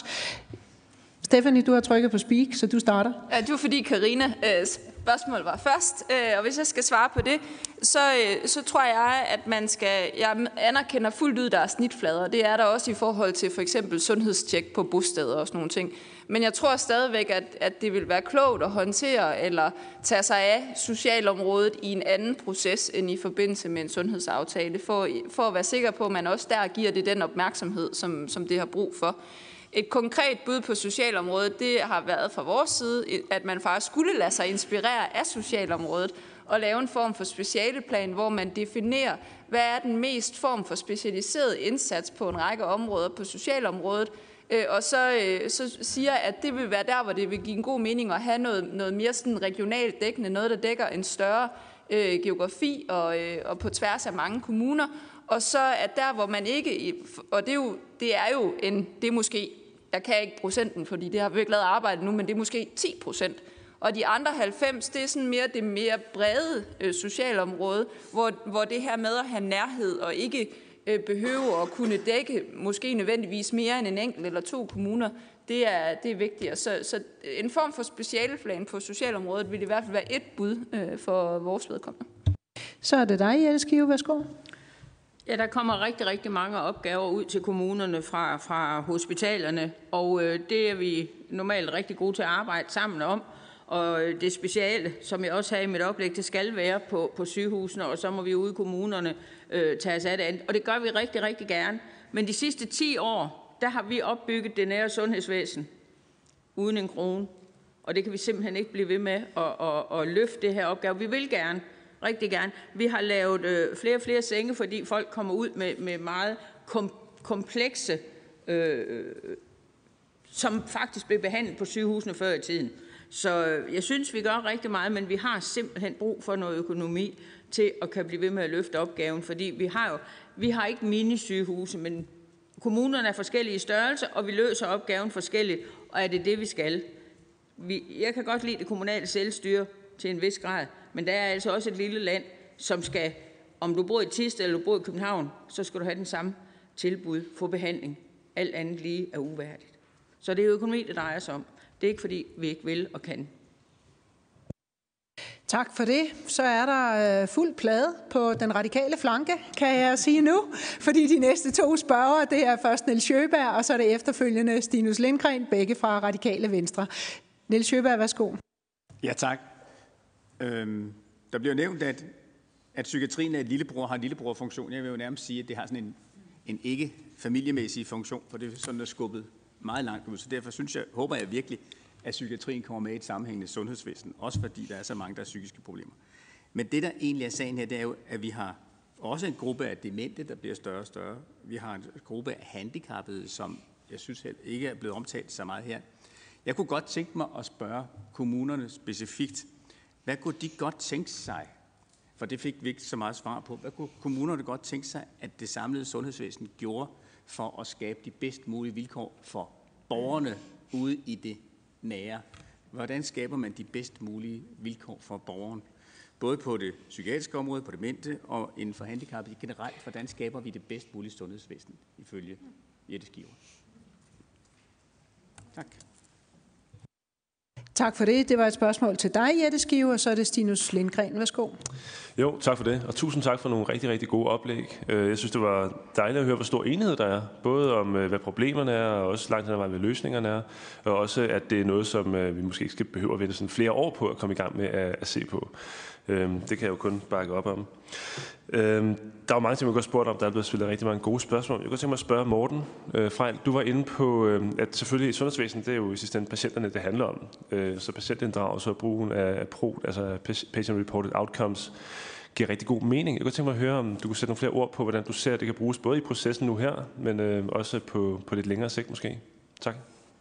Stephanie, du har trykket på speak, så du starter. Ja, det var fordi Karina øh, spørgsmål var først, øh, og hvis jeg skal svare på det, så, øh, så tror jeg, at man skal, jeg anerkender fuldt ud, der er snitflader. Det er der også i forhold til for eksempel sundhedstjek på bosteder og sådan nogle ting. Men jeg tror stadigvæk, at, at det vil være klogt at håndtere eller tage sig af socialområdet i en anden proces end i forbindelse med en sundhedsaftale, for, for at være sikker på, at man også der giver det den opmærksomhed, som, som det har brug for. Et konkret bud på socialområdet, det har været fra vores side, at man faktisk skulle lade sig inspirere af socialområdet og lave en form for specialeplan, hvor man definerer, hvad er den mest form for specialiseret indsats på en række områder på socialområdet, og så, så siger at det vil være der, hvor det vil give en god mening at have noget, noget mere sådan regionalt dækkende, noget, der dækker en større øh, geografi og, øh, og på tværs af mange kommuner. Og så at der, hvor man ikke, og det er jo, det er jo en, det er måske, jeg kan ikke procenten, fordi det har vi ikke lavet arbejde nu, men det er måske ti procent. Og de andre halvfems, det er sådan mere det mere brede øh, socialområde, hvor, hvor det her med at have nærhed og ikke øh, behøve at kunne dække måske nødvendigvis mere end en enkelt eller to kommuner, det er, det er vigtigt. Så, så en form for specialeplan på socialområdet vil i hvert fald være et bud øh, for vores vedkommende. Så er det dig, Jette Skive. Værsgo. Ja, der kommer rigtig, rigtig mange opgaver ud til kommunerne fra, fra hospitalerne, og øh, det er vi normalt rigtig gode til at arbejde sammen om. Og det speciale, som jeg også har i mit oplæg, det skal være på, på sygehusene, og så må vi ude i kommunerne øh, tage os af det andet. Og det gør vi rigtig, rigtig gerne. Men de sidste ti år, der har vi opbygget det nære sundhedsvæsen uden en krone. Og det kan vi simpelthen ikke blive ved med at, at, at løfte det her opgave. Vi vil gerne. Rigtig gerne. Vi har lavet øh, flere og flere senge, fordi folk kommer ud med, med meget kom, komplekse, øh, som faktisk blev behandlet på sygehusene før i tiden. Så øh, jeg synes, vi gør rigtig meget, men vi har simpelthen brug for noget økonomi til at kan blive ved med at løfte opgaven, fordi vi har jo vi har ikke minisygehuse, men kommunerne er forskellige størrelser, og vi løser opgaven forskelligt, og er det det, vi skal. Vi, jeg kan godt lide det kommunale selvstyre til en vis grad, men der er altså også et lille land, som skal, om du bor i Thisted eller du bor i København, så skal du have den samme tilbud for behandling. Alt andet lige er uværdigt. Så det er økonomi, det drejer sig om. Det er ikke fordi, vi ikke vil og kan. Tak for det. Så er der fuld plade på den radikale flanke, kan jeg sige nu. Fordi de næste to spørgere, det er først Niels Sjøberg, og så er det efterfølgende Stinus Lindgren, begge fra Radikale Venstre. Niels Sjøberg, værsgo. Ja, tak. Øhm, der bliver nævnt, at, at psykiatrien er et lillebror, har en lillebror-funktion. Jeg vil jo nærmest sige, at det har sådan en, en ikke-familiemæssig funktion, for det er sådan, der er skubbet meget langt ud. Så derfor synes jeg, håber jeg virkelig, at psykiatrien kommer med i et sammenhængende sundhedsvæsen, også fordi der er så mange, der har psykiske problemer. Men det, der egentlig er sagen her, det er jo, at vi har også en gruppe af demente, der bliver større og større. Vi har en gruppe af handicappede, som jeg synes ikke er blevet omtalt så meget her. Jeg kunne godt tænke mig at spørge kommunerne specifikt, hvad kunne de godt tænke sig, for det fik vi ikke så meget svar på, hvad kunne kommunerne godt tænke sig, at det samlede sundhedsvæsen gjorde for at skabe de bedst mulige vilkår for borgerne ude i det nære? Hvordan skaber man de bedst mulige vilkår for borgeren? Både på det psykiatriske område, på demente og inden for handicappede generelt. Hvordan skaber vi det bedst mulige sundhedsvæsen ifølge Jette Skive? Tak. Tak for det. Det var et spørgsmål til dig, Jette Skive, og så er det Stinus Lindgren. Værsgo. Jo, tak for det. Og tusind tak for nogle rigtig, rigtig gode oplæg. Jeg synes, det var dejligt at høre, hvor stor enighed der er. Både om, hvad problemerne er, og også langt hen ad vejen, hvad løsningerne er. Og også, at det er noget, som vi måske ikke skal behøve at vente sådan flere år på at komme i gang med at, at se på. Det kan jeg jo kun bakke op om. Der var mange ting, man godt spurgt om. Der er blevet stillet rigtig mange gode spørgsmål. Jeg kunne tænke mig at spørge Morten Frejl. Du var inde på, at selvfølgelig i sundhedsvæsenet, det er jo i sidste ende patienterne, det handler om. Så patientinddragelse og brugen af P R O, altså Patient Reported Outcomes, giver rigtig god mening. Jeg kunne tænke mig at høre, om du kunne sætte nogle flere ord på, hvordan du ser, at det kan bruges både i processen nu her, men også på, på lidt længere sigt måske. Tak.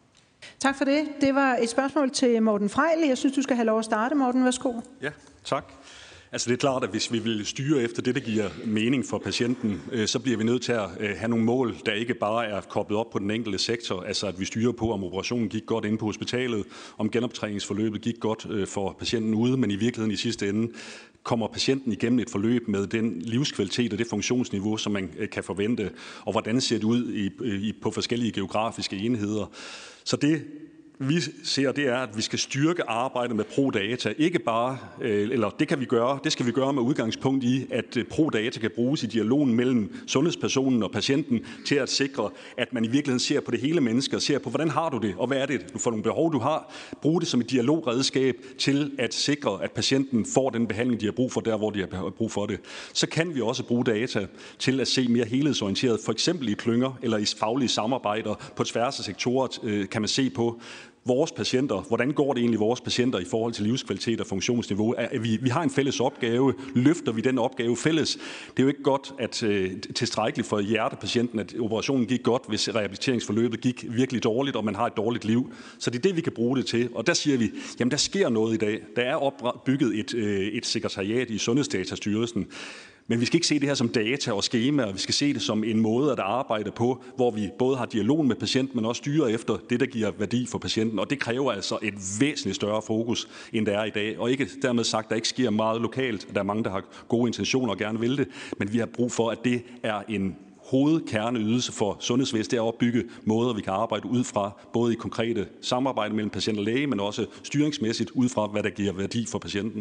Tak for det. Det var et spørgsmål til Morten Frejl. Jeg synes, du skal have lov at starte, Morten. Værsgo. Ja, tak. Altså det er klart, at hvis vi vil styre efter det, der giver mening for patienten, så bliver vi nødt til at have nogle mål, der ikke bare er koblet op på den enkelte sektor. Altså at vi styrer på, om operationen gik godt inde på hospitalet, om genoptræningsforløbet gik godt for patienten ude, men i virkeligheden i sidste ende kommer patienten igennem et forløb med den livskvalitet og det funktionsniveau, som man kan forvente, og hvordan ser det ud i, i, på forskellige geografiske enheder. Så det vi ser, det er, at vi skal styrke arbejdet med ProData. Ikke bare, eller det kan vi gøre, det skal vi gøre med udgangspunkt i, at ProData kan bruges i dialogen mellem sundhedspersonen og patienten til at sikre, at man i virkeligheden ser på det hele menneske og ser på, hvordan har du det, og hvad er det for nogle behov, du har. Brug det som et dialogredskab til at sikre, at patienten får den behandling, de har brug for, der hvor de har brug for det. Så kan vi også bruge data til at se mere helhedsorienteret, for eksempel i klynger eller i faglige samarbejder på tværs af sektorer, kan man se på, vores patienter, hvordan går det egentlig vores patienter i forhold til livskvalitet og funktionsniveau? Er vi, vi har en fælles opgave. Løfter vi den opgave fælles? Det er jo ikke godt at øh, tilstrækkeligt for hjertepatienten, at operationen gik godt, hvis rehabiliteringsforløbet gik virkelig dårligt, og man har et dårligt liv. Så det er det, vi kan bruge det til. Og der siger vi, jamen der sker noget i dag. Der er opbygget et, øh, et sekretariat i Sundhedsdatastyrelsen. Men vi skal ikke se det her som data og skemaer, vi skal se det som en måde at arbejde på, hvor vi både har dialog med patienten, men også styrer efter det, der giver værdi for patienten. Og det kræver altså et væsentligt større fokus, end der er i dag. Og ikke dermed sagt, at der ikke sker meget lokalt. Der er mange, der har gode intentioner og gerne vil det. Men vi har brug for, at det er en hovedkerneydelse for sundhedsvæsenet, det er at opbygge måder, vi kan arbejde ud fra, både i konkrete samarbejde mellem patient og læge, men også styringsmæssigt ud fra, hvad der giver værdi for patienten.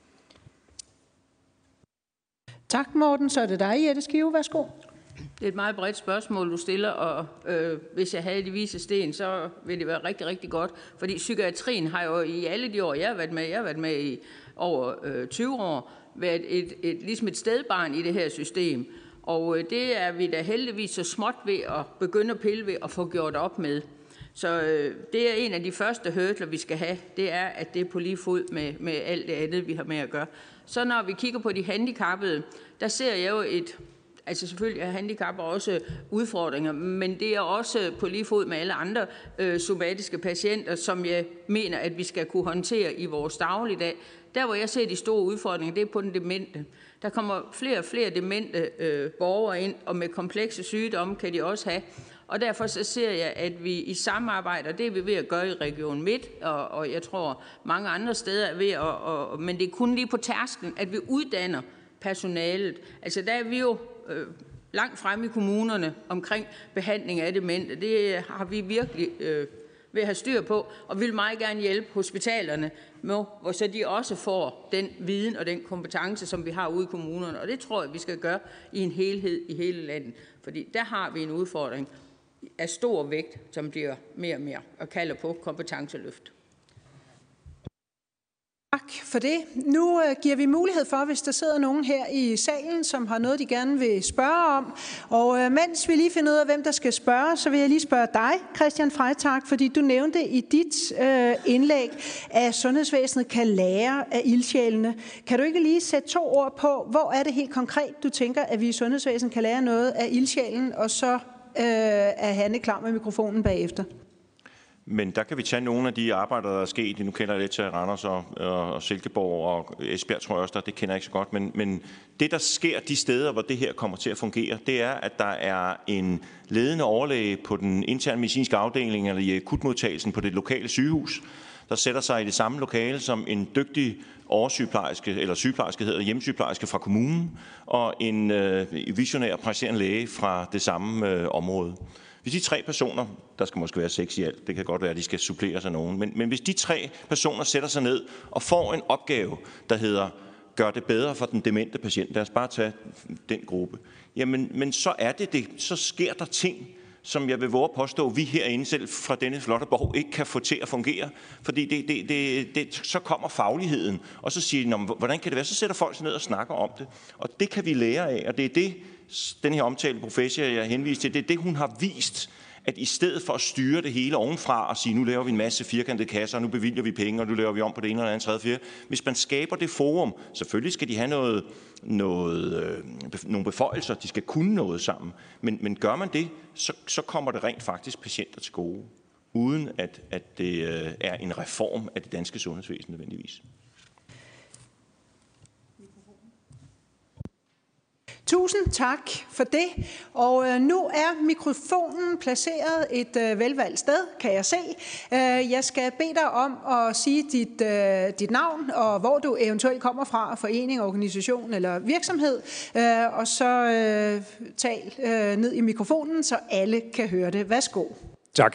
Tak, Morten. Så er det dig, Jette Skive. Værsgo. Det er et meget bredt spørgsmål, du stiller, og øh, hvis jeg havde de vise sten, så ville det være rigtig, rigtig godt. Fordi psykiatrien har jo i alle de år, jeg har været med, jeg har været med i over øh, tyve år, været et, et, ligesom et stedbarn i det her system. Og øh, det er vi da heldigvis så småt ved at begynde at pille ved at få gjort op med. Så øh, det er en af de første hurdler, vi skal have, det er, at det er på lige fod med, med alt det andet, vi har med at gøre. Så når vi kigger på de handicappede, der ser jeg jo et, altså selvfølgelig er handicapper også udfordringer, men det er også på lige fod med alle andre øh, somatiske patienter, som jeg mener, at vi skal kunne håndtere i vores dagligdag. Der, hvor jeg ser de store udfordringer, det er på den demente. Der kommer flere og flere demente øh, borgere ind, og med komplekse sygdomme kan de også have. Og derfor så ser jeg, at vi i samarbejde, og det er vi ved at gøre i Region Midt, og, og jeg tror mange andre steder er ved at, og, men det er kun lige på tærsklen, at vi uddanner personalet. Altså der er vi jo øh, langt fremme i kommunerne omkring behandling af demente. Det har vi virkelig øh, ved at have styr på, og vi vil meget gerne hjælpe hospitalerne med, hvor så de også får den viden og den kompetence, som vi har ude i kommunerne. Og det tror jeg, vi skal gøre i en helhed i hele landet, fordi der har vi en udfordring af stor vægt, som bliver mere og mere og kalder på kompetenceløft. Tak for det. Nu uh, giver vi mulighed for, hvis der sidder nogen her i salen, som har noget, de gerne vil spørge om. Og uh, mens vi lige finder ud af, hvem der skal spørge, så vil jeg lige spørge dig, Christian Freitag, fordi du nævnte i dit uh, indlæg, at sundhedsvæsenet kan lære af ildsjælene. Kan du ikke lige sætte to ord på, hvor er det helt konkret, du tænker, at vi i sundhedsvæsenet kan lære noget af ildsjælen, og så uh, er Hanne klar med mikrofonen bagefter? Men der kan vi tage nogle af de arbejder, der er sket. Nu kender jeg lidt til Randers og, og Silkeborg og Esbjerg, tror jeg også, der, det kender jeg ikke så godt. Men, men det, der sker de steder, hvor det her kommer til at fungere, det er, at der er en ledende overlæge på den interne medicinske afdeling eller i akutmodtagelsen på det lokale sygehus, der sætter sig i det samme lokale som en dygtig oversygeplejerske, eller sygeplejerske hedder hjemmesygeplejerske fra kommunen, og en øh, visionær praktiserende læge fra det samme øh, område. Hvis de tre personer, der skal måske være seks i alt, det kan godt være, at de skal supplere sig nogen, men, men hvis de tre personer sætter sig ned og får en opgave, der hedder, gør det bedre for den demente patient, lad os bare tage den gruppe, jamen men så er det det, så sker der ting, som jeg vil våge at påstå, vi herinde selv fra denne flotte borg ikke kan få til at fungere. Fordi det, det, det, det, så kommer fagligheden, og så siger de, hvordan kan det være? Så sætter folk sig ned og snakker om det. Og det kan vi lære af, og det er det, den her omtalte professor, jeg henviste til, det er det, hun har vist, at i stedet for at styre det hele ovenfra og sige, nu laver vi en masse firkantede kasser, og nu bevilger vi penge, og nu laver vi om på det ene eller andet, tredje, fjerde. Hvis man skaber det forum, selvfølgelig skal de have noget, noget, øh, nogle beføjelser, de skal kunne noget sammen. Men, men gør man det, så, så kommer det rent faktisk patienter til gode, uden at, at det øh, er en reform af det danske sundhedsvæsen nødvendigvis. Tusind tak for det. Og øh, nu er mikrofonen placeret et øh, velvalgt sted, kan jeg se. Øh, jeg skal bede dig om at sige dit, øh, dit navn og hvor du eventuelt kommer fra, forening, organisation eller virksomhed. Øh, og så øh, tal øh, ned i mikrofonen, så alle kan høre det. Værsgo. Tak.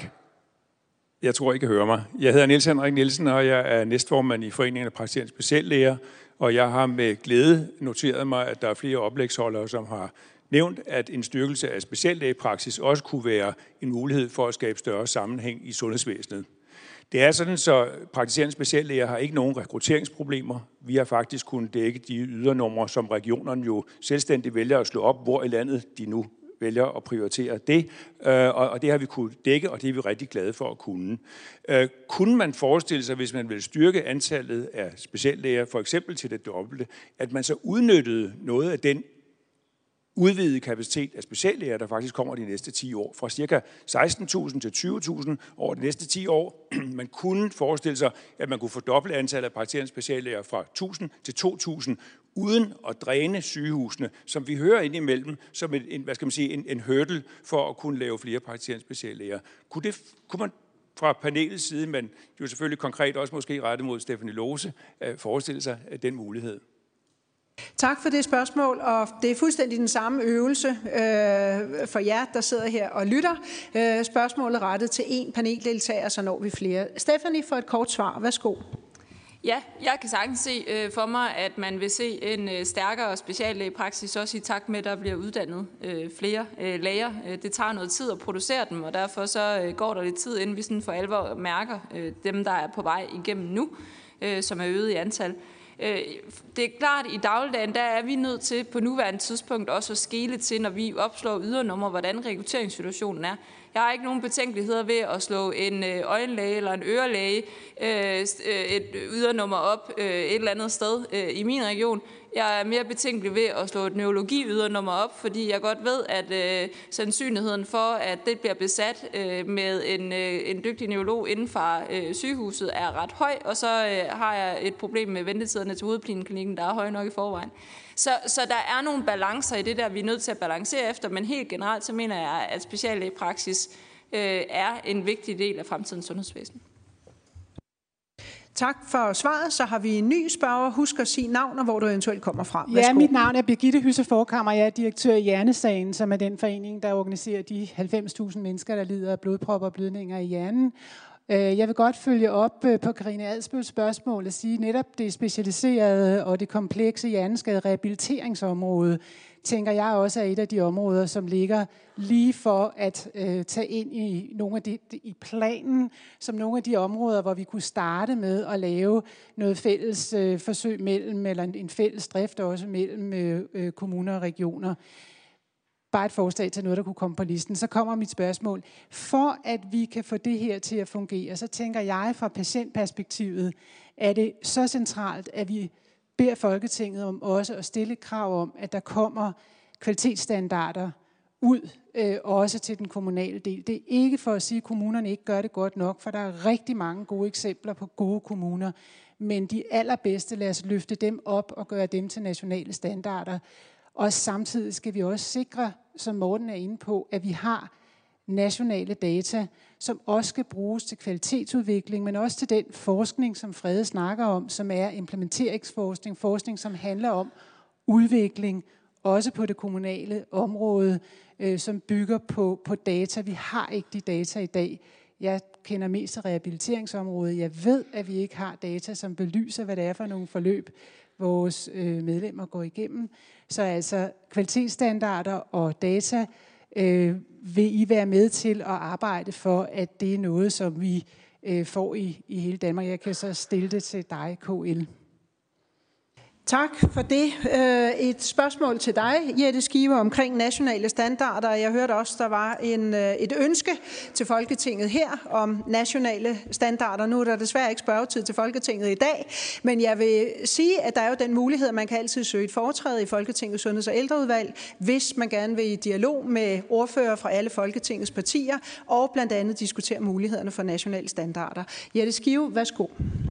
Jeg tror, I kan høre mig. Jeg hedder Niels Henrik Nielsen, og jeg er næstformand i Foreningen af Praktiserende Speciallæger. Og jeg har med glæde noteret mig, at der er flere oplægsholdere, som har nævnt, at en styrkelse af speciallægepraksis også kunne være en mulighed for at skabe større sammenhæng i sundhedsvæsenet. Det er sådan, så praktiserende speciallæger har ikke nogen rekrutteringsproblemer. Vi har faktisk kunnet dække de ydernumre, som regionerne jo selvstændigt vælger at slå op, hvor i landet de nu vælger at prioritere det, og det har vi kunnet dække, og det er vi rigtig glade for at kunne. Kunne man forestille sig, hvis man vil styrke antallet af speciallæger, for eksempel til det dobbelte, at man så udnyttede noget af den udvidede kapacitet af speciallæger, der faktisk kommer de næste ti år, fra ca. seksten tusind til tyve tusind over de næste ti år. Man kunne forestille sig, at man kunne fordoble antallet af praktiserende speciallæger fra tusind til to tusind, uden at dræne sygehusene, som vi hører indimellem, som en, en, hvad skal man sige, en, en hurdle for at kunne lave flere praktiserende speciallæger. Kunne, det, kunne man fra panelets side, men jo selvfølgelig konkret også måske rettet mod Stephanie Lose, forestille sig den mulighed? Tak for det spørgsmål, og det er fuldstændig den samme øvelse øh, for jer, der sidder her og lytter. Øh, spørgsmålet rettet til en paneldeltager, så når vi flere. Stephanie, for et kort svar. Værsgo. Ja, jeg kan sagtens se øh, for mig, at man vil se en øh, stærkere speciallægepraksis, også i takt med, at der bliver uddannet øh, flere øh, læger. Det tager noget tid at producere dem, og derfor så øh, går der lidt tid, inden vi sådan for alvor mærker øh, dem, der er på vej igennem nu, øh, som er øget i antal. Det er klart, at i dagligdagen, der er vi nødt til på nuværende tidspunkt også at skele til, når vi opslår ydernummer, hvordan rekrutteringssituationen er. Jeg har ikke nogen betænkeligheder ved at slå en øjenlæge eller en ørelæge et ydernummer op et eller andet sted i min region. Jeg er mere betænkelig ved at slå et neurologi-ydernummer op, fordi jeg godt ved, at øh, sandsynligheden for, at det bliver besat øh, med en, øh, en dygtig neurolog inden for øh, sygehuset er ret høj, og så øh, har jeg et problem med ventetiderne til hovedplæneklinikken, der er høje nok i forvejen. Så, så der er nogle balancer i det der, vi er nødt til at balancere efter, men helt generelt så mener jeg, at speciallægepraksis øh, er en vigtig del af fremtidens sundhedsvæsen. Tak for svaret. Så har vi en ny spørger. Husk at sige navn og hvor du eventuelt kommer fra. Værsgo. Ja, mit navn er Birgitte Hysse Forkammer. Jeg er direktør i Hjernesagen, som er den forening, der organiserer de halvfems tusind mennesker, der lider af blodpropper og blødninger i hjernen. Jeg vil godt følge op på Karina Adsbøls spørgsmål og sige, netop det specialiserede og det komplekse hjerneskade rehabiliteringsområde, tænker jeg også er et af de områder, som ligger lige for at øh, tage ind i nogle af de, i planen, som nogle af de områder, hvor vi kunne starte med at lave noget fælles øh, forsøg mellem, eller en, en fælles drift også mellem øh, kommuner og regioner. Bare et forslag til noget, der kunne komme på listen. Så kommer mit spørgsmål. For at vi kan få det her til at fungere, så tænker jeg fra patientperspektivet, er det så centralt, at vi beder Folketinget om også at stille krav om, at der kommer kvalitetsstandarder ud, øh, også til den kommunale del. Det er ikke for at sige, at kommunerne ikke gør det godt nok, for der er rigtig mange gode eksempler på gode kommuner, men de allerbedste, lad os løfte dem op og gøre dem til nationale standarder. Og samtidig skal vi også sikre, som Morten er inde på, at vi har nationale data, som også skal bruges til kvalitetsudvikling, men også til den forskning, som Frede snakker om, som er implementeringsforskning, forskning, som handler om udvikling også på det kommunale område, øh, som bygger på, på data. Vi har ikke de data i dag. Jeg kender mest til rehabiliteringsområdet. Jeg ved, at vi ikke har data, som belyser, hvad det er for nogle forløb, vores øh, medlemmer går igennem. Så altså kvalitetsstandarder og data øh, vil I være med til at arbejde for, at det er noget, som vi øh, får i, i hele Danmark. Jeg kan så stille det til dig, K L. Tak for det. Et spørgsmål til dig, Jette Skive, omkring nationale standarder. Jeg hørte også, der var en, et ønske til Folketinget her om nationale standarder. Nu er der desværre ikke spørgetid til Folketinget i dag, men jeg vil sige, at der er jo den mulighed, at man kan altid søge et foretræde i Folketingets Sundheds- og Ældreudvalg, hvis man gerne vil i dialog med ordfører fra alle Folketingets partier, og blandt andet diskutere mulighederne for nationale standarder. Jette Skive, værsgo.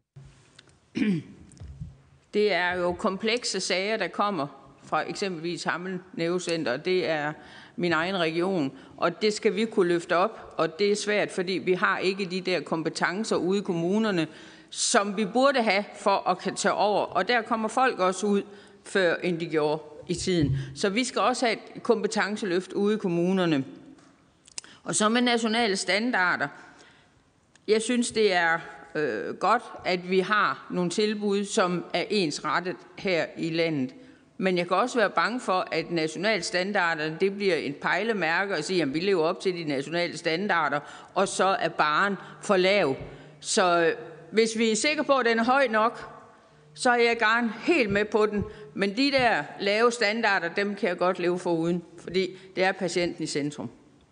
Det er jo komplekse sager, der kommer fra eksempelvis Hammel Nervecenter. Det er min egen region, og det skal vi kunne løfte op, og det er svært, fordi vi har ikke de der kompetencer ude i kommunerne, som vi burde have for at kan tage over. Og der kommer folk også ud, før end de gjorde i tiden. Så vi skal også have et kompetenceløft ude i kommunerne. Og så med nationale standarder. Jeg synes, det er øh, godt, at vi har nogle tilbud, som er ensrettet her i landet. Men jeg kan også være bange for, at nationale standarder, det bliver en pejlemærke og sige, at vi lever op til de nationale standarder, og så er barren for lav. Så hvis vi er sikre på, at den er høj nok, så er jeg gerne helt med på den. Men de der lave standarder, dem kan jeg godt leve foruden, fordi det er patienten i centrum.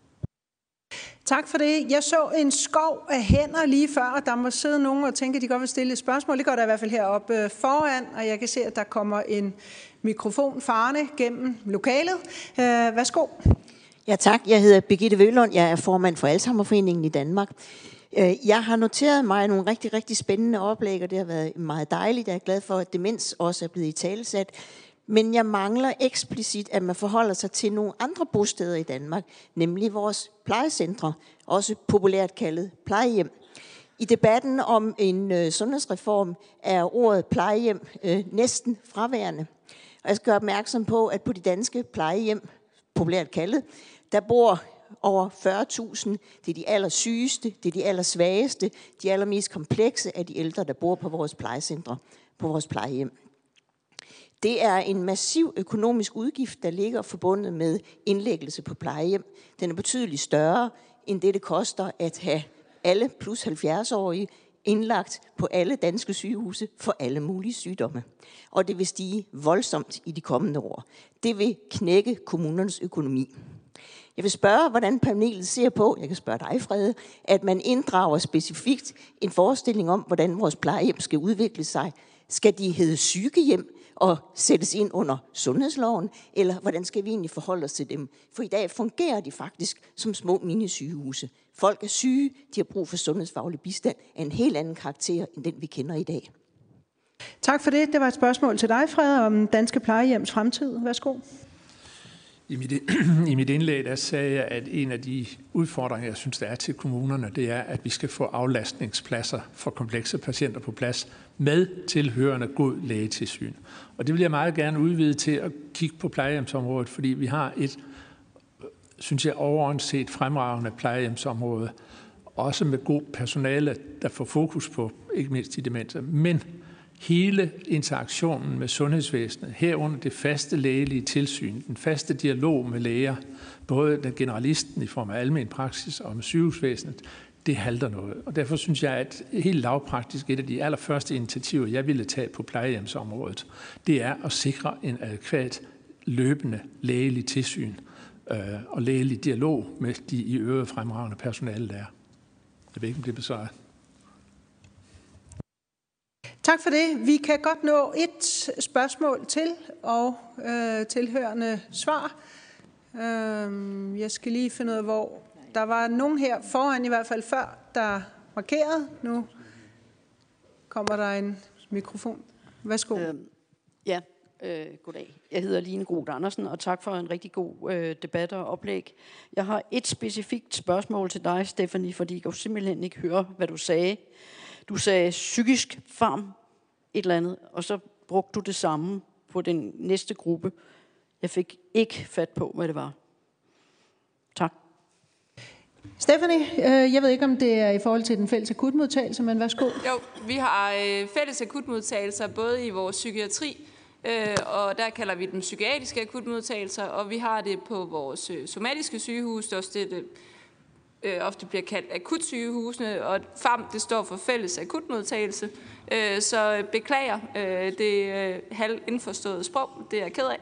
Tak for det. Jeg så en skov af hænder lige før, og der må sidde nogen og tænke, at de godt vil stille et spørgsmål. Det går der i hvert fald heroppe foran, og jeg kan se, at der kommer en mikrofon farne gennem lokalet. Øh, værsgo. Ja tak, jeg hedder Birgitte Vølund, jeg er formand for Alzheimerforeningen i Danmark. Jeg har noteret mig nogle rigtig, rigtig spændende oplæg, og det har været meget dejligt. Jeg er glad for, at demens også er blevet italesat. Men jeg mangler eksplicit, at man forholder sig til nogle andre bosteder i Danmark, nemlig vores plejecentre, også populært kaldet plejehjem. I debatten om en øh, sundhedsreform er ordet plejehjem øh, næsten fraværende. Og jeg skal gøre opmærksom på, at på de danske plejehjem, populært kaldet, der bor over fyrre tusind. Det er de allersygeste, det er de allersvageste, de allermest komplekse af de ældre, der bor på vores plejecentre, på vores plejehjem. Det er en massiv økonomisk udgift, der ligger forbundet med indlæggelse på plejehjem. Den er betydeligt større, end det, det koster at have alle plus halvfjerds-årige indlagt på alle danske sygehuse for alle mulige sygdomme. Og det vil stige voldsomt i de kommende år. Det vil knække kommunernes økonomi. Jeg vil spørge, hvordan panelet ser på, jeg kan spørge dig, Frede, at man inddrager specifikt en forestilling om, hvordan vores plejehjem skal udvikle sig. Skal de hedde sygehjem og sættes ind under sundhedsloven, eller hvordan skal vi egentlig forholde os til dem? For i dag fungerer de faktisk som små minisygehuse. Folk er syge, de har brug for sundhedsfaglig bistand af en helt anden karakter, end den vi kender i dag. Tak for det. Det var et spørgsmål til dig, Frede, om danske plejehjems fremtid. Værsgo. I mit, I mit indlæg der sagde jeg, at en af de udfordringer, jeg synes, der er til kommunerne, det er, at vi skal få aflastningspladser for komplekse patienter på plads med tilhørende god lægetilsyn. Og det vil jeg meget gerne udvide til at kigge på plejehjemsområdet, fordi vi har et, synes jeg, overordnet set fremragende plejehjemsområde, også med god personale, der får fokus på ikke mindst de demente. Men hele interaktionen med sundhedsvæsenet, herunder det faste lægelige tilsyn, den faste dialog med læger, både den generalisten i form af almen praksis og med sygehusvæsenet, det halter noget. Og derfor synes jeg, at helt lavpraktisk et af de allerførste initiativer, jeg ville tage på plejehjemsområdet, det er at sikre en adekvat løbende lægelig tilsyn øh, og lægelig dialog med de i øvrigt fremragende personale, der er. Jeg ved ikke, om det besvarer. Tak for det. Vi kan godt nå et spørgsmål til og øh, tilhørende svar. Øh, jeg skal lige finde ud af, hvor der var nogen her foran, i hvert fald før, der markerede. Nu kommer der en mikrofon. Værsgo. Øh, ja, øh, goddag. Jeg hedder Line Groth Andersen, og tak for en rigtig god øh, debat og oplæg. Jeg har et specifikt spørgsmål til dig, Stephanie, fordi jeg kunne simpelthen ikke høre, hvad du sagde. Du sagde psykisk farm, et eller andet, og så brugte du det samme på den næste gruppe. Jeg fik ikke fat på, hvad det var. Tak. Stephanie, jeg ved ikke, om det er i forhold til den fælles akutmodtagelse, men værsgo. Jo, vi har fælles akutmodtagelser både i vores psykiatri, og der kalder vi dem psykiatriske akutmodtagelser, og vi har det på vores somatiske sygehus, det er også det, det øh, ofte bliver kaldt akutsygehusene, og F A M, det står for fælles akutmodtagelse. Øh, så beklager øh, det øh, halvindforståede sprog, det er jeg ked af.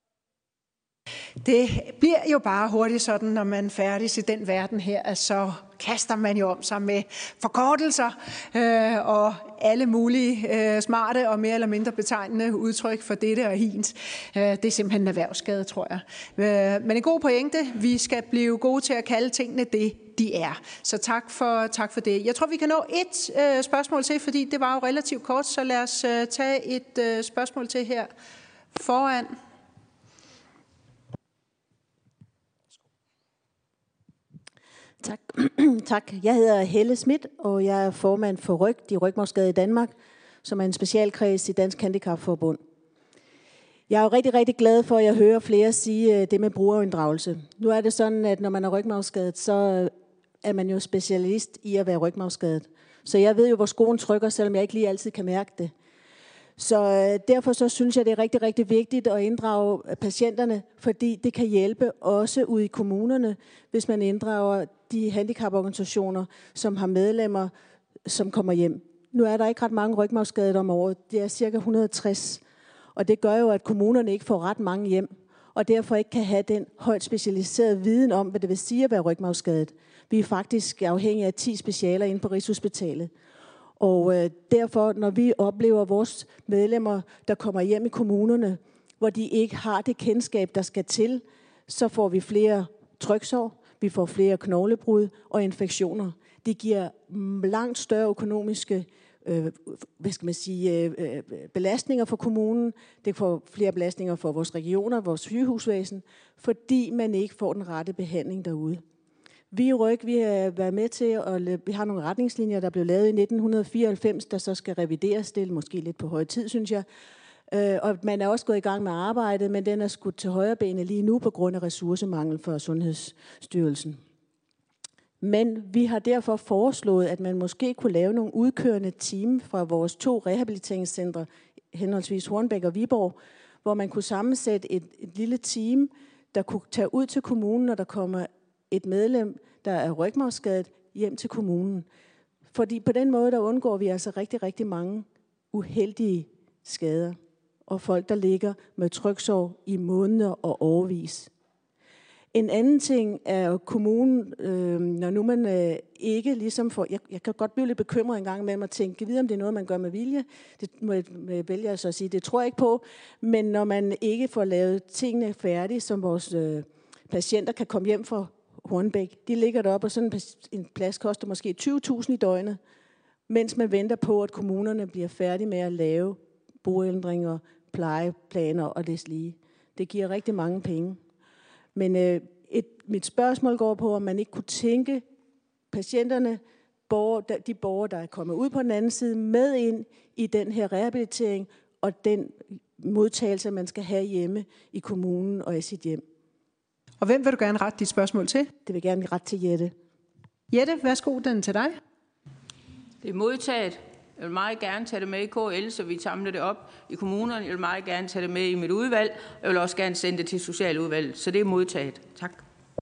Det bliver jo bare hurtigt sådan, når man færdes i den verden her, at så kaster man jo om sig med forkortelser øh, og alle mulige øh, smarte og mere eller mindre betegnende udtryk for dette og hint. Øh, det er simpelthen en erhvervsskade, tror jeg. Øh, men en god pointe. Vi skal blive gode til at kalde tingene det, de er. Så tak for, tak for det. Jeg tror, vi kan nå et øh, spørgsmål til, fordi det var jo relativt kort, så lad os øh, tage et øh, spørgsmål til her foran. Tak. tak. Jeg hedder Helle Schmidt, og jeg er formand for Ryg, de rygmarvsskadede i Danmark, som er en specialkreds i Dansk Handicapforbund. Jeg er jo rigtig, rigtig glad for, at jeg hører flere sige det med brugerinddragelse. Nu er det sådan, at når man er rygmarvsskadet, så er man jo specialist i at være rygmarvsskadet. Så jeg ved jo, hvor skoen trykker, selvom jeg ikke lige altid kan mærke det. Så derfor så synes jeg, det er rigtig, rigtig vigtigt at inddrage patienterne, fordi det kan hjælpe også ude i kommunerne, hvis man inddrager de handicaporganisationer, som har medlemmer, som kommer hjem. Nu er der ikke ret mange rygmarvsskadede om året. Det er cirka et hundrede og tres. Og det gør jo, at kommunerne ikke får ret mange hjem, og derfor ikke kan have den højt specialiserede viden om, hvad det vil sige at være rygmarvsskadet. Vi er faktisk afhængige af ti specialer inde på Rigshospitalet. Og øh, derfor, når vi oplever vores medlemmer, der kommer hjem i kommunerne, hvor de ikke har det kendskab, der skal til, så får vi flere tryksår, vi får flere knoglebrud og infektioner. Det giver langt større økonomiske øh, hvad skal man sige, øh, belastninger for kommunen. Det får flere belastninger for vores regioner, vores sygehusvæsen, fordi man ikke får den rette behandling derude. Vi i Ryg, vi har været med til, og vi har nogle retningslinjer, der blev lavet i nitten fireoghalvfems, der så skal revideres. Det er måske lidt på høje tid, synes jeg. Og man er også gået i gang med arbejdet, men den er skudt til højre benet lige nu på grund af ressourcemangel for Sundhedsstyrelsen. Men vi har derfor foreslået, at man måske kunne lave nogle udkørende team fra vores to rehabiliteringscentre, henholdsvis Hornbæk og Viborg, hvor man kunne sammensætte et, et lille team, der kunne tage ud til kommunen, når der kommer et medlem, der er rygmarvsskadet, hjem til kommunen. Fordi på den måde, der undgår vi altså rigtig, rigtig mange uheldige skader. Og folk, der ligger med tryksår i måneder og årevis. En anden ting er kommunen, øh, når nu man øh, ikke ligesom får... Jeg, jeg kan godt blive lidt bekymret en gang med mig og tænke, kan vide, om det er noget, man gør med vilje? Det må jeg vælge altså at sige, det tror jeg ikke på. Men når man ikke får lavet tingene færdige, som vores øh, patienter kan komme hjem fra Hornbæk, de ligger deroppe, og sådan en plads koster måske tyve tusind i døgnet, mens man venter på, at kommunerne bliver færdige med at lave boændringer, plejeplaner og deslige. Det giver rigtig mange penge. Men øh, et, mit spørgsmål går på, om man ikke kunne tænke patienterne, borger, de borgere, der er kommet ud på den anden side, med ind i den her rehabilitering og den modtagelse, man skal have hjemme i kommunen og i sit hjem. Og hvem vil du gerne rette dit spørgsmål til? Det vil gerne rette til Jette. Jette, værsgo, den til dig. Det er modtaget. Jeg vil meget gerne tage det med i K L, så vi samler det op i kommunerne. Jeg vil meget gerne tage det med i mit udvalg. Jeg vil også gerne sende det til socialudvalget, så det er modtaget. Tak.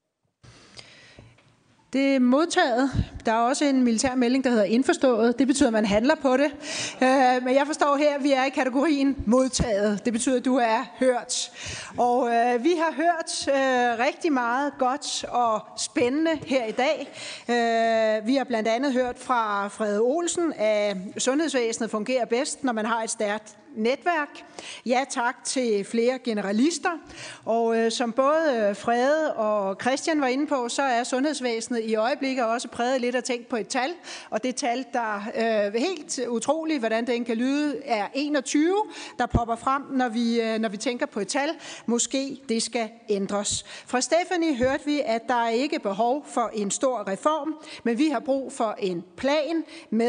Det er modtaget. Der er også en militær melding, der hedder indforstået. Det betyder, at man handler på det. Men jeg forstår her, at vi er i kategorien modtaget. Det betyder, at du er hørt. Og øh, vi har hørt øh, rigtig meget godt og spændende her i dag. Øh, vi har blandt andet hørt fra Frede Olsen, at sundhedsvæsenet fungerer bedst, når man har et stærkt netværk. Ja tak til flere generalister. Og øh, som både Frede og Christian var inde på, så er sundhedsvæsenet i øjeblikket også præget lidt at tænke på et tal. Og det tal, der øh, helt utroligt, hvordan den kan lyde, er enogtyve, der popper frem, når vi, øh, når vi tænker på et tal. Måske det skal ændres. Fra Stephanie hørte vi, at der er ikke behov for en stor reform, men vi har brug for en plan med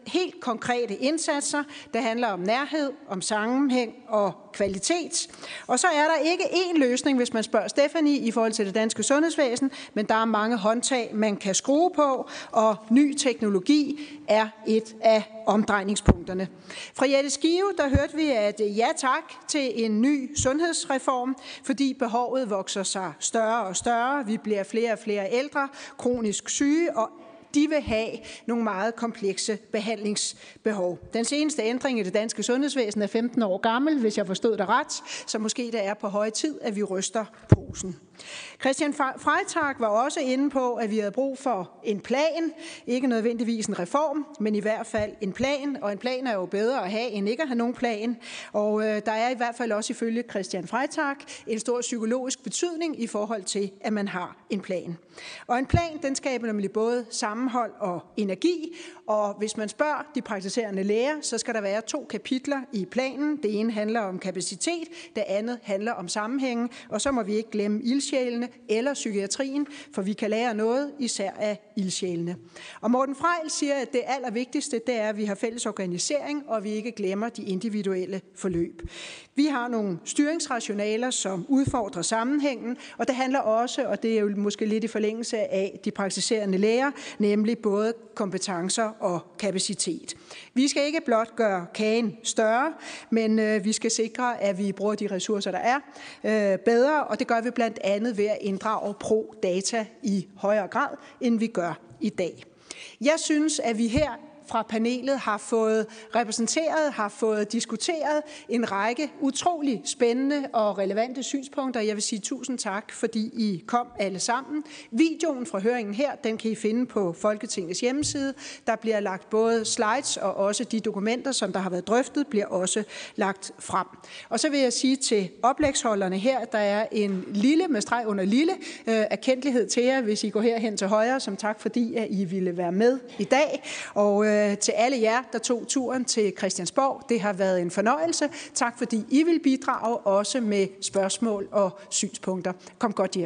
helt konkrete indsatser. Det handler om nærhed, om sammenhæng og kvalitet. Og så er der ikke én løsning, hvis man spørger Stephanie, i forhold til det danske sundhedsvæsen, men der er mange håndtag, man kan skrue på, og ny teknologi er et af omdrejningspunkterne. Fra Jette Skive, der hørte vi, at ja tak til en ny sundhedsreform, fordi behovet vokser sig større og større. Vi bliver flere og flere ældre, kronisk syge, og de vil have nogle meget komplekse behandlingsbehov. Den seneste ændring i det danske sundhedsvæsen er femten år gammel, hvis jeg forstod det ret, så måske det er på høje tid, at vi ryster posen. Christian Freitag var også inde på, at vi havde brug for en plan. Ikke nødvendigvis en reform, men i hvert fald en plan. Og en plan er jo bedre at have, end ikke at have nogen plan. Og øh, der er i hvert fald også ifølge Christian Freitag en stor psykologisk betydning i forhold til, at man har en plan. Og en plan, den skaber nemlig både sammenhold og energi. Og hvis man spørger de praktiserende læger, så skal der være to kapitler i planen. Det ene handler om kapacitet, det andet handler om sammenhængen. Og så må vi ikke glemme ildsjælene eller psykiatrien, for vi kan lære noget, især af ildsjælene. Og Morten Frejl siger, at det allervigtigste, det er, at vi har fælles organisering, og vi ikke glemmer de individuelle forløb. Vi har nogle styringsrationaler, som udfordrer sammenhængen, og det handler også, og det er jo måske lidt i forlængelse af de praktiserende læger, nemlig både kompetencer og kapacitet. Vi skal ikke blot gøre kagen større, men øh, vi skal sikre, at vi bruger de ressourcer, der er, øh, bedre, og det gør vi blandt andet ved at inddrage pro-data i højere grad, end vi gør i dag. Jeg synes, at vi her fra panelet har fået repræsenteret, har fået diskuteret en række utrolig spændende og relevante synspunkter. Jeg vil sige tusind tak, fordi I kom alle sammen. Videoen fra høringen her, den kan I finde på Folketingets hjemmeside. Der bliver lagt både slides og også de dokumenter, som der har været drøftet, bliver også lagt frem. Og så vil jeg sige til oplægsholderne her, at der er en lille, med streg under lille, øh, erkendelighed til jer, hvis I går herhen til højre, som tak fordi, at I ville være med i dag. Og øh, til alle jer, der tog turen til Christiansborg. Det har været en fornøjelse. Tak fordi I vil bidrage også med spørgsmål og synspunkter. Kom godt hjem.